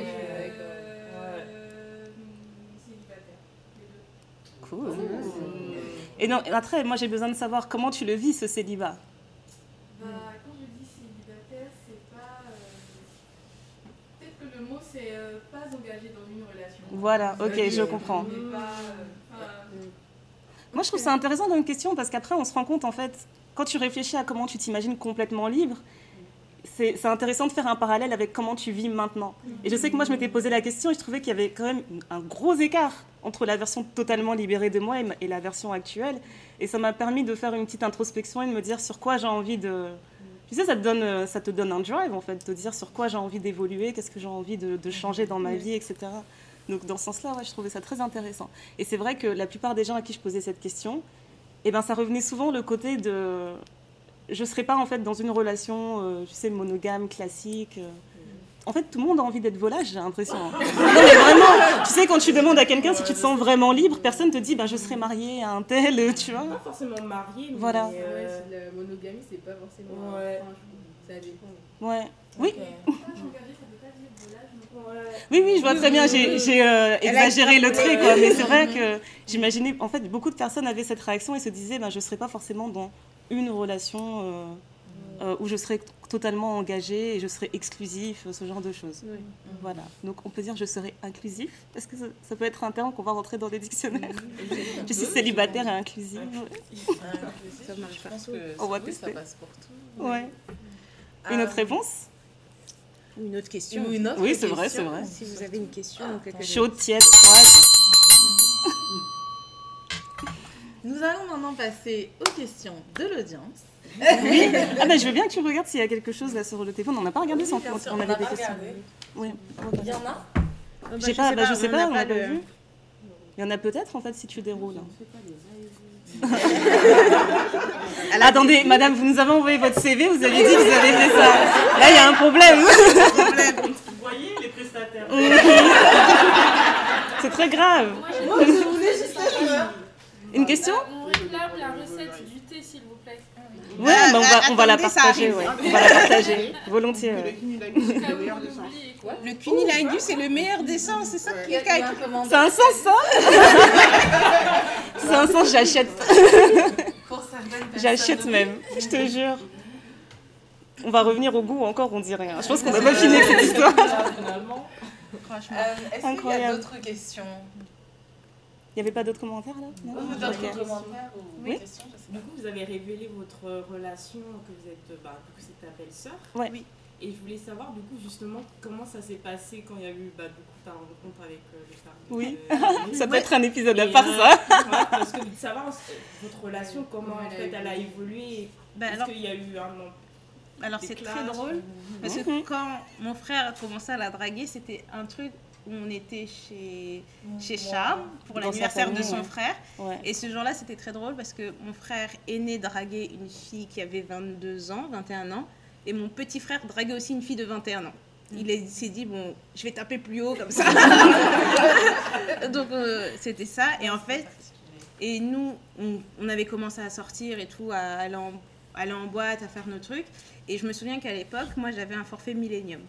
Célibataire. Les deux.
Cool. Et non, après, moi, j'ai besoin de savoir comment tu le vis, ce célibat.
Bah, quand je dis célibataire, c'est pas. Peut-être que le mot c'est pas engagé dans une relation.
Voilà, ok, je comprends.
Mais pas.
Moi, je trouve ça intéressant dans une question parce qu'après, on se rend compte, en fait, quand tu réfléchis à comment tu t'imagines complètement libre, c'est intéressant de faire un parallèle avec comment tu vis maintenant. Et je sais que moi, je m'étais posé la question et je trouvais qu'il y avait quand même un gros écart entre la version totalement libérée de moi et la version actuelle. Et ça m'a permis de faire une petite introspection et de me dire sur quoi j'ai envie de... Tu sais, ça te donne un drive, en fait, de te dire sur quoi j'ai envie d'évoluer, qu'est-ce que j'ai envie de changer dans ma vie, etc. Donc, dans ce sens-là, ouais, je trouvais ça très intéressant. Et c'est vrai que la plupart des gens à qui je posais cette question, eh ben, ça revenait souvent le côté de... Je ne serais pas, en fait, dans une relation, tu sais, monogame, classique. En fait, tout le monde a envie d'être volage, j'ai l'impression. Non, mais vraiment, tu sais, quand tu demandes à quelqu'un si tu te sens vraiment libre, personne te dit, ben, je serais mariée à un tel, tu vois.
Pas forcément marié, mais
Voilà.
Ouais, c'est de la monogamie, c'est pas forcément.
Ouais.
Enfin, ça dépend.
Ouais. Oui.
Pas engagé, ça veut pas dire volage.
Oui, oui, je vois très bien, j'ai exagéré le trait, quoi. Mais c'est vrai que j'imaginais, en fait, beaucoup de personnes avaient cette réaction et se disaient, ben, je ne serais pas forcément dans une relation où je serais totalement engagée et je serais exclusif, ce genre de choses.
Oui.
Voilà. Donc, on peut dire je serais inclusif. Est-ce que ça peut être un terme qu'on va rentrer dans les dictionnaires? Je suis célibataire et inclusive.
Ça marche pas.
On va
oui, ça
tester.
passe pour tout.
Ouais. Une autre réponse?
Une autre question.
Ou une autre
Oui, c'est vrai,
question.
c'est vrai.
Si vous avez une question ou quelque chose.
Chaude, tiède, froide.
Nous allons maintenant passer aux questions de l'audience.
Ah ben, je veux bien que tu regardes s'il y a quelque chose là sur le téléphone. On n'a pas regardé sans
bien sûr,
on
on
avait
n'a
des
pas
questions.
regardé.
Oui.
Il y en a
Je sais pas, on n'a pas
le-
vu. Il y en a peut-être en fait si tu déroules. Attendez, madame, vous nous avez envoyé votre CV, vous avez dit que vous avez fait ça. Là, il y a un problème.
Vous voyez les prestataires.
C'est très grave.
Moi, je voulais juste savoir.
Une question?
On réclame la recette du thé, s'il vous plaît.
Ouais, bah, on va la
attendez, ça
partager.
arrive.
Ouais. On va la partager. Volontiers.
Le
Ouais.
cunnilingus, c'est
Cas
le
où
meilleur
vous
des sens.
l'oubliez, quoi.
Le cunilingus, c'est le meilleur des sens, c'est ça
Il y a
quelqu'un
un commandant
C'est un sens, ça? C'est un sens, j'achète.
pour certaines personnes.
J'achète même, je te jure. On va revenir au goût encore, on dit rien. Je pense qu'on n'a pas fini cette histoire.
Finalement.
Franchement.
Est-ce qu'il y a d'autres questions?
Il n'y avait pas d'autres commentaires là?
Non, d'autres commentaires ou questions?
Du coup, vous avez révélé votre relation, que vous êtes, du coup, c'est ta belle-sœur.
Ouais.
Oui.
Et je voulais savoir, du coup, justement, comment ça s'est passé quand il y a eu, du coup, ta rencontre avec le père.
Oui, ça peut être un épisode à part ça.
Parce que de savoir votre relation, comment en fait elle a évolué. Est-ce qu'il y a eu un...
Alors c'est très drôle, parce que quand mon frère a commencé à la draguer, c'était un truc où on était chez Charles pour l'anniversaire de son frère. Ouais. Et ce jour-là, c'était très drôle parce que mon frère aîné draguait une fille qui avait 22 ans, 21 ans. Et mon petit frère draguait aussi une fille de 21 ans. Il s'est dit, bon, je vais taper plus haut comme ça. Donc, c'était ça. Et en fait, et nous, on avait commencé à sortir et tout, à aller en boîte, à faire nos trucs. Et je me souviens qu'à l'époque, moi, j'avais un forfait Millennium.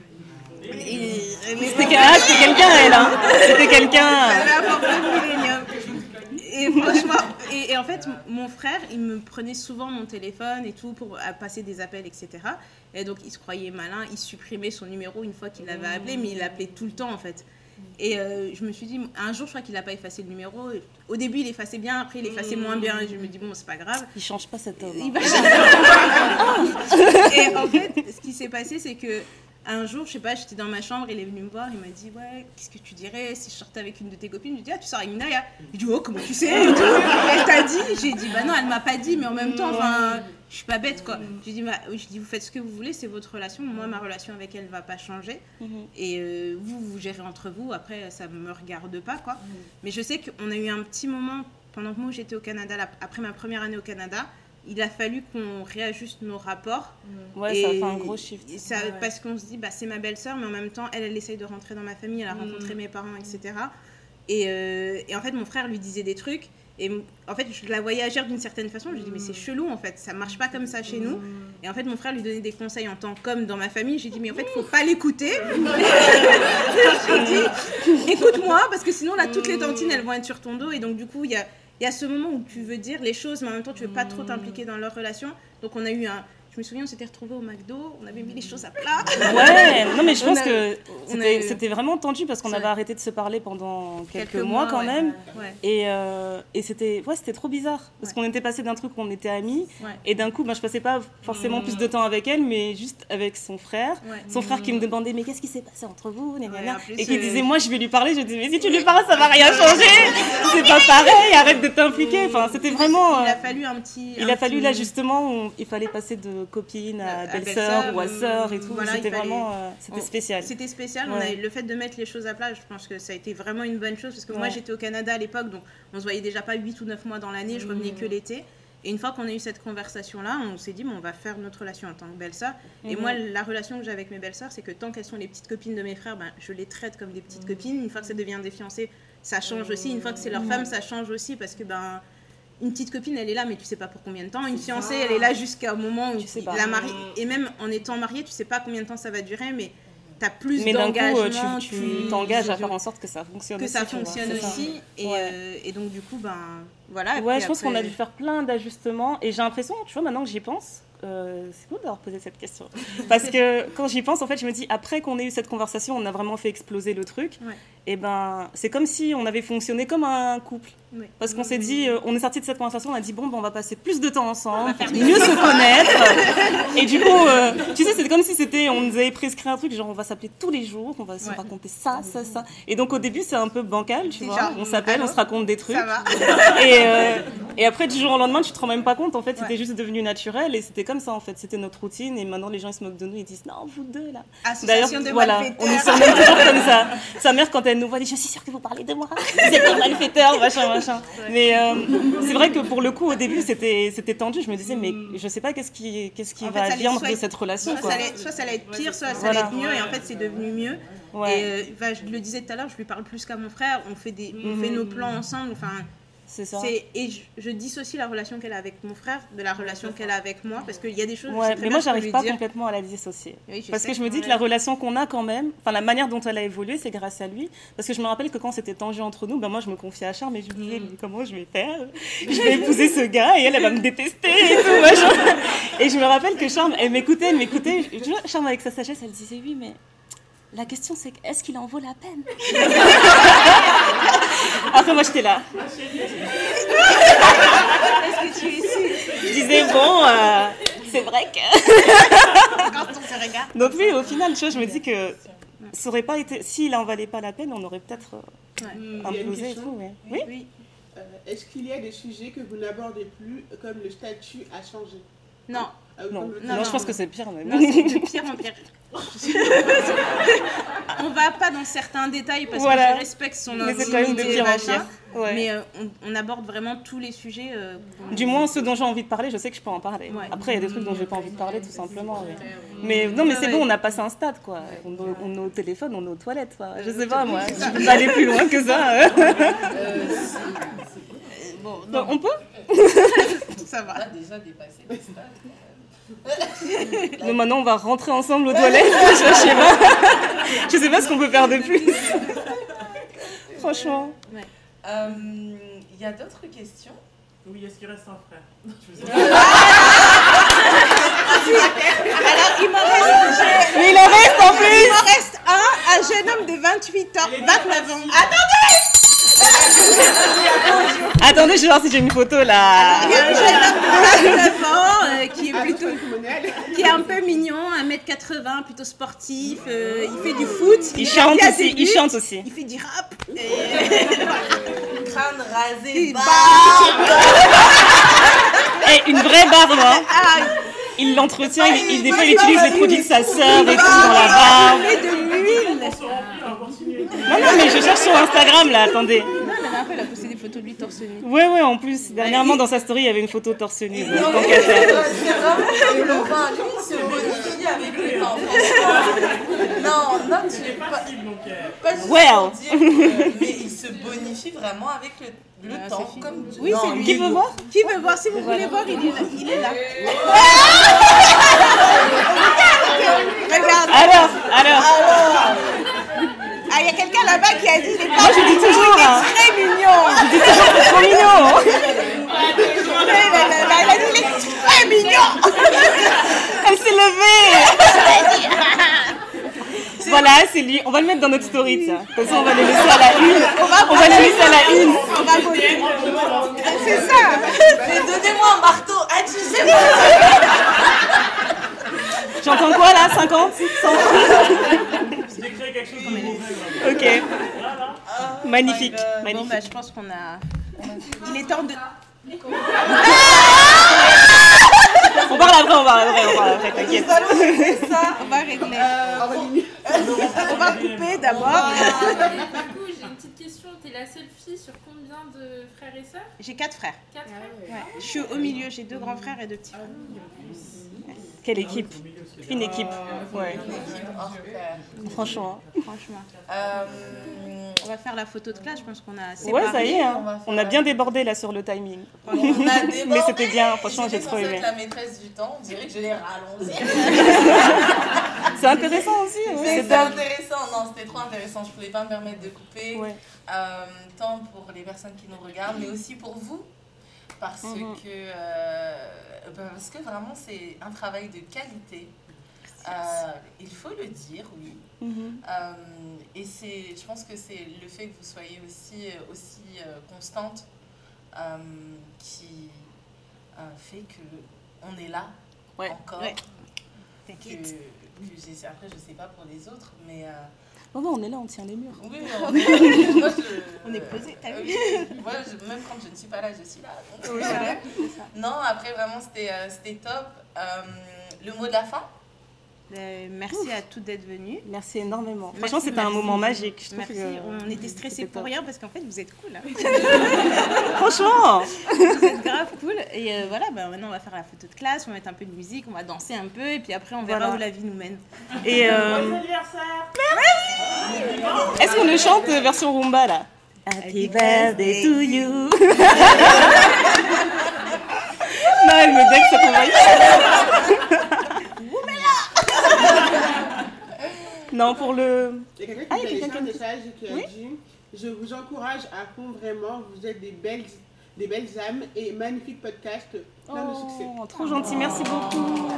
C'était quelqu'un, elle, hein. C'était quelqu'un.
J'avais un forfait Millennium. Et franchement, et en fait, mon frère, il me prenait souvent mon téléphone et tout pour passer des appels, etc. Et donc, il se croyait malin, il supprimait son numéro une fois qu'il l'avait appelé, mais il l'appelait tout le temps, en fait. Et je me suis dit, un jour, je crois qu'il n'a pas effacé le numéro. Au début, il effaçait bien, après, il effaçait moins bien. Et je me dis, bon, c'est pas grave.
Il change pas cet homme.
Il va changer. Et en fait, ce qui s'est passé, c'est que un jour, je sais pas, j'étais dans ma chambre, il est venu me voir, il m'a dit, ouais, qu'est-ce que tu dirais si je sortais avec une de tes copines? Je lui ai dit, ah, tu sors avec Minaya? Il dit, oh, comment tu sais? Et elle t'a dit? J'ai dit, bah non, elle m'a pas dit, mais en même temps, enfin, je suis pas bête, quoi. J'ai dit, vous faites ce que vous voulez, c'est votre relation. Moi, ma relation avec elle va pas changer. Et vous gérez entre vous. Après, ça me regarde pas, quoi. Mais je sais qu'on a eu un petit moment, pendant que moi, j'étais au Canada, après ma première année au Canada, il a fallu qu'on réajuste nos rapports.
Ouais, ça a fait un gros shift.
Parce qu'on se dit, c'est ma belle-sœur, mais en même temps, elle essaye de rentrer dans ma famille, elle a rencontré mes parents, etc. Et en fait, mon frère lui disait des trucs. Et en fait, je la voyais agir d'une certaine façon. Je lui dis, mais c'est chelou, en fait, ça marche pas comme ça chez nous. Et en fait, mon frère lui donnait des conseils en tant qu'homme dans ma famille. J'ai dit, mais en fait, faut pas l'écouter. J'ai dit, écoute-moi, parce que sinon, là, toutes les tantines, elles vont être sur ton dos. Et donc, du coup, il y a ce moment où tu veux dire les choses, mais en même temps, tu veux pas trop t'impliquer dans leur relation. Donc, on a eu je me souviens, on s'était retrouvés au McDo, on avait mis les choses à plat.
Ouais, non mais je pense que c'était vraiment tendu parce qu'on avait arrêté de se parler pendant quelques mois quand même. Ouais. Et c'était trop bizarre parce qu'on était passé d'un truc où on était amis et d'un coup, je passais pas forcément plus de temps avec elle, mais juste avec son frère. Son frère qui me demandait, mais qu'est-ce qui s'est passé entre vous et qui disait, moi je vais lui parler. Je dis, mais si tu lui parles, ça va rien changer. C'est pas pareil, arrête de t'impliquer. Enfin, c'était vraiment.
Il a fallu un petit.
Il a fallu là justement où il fallait passer de copine à belle-sœur ou à sœur et tout. Voilà, c'était vraiment c'était spécial.
C'était spécial. Le fait de mettre les choses à plat, je pense que ça a été vraiment une bonne chose parce que moi j'étais au Canada à l'époque, donc on se voyait déjà pas 8 ou 9 mois dans l'année, je revenais que l'été. Et une fois qu'on a eu cette conversation-là, on s'est dit, on va faire notre relation en tant que belle-sœur. Et moi, la relation que j'ai avec mes belles-sœurs, c'est que tant qu'elles sont les petites copines de mes frères, je les traite comme des petites copines. Une fois que ça devient des fiancées, ça change aussi. Une fois que c'est leur femme, ça change aussi parce que une petite copine, elle est là, mais tu sais pas pour combien de temps. Une fiancée, elle est là jusqu'au moment où tu la maries. Et même en étant mariée, tu sais pas combien de temps ça va durer, mais tu as plus d'engagement.
Mais d'un coup, tu t'engages à faire en sorte que ça fonctionne aussi.
Que ça fonctionne aussi. Et donc, du coup, voilà.
Ouais, je pense qu'on a dû faire plein d'ajustements. Et j'ai l'impression, tu vois, maintenant que j'y pense, c'est cool d'avoir posé cette question. Parce que quand j'y pense, en fait, je me dis, après qu'on ait eu cette conversation, on a vraiment fait exploser le truc. Et c'est comme si on avait fonctionné comme un couple. Parce qu'on s'est dit, on est sorti de cette conversation, on a dit, bon, on va passer plus de temps ensemble, pour mieux se connaître. Et du coup, tu sais, c'est comme si on nous avait prescrit un truc, genre on va s'appeler tous les jours, on va se raconter ça. Et donc au début, c'est un peu bancal, tu vois. On s'appelle, on se raconte des trucs.
Ça va.
Et après, du jour au lendemain, tu te rends même pas compte, en fait, c'était juste devenu naturel et c'était comme ça, en fait. C'était notre routine et maintenant, les gens, ils se moquent de nous, ils disent, non, vous deux, là.
D'ailleurs,
voilà, on nous surnomme toujours comme ça. Sa mère, quand elle nous voit, elle dit, je suis sûre que vous parlez de moi. Vous êtes des malfaiteurs, machin. Mais c'est vrai que pour le coup, au début, c'était tendu. Je me disais, mais je sais pas qu'est-ce qui va advenir de cette relation.
Soit ça allait être pire, soit ça allait être mieux. Et en fait, c'est devenu mieux. Et je le disais tout à l'heure, je lui parle plus qu'à mon frère. On fait nos plans ensemble. Enfin,
c'est ça.
Et je dissocie la relation qu'elle a avec mon frère de la relation qu'elle a avec moi parce qu'il y a des choses.
Mais moi, j'arrive pas complètement à la dissocier. Parce que je me dis que la relation qu'on a quand même, enfin la manière dont elle a évolué, c'est grâce à lui. Parce que je me rappelle que quand c'était tendu entre nous, moi je me confiais à Charles, mais je me disais, mais comment je vais faire? Je vais épouser ce gars et elle va me détester et tout. Et je me rappelle que Charme, elle m'écoutait. Charme avec sa sagesse, elle disait oui, mais la question c'est est-ce qu'il en vaut la peine? Après moi j'étais là.
Est-ce que tu es sûr?
Je disais bon, c'est vrai que.
Quand on se regarde.
Donc oui, au final, je me dis que ça aurait pas été, s'il en valait pas la peine, on aurait peut-être implosé et tout. Mais... Oui.
Est-ce qu'il y a des sujets que vous n'abordez plus, comme le statut a changé?
Non.
Non, je pense que c'est pire même.
Non, c'est de pire en pire. On va pas dans certains détails parce que je respecte son intimité.
Mais c'est quand même de pire en pire. Ouais.
Mais on aborde vraiment tous les sujets.
Du moins, ceux dont j'ai envie de parler, je sais que je peux en parler. Ouais. Après, il y a des trucs dont j'ai pas envie de parler, tout simplement. Mais non, mais c'est bon, on a passé un stade, quoi. On est au téléphone, on est aux toilettes. Quoi. Je sais pas, moi. Je peux pas aller plus loin que ça.
Bon,
on peut.
Ça va.
On a déjà dépassé le stade.
Mais maintenant, on va rentrer ensemble aux toilettes. Je sais pas ce qu'on peut faire de plus. Franchement.
Il y a d'autres questions?
Oui, est-ce qu'il reste un frère?
Alors, il m'en reste.
Mais il en reste en plus.
Il m'en reste un jeune homme de 28 ans, 29 ans.
Attendez, je vais voir si j'ai une photo là.
Il y a un jeune homme de 29 ans qui est plutôt. Qui est un peu mignon, 1m80, plutôt sportif. Il fait du foot.
Il chante aussi.
Il fait du rap.
Crâne rasé,
Et une vraie barbe, hein. Il l'entretient, des fois il utilise les produits de sa sœur et tout dans la barbe. Non, mais je cherche sur Instagram là, attendez.
Non, la dernière fois, il a posté des photos de lui torse nu.
Ouais, en plus. Dernièrement, dans sa story, il y avait une photo torse nu.
C'est vraiment lui, il se bonifie avec le temps. Non, tu n'es pas juste pour dire mais il se bonifie vraiment avec le temps. Comme...
Oui, c'est lui.
Qui veut voir?
Qui veut voir? Si vous voulez voir, il est là.
Regarde.
Alors.
Ah, il y a quelqu'un là-bas qui a dit il est
Moi, je dis toujours.
très mignon.
Je dis toujours c'est trop mignon.
Elle a dit il est très mignon.
Elle s'est levée. Voilà, c'est lui. On va le mettre dans notre story, ça. De toute façon, on va le laisser à la une. On va le laisser à la une.
On va voter. C'est ça.
Mais donnez-moi un marteau. Ah, tu sais pas.
J'entends quoi là? 50? 100?
J'ai créé quelque chose comme
Ok. Magnifique.
Bon, bah, je pense qu'on a. Il est temps de.
On parle après, t'inquiète.
On va régler. On va couper d'abord.
Du coup, j'ai une petite question. T'es la seule fille sur combien de frères et sœurs?
J'ai 4 frères.
4 frères?
Ouais. Je suis au milieu, j'ai 2 grands frères et 2 petits frères.
Quelle équipe? Une équipe. Ouais.
Une équipe hors pair.
Franchement.
On va faire la photo de classe, je pense qu'on a séparé.
Ouais, ça y est, hein. On a bien débordé là sur le timing.
On a débordé.
Mais c'était bien, franchement, j'ai trop aimé.
La maîtresse du temps, on dirait que je l'ai rallongée.
C'est intéressant aussi.
C'était intéressant, non, c'était trop intéressant. Je pouvais pas me permettre de couper, tant pour les personnes qui nous regardent, mais aussi pour vous. Parce que vraiment c'est un travail de qualité. Il faut le dire, oui. Et je pense que c'est le fait que vous soyez aussi constante qui fait qu'on est là encore. Après, je sais pas pour les autres, mais...
Oh non, on est là, on tient les murs.
Oui,
on est posé.
Moi, même quand je ne suis pas là, je suis là. Donc, non, après, vraiment, c'était top. Le mot de la fin?
Merci à toutes d'être venues.
Merci énormément. Franchement, c'était un moment magique.
Merci. On était stressés pour rien parce qu'en fait, vous êtes cool. Hein.
Franchement,
vous êtes grave cool. Et voilà, maintenant, on va faire la photo de classe, on va mettre un peu de musique, on va danser un peu et puis après, on verra où la vie nous mène.
Et
Bon anniversaire.
Merci. Est-ce qu'on le chante version rumba là? Happy birthday to you. Non, elle me dit que ça convainc. Non, pour le...
Il y a quelqu'un qui a laissé un message qui a dit « Je vous encourage à fond, vraiment, vous êtes des belles des belles âmes et magnifique podcast, plein de succès.
Trop gentil, merci beaucoup.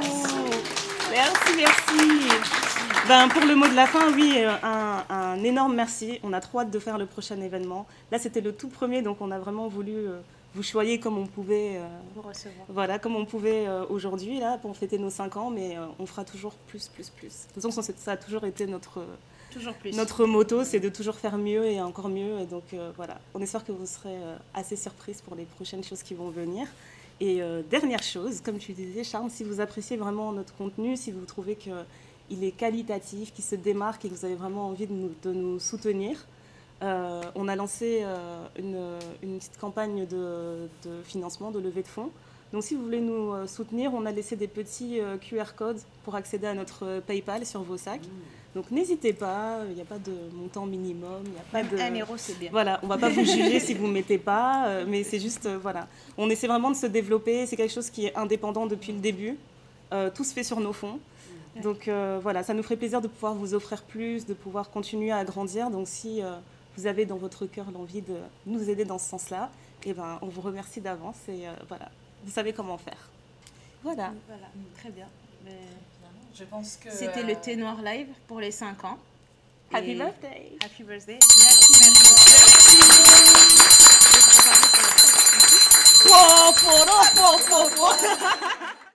Merci. Pour le mot de la fin, oui, un énorme merci. On a trop hâte de faire le prochain événement. Là, c'était le tout premier, donc on a vraiment voulu vous choyer comme on pouvait,
vous recevoir.
Voilà, comme on pouvait aujourd'hui, là, pour fêter nos 5 ans, mais on fera toujours plus. De toute façon, ça a toujours été notre motto, c'est de toujours faire mieux et encore mieux. Et donc, voilà, on espère que vous serez assez surprises pour les prochaines choses qui vont venir. Et dernière chose, comme tu disais, Charles, si vous appréciez vraiment notre contenu, si vous trouvez qu'il est qualitatif, qu'il se démarque et que vous avez vraiment envie de nous soutenir, on a lancé une petite campagne de financement, de levée de fonds. Donc si vous voulez nous soutenir, on a laissé des petits QR codes pour accéder à notre PayPal sur vos sacs. Donc n'hésitez pas, il n'y a pas de montant minimum, il n'y a pas de...
1 euro, c'est bien.
Voilà, on ne va pas vous juger si vous ne mettez pas, mais c'est juste, voilà. On essaie vraiment de se développer, c'est quelque chose qui est indépendant depuis le début. Tout se fait sur nos fonds. Donc voilà, ça nous ferait plaisir de pouvoir vous offrir plus, de pouvoir continuer à grandir. Donc si vous avez dans votre cœur l'envie de nous aider dans ce sens-là, on vous remercie d'avance et voilà, vous savez comment faire. Voilà.
Très bien.
Je pense que
c'était le Thé Noir Live pour les 5 ans.
Happy birthday.
Happy birthday.
Merci.